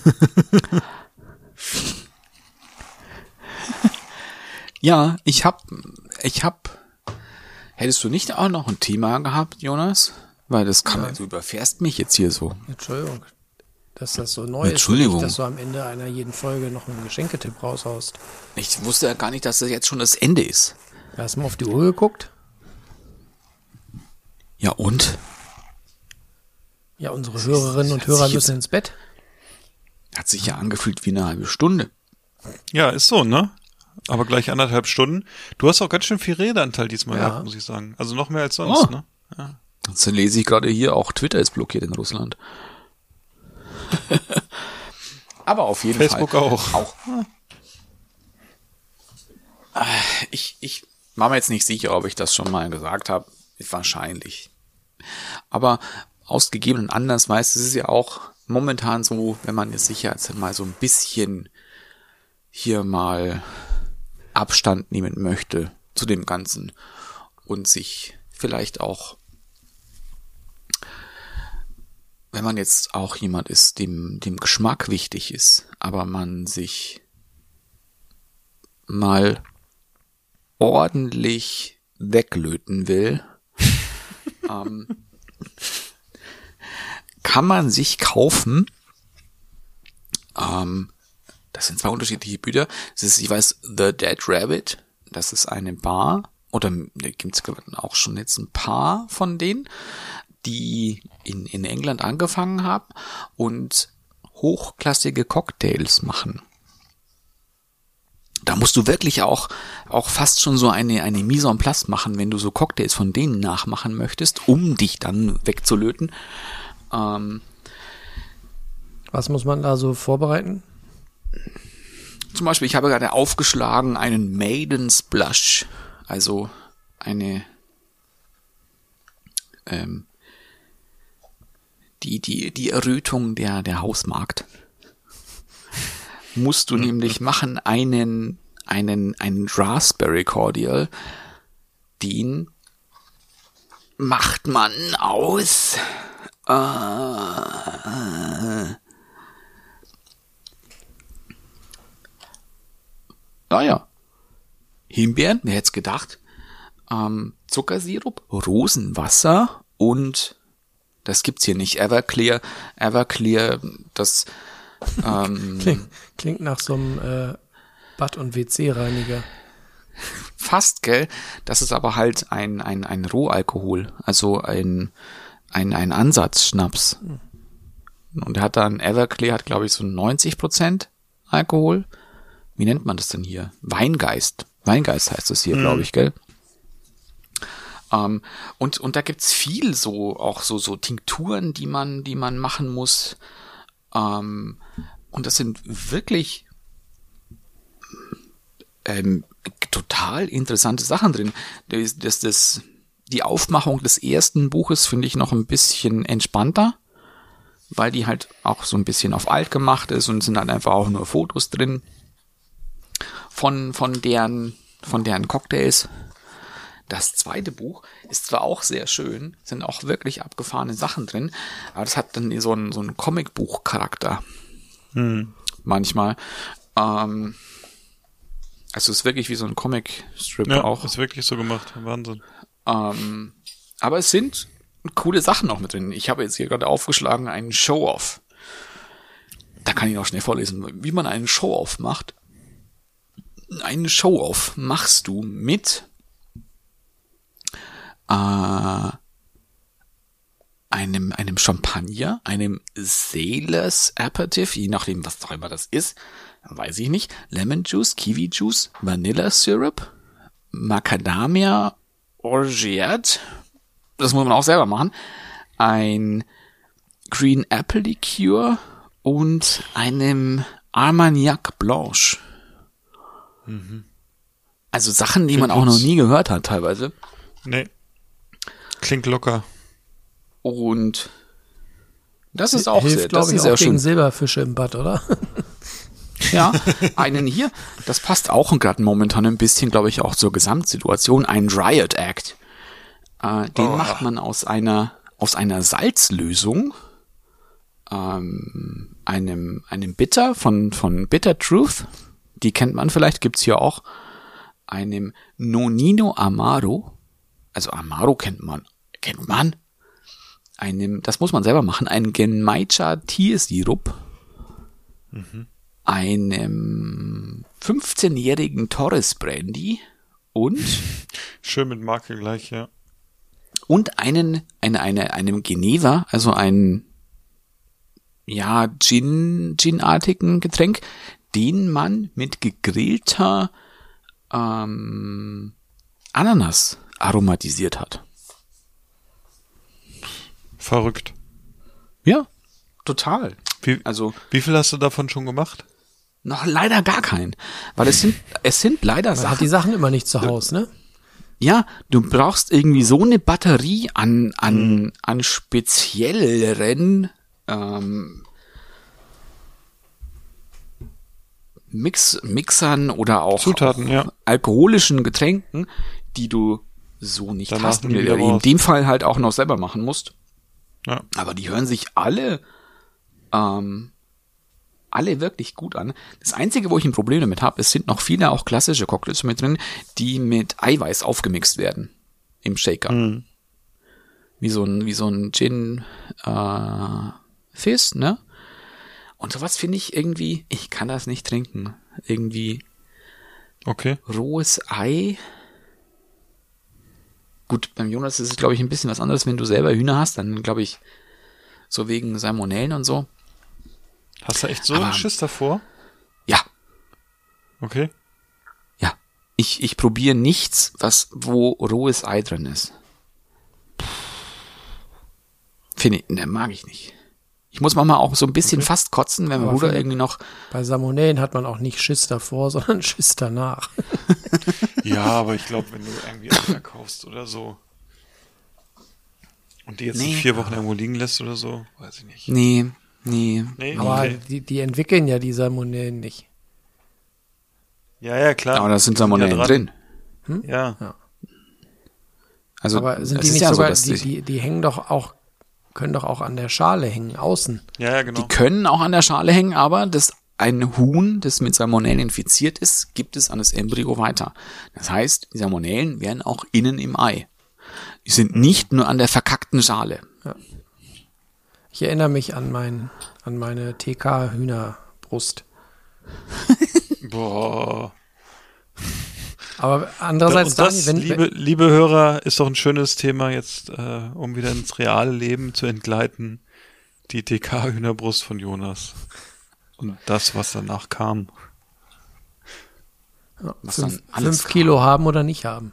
Ja, ich hab, ich hab, hättest du nicht auch noch ein Thema gehabt, Jonas? Weil das kann, Nein. du überfährst mich jetzt hier so. Entschuldigung, dass das so neu Entschuldigung. ist, dass du am Ende einer jeden Folge noch einen Geschenketipp raushaust. Ich wusste ja gar nicht, dass das jetzt schon das Ende ist. Hast du mal auf die Uhr geguckt? Ja und? Ja, unsere Hörerinnen und Hörer sich jetzt- müssen ins Bett. Hat sich ja angefühlt wie eine halbe Stunde. Ja, ist so, ne? Aber gleich anderthalb Stunden. Du hast auch ganz schön viel Redeanteil diesmal Ja. gehabt, muss ich sagen. Also noch mehr als sonst, Oh. ne? Ja. Jetzt lese ich gerade hier, auch Twitter ist blockiert in Russland. Aber auf jeden Facebook Fall. auch. auch. Ich, ich war mir jetzt nicht sicher, ob ich das schon mal gesagt habe. Wahrscheinlich. Aber aus gegebenen Anlass weiß, es ist ja auch momentan so, wenn man jetzt sicher jetzt mal so ein bisschen hier mal Abstand nehmen möchte zu dem Ganzen und sich vielleicht auch, wenn man jetzt auch jemand ist, dem, dem Geschmack wichtig ist, aber man sich mal ordentlich weglöten will, ähm, kann man sich kaufen. Ähm, das sind zwei unterschiedliche Bücher. Das ist, ich weiß, The Dead Rabbit. Das ist eine Bar. Oder da gibt es auch schon jetzt ein paar von denen, die in, in England angefangen haben und hochklassige Cocktails machen. Da musst du wirklich auch, auch fast schon so eine, eine Mise en place machen, wenn du so Cocktails von denen nachmachen möchtest, um dich dann wegzulöten. Ähm, Was muss man da so vorbereiten? Zum Beispiel, ich habe gerade aufgeschlagen einen Maiden's Blush, also eine ähm, die, die, die Errötung der, der Hausmagd. Musst du nämlich machen einen, einen, einen Raspberry Cordial, den macht man aus, äh, naja, Himbeeren, wer hätte es gedacht, ähm, Zuckersirup, Rosenwasser und das gibt's hier nicht, Everclear, Everclear, das ähm, klingt, klingt nach so einem äh, Bad- und W C-Reiniger. Fast, gell? Das ist aber halt ein, ein, ein Rohalkohol, also ein, ein, ein Ansatzschnaps. Und er hat dann, Everclear hat, glaube ich, so neunzig Prozent Alkohol. Wie nennt man das denn hier? Weingeist. Weingeist heißt das hier, mhm. glaube ich, gell? Ähm, und, und da gibt's viel so, auch so, so Tinkturen, die man, die man machen muss. Ähm, und das sind wirklich ähm, total interessante Sachen drin. Das, das, das, die Aufmachung des ersten Buches finde ich noch ein bisschen entspannter, weil die halt auch so ein bisschen auf alt gemacht ist und sind halt einfach auch nur Fotos drin von, von deren, von deren Cocktails. Das zweite Buch ist zwar auch sehr schön, sind auch wirklich abgefahrene Sachen drin, aber das hat dann so einen, so einen Comicbuch-Charakter. Hm. Manchmal. Ähm, also es ist wirklich wie so ein Comic-Strip ja, auch. Ist wirklich so gemacht. Wahnsinn. Ähm, aber es sind coole Sachen noch mit drin. Ich habe jetzt hier gerade aufgeschlagen, einen Show-Off. Da kann ich noch schnell vorlesen, wie man einen Show-Off macht. Einen Show-Off machst du mit äh, einem, einem Champagner, einem Sailor's Aperitif, je nachdem, was auch immer das ist, weiß ich nicht, Lemon Juice, Kiwi Juice, Vanilla Syrup, Macadamia Orgeat, das muss man auch selber machen, ein Green Apple Liqueur und einem Armagnac Blanche. Mhm. Also Sachen, die Klingt man auch noch nie gehört hat teilweise. Nee. Klingt locker. Und das ist auch Hilft, sehr, das ist ist auch sehr gegen schön. Silberfische im Bad, oder? Ja, einen hier, das passt auch gerade momentan ein bisschen, glaube ich, auch zur Gesamtsituation, ein Dryad Act. Äh, den oh. macht man aus einer aus einer Salzlösung, ähm, einem einem Bitter von von Bitter Truth, die kennt man vielleicht, gibt's hier auch, einem Nonino Amaro, also Amaro kennt man, kennt man, einem, das muss man selber machen, ein Genmaicha Tiersirup, mhm. einem fünfzehnjährigen Torres Brandy und schön mit Marke gleich, ja. Und einen, eine, eine, einem Geneva, also ein, ja, Gin, Gin-artigen Getränk, den man mit gegrillter ähm, Ananas aromatisiert hat. Verrückt. Ja, total. Wie, also, wie viel hast du davon schon gemacht? Noch leider gar keinen. Weil es sind, es sind leider Man Sachen. hat die Sachen immer nicht zu Hause, ne? Ja, du brauchst irgendwie so eine Batterie an, an, mhm. an spezielleren, ähm, Mix, Mixern oder auch, Zutaten, auch ja. alkoholischen Getränken, die du so nicht Danach hast und nie in wieder raus. dem Fall halt auch noch selber machen musst. Ja. Aber die hören sich alle ähm, alle wirklich gut an. Das Einzige, wo ich ein Problem damit habe, es sind noch viele auch klassische Cocktails mit drin, die mit Eiweiß aufgemixt werden im Shaker. Mhm. Wie so ein, wie so ein Gin äh, Fizz, ne? Und sowas finde ich irgendwie, ich kann das nicht trinken. Irgendwie okay. Rohes Ei. Gut, beim Jonas ist es, glaube ich, ein bisschen was anderes, wenn du selber Hühner hast, dann glaube ich, so wegen Salmonellen und so. Hast du echt so Aber, einen Schiss davor? Ja. Okay. Ja. Ich, ich probiere nichts, was, wo rohes Ei drin ist. Finde ich, ne, mag ich nicht. Ich muss manchmal auch so ein bisschen okay. fast kotzen, wenn mein Bruder irgendwie noch... Bei Salmonellen hat man auch nicht Schiss davor, sondern Schiss danach. Ja, aber ich glaube, wenn du irgendwie Eier kaufst oder so und die jetzt nee. nicht vier Wochen irgendwo liegen lässt oder so, weiß ich nicht. Nee, nee. nee aber okay. die, die entwickeln ja die Salmonellen nicht. Ja, ja, klar. Aber da sind Salmonellen ja drin. Hm? Ja. ja. Also, aber sind die nicht ja sogar, so, die, die, die hängen doch auch, können doch auch an der Schale hängen, außen. Ja, ja, genau. Die können auch an der Schale hängen, aber das ein Huhn, das mit Salmonellen infiziert ist, gibt es an das Embryo weiter. Das heißt, die Salmonellen wären auch innen im Ei. Die sind nicht nur an der verkackten Schale. Ja. Ich erinnere mich an mein, an meine T K-Hühnerbrust. Boah. Aber andererseits, und das, Daniel, wenn, liebe, liebe Hörer, ist doch ein schönes Thema jetzt, äh, um wieder ins reale Leben zu entgleiten. Die T K-Hühnerbrust von Jonas. Und das, was danach kam. Ja, was fünf, dann alles fünf Kilo haben oder nicht haben.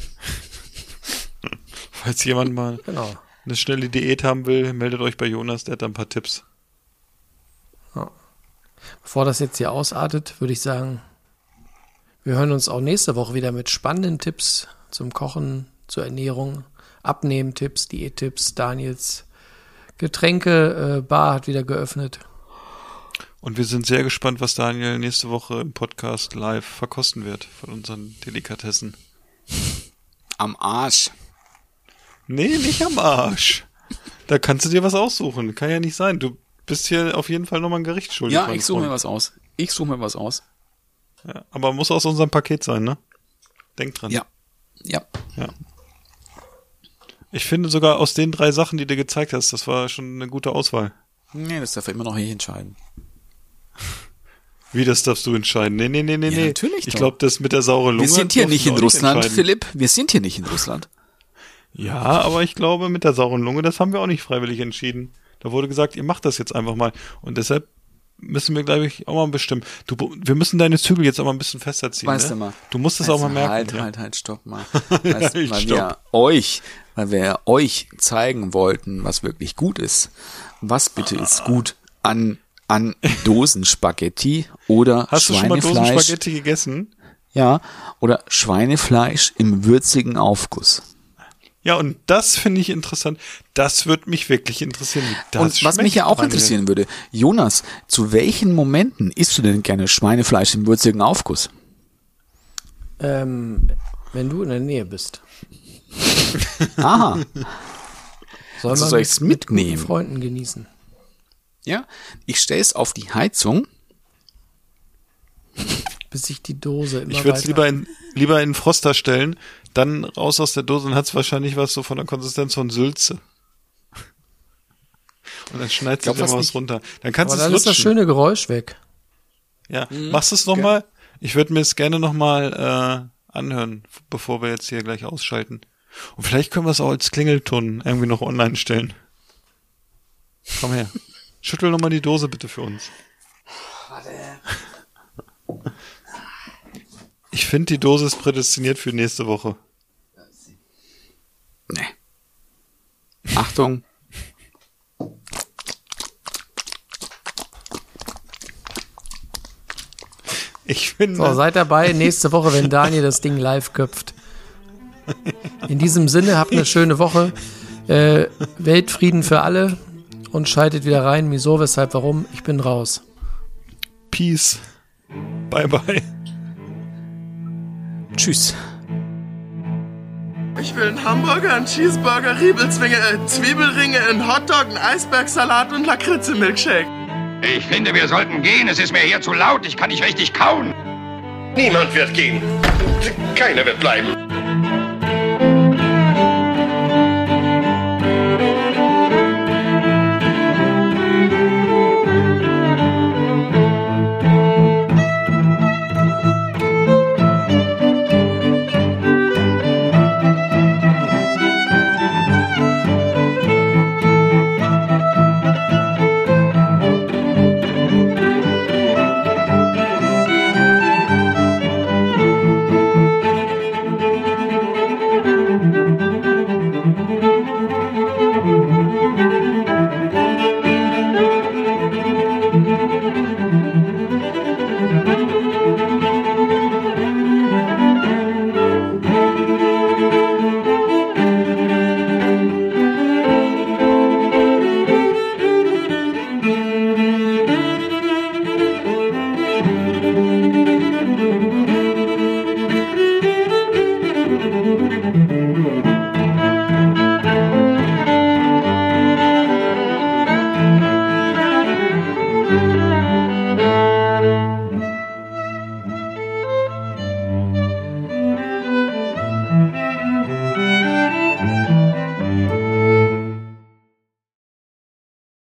Falls jemand mal genau. eine schnelle Diät haben will, meldet euch bei Jonas, der hat da ein paar Tipps. Ja. Bevor das jetzt hier ausartet, würde ich sagen, wir hören uns auch nächste Woche wieder mit spannenden Tipps zum Kochen, zur Ernährung, Abnehmen-Tipps, Diät-Tipps. Daniels Getränke-Bar hat wieder geöffnet. Und wir sind sehr gespannt, was Daniel nächste Woche im Podcast live verkosten wird von unseren Delikatessen. Am Arsch. Nee, nicht am Arsch. Da kannst du dir was aussuchen. Kann ja nicht sein. Du bist hier auf jeden Fall nochmal ein Gericht schuldig. Ja, ich suche mir was aus. Ich suche mir was aus. Ja, aber muss aus unserem Paket sein, ne? Denk dran. Ja. Ja. Ja. Ich finde sogar aus den drei Sachen, die du gezeigt hast, das war schon eine gute Auswahl. Nee, das darf immer noch nicht entscheiden. Wie, das darfst du entscheiden? Nee, nee, nee, nee, ja, nee. Natürlich. Ich glaube, das mit der sauren Lunge. Wir sind hier nicht in Russland, nicht Philipp. Wir sind hier nicht in Russland. Ja, aber ich glaube, mit der sauren Lunge, das haben wir auch nicht freiwillig entschieden. Da wurde gesagt, ihr macht das jetzt einfach mal. Und deshalb müssen wir, glaube ich, auch mal bestimmen. Du, wir müssen deine Zügel jetzt auch mal ein bisschen fester ziehen. Weißt ne? du mal. Du musst es auch mal merken. Halt, ja. halt, halt, stopp mal. Weißt, ja, weil stopp. wir euch, weil wir euch zeigen wollten, was wirklich gut ist. Was bitte ist gut an, an Dosenspaghetti oder Hast Schweinefleisch? du schon mal Dosenspaghetti gegessen? Ja, oder Schweinefleisch im würzigen Aufguss. Ja, und das finde ich interessant. Das würde mich wirklich interessieren. Wie das und was mich ja auch Daniel. interessieren würde, Jonas, zu welchen Momenten isst du denn gerne Schweinefleisch im würzigen Aufguss? Ähm, wenn du in der Nähe bist. Aha. Soll also man soll ich es mit, mitnehmen? Mit Freunden genießen. Ja, ich stelle es auf die Heizung. Bis sich die Dose immer Ich würde es weiter- lieber in, lieber in den Froster stellen, dann raus aus der Dose, dann hat es wahrscheinlich was so von der Konsistenz von Sülze. Und dann schneidest du glaub dir mal fast was nicht. runter. Dann kannst du Aber es dann ist das lutschen. schöne Geräusch weg. Ja, machst du es nochmal? Ich würde mir es gerne nochmal äh, anhören, bevor wir jetzt hier gleich ausschalten. Und vielleicht können wir es auch als Klingelton irgendwie noch online stellen. Komm her. Schüttel nochmal die Dose bitte für uns. Ich finde, die Dose ist prädestiniert für nächste Woche. Nee. Achtung. Ich finde. So, seid dabei nächste Woche, wenn Daniel das Ding live köpft. In diesem Sinne, habt eine schöne Woche. Äh, Weltfrieden für alle und schaltet wieder rein. Wieso, weshalb, warum? Ich bin raus. Peace. Bye, bye. Tschüss. Ich will einen Hamburger, einen Cheeseburger, Riebelzwinge, äh, Zwiebelringe, einen Hotdog, einen Eisbergsalat und Lakritze-Milkshake. Ich finde, wir sollten gehen. Es ist mir hier zu laut. Ich kann nicht richtig kauen. Niemand wird gehen. Keiner wird bleiben.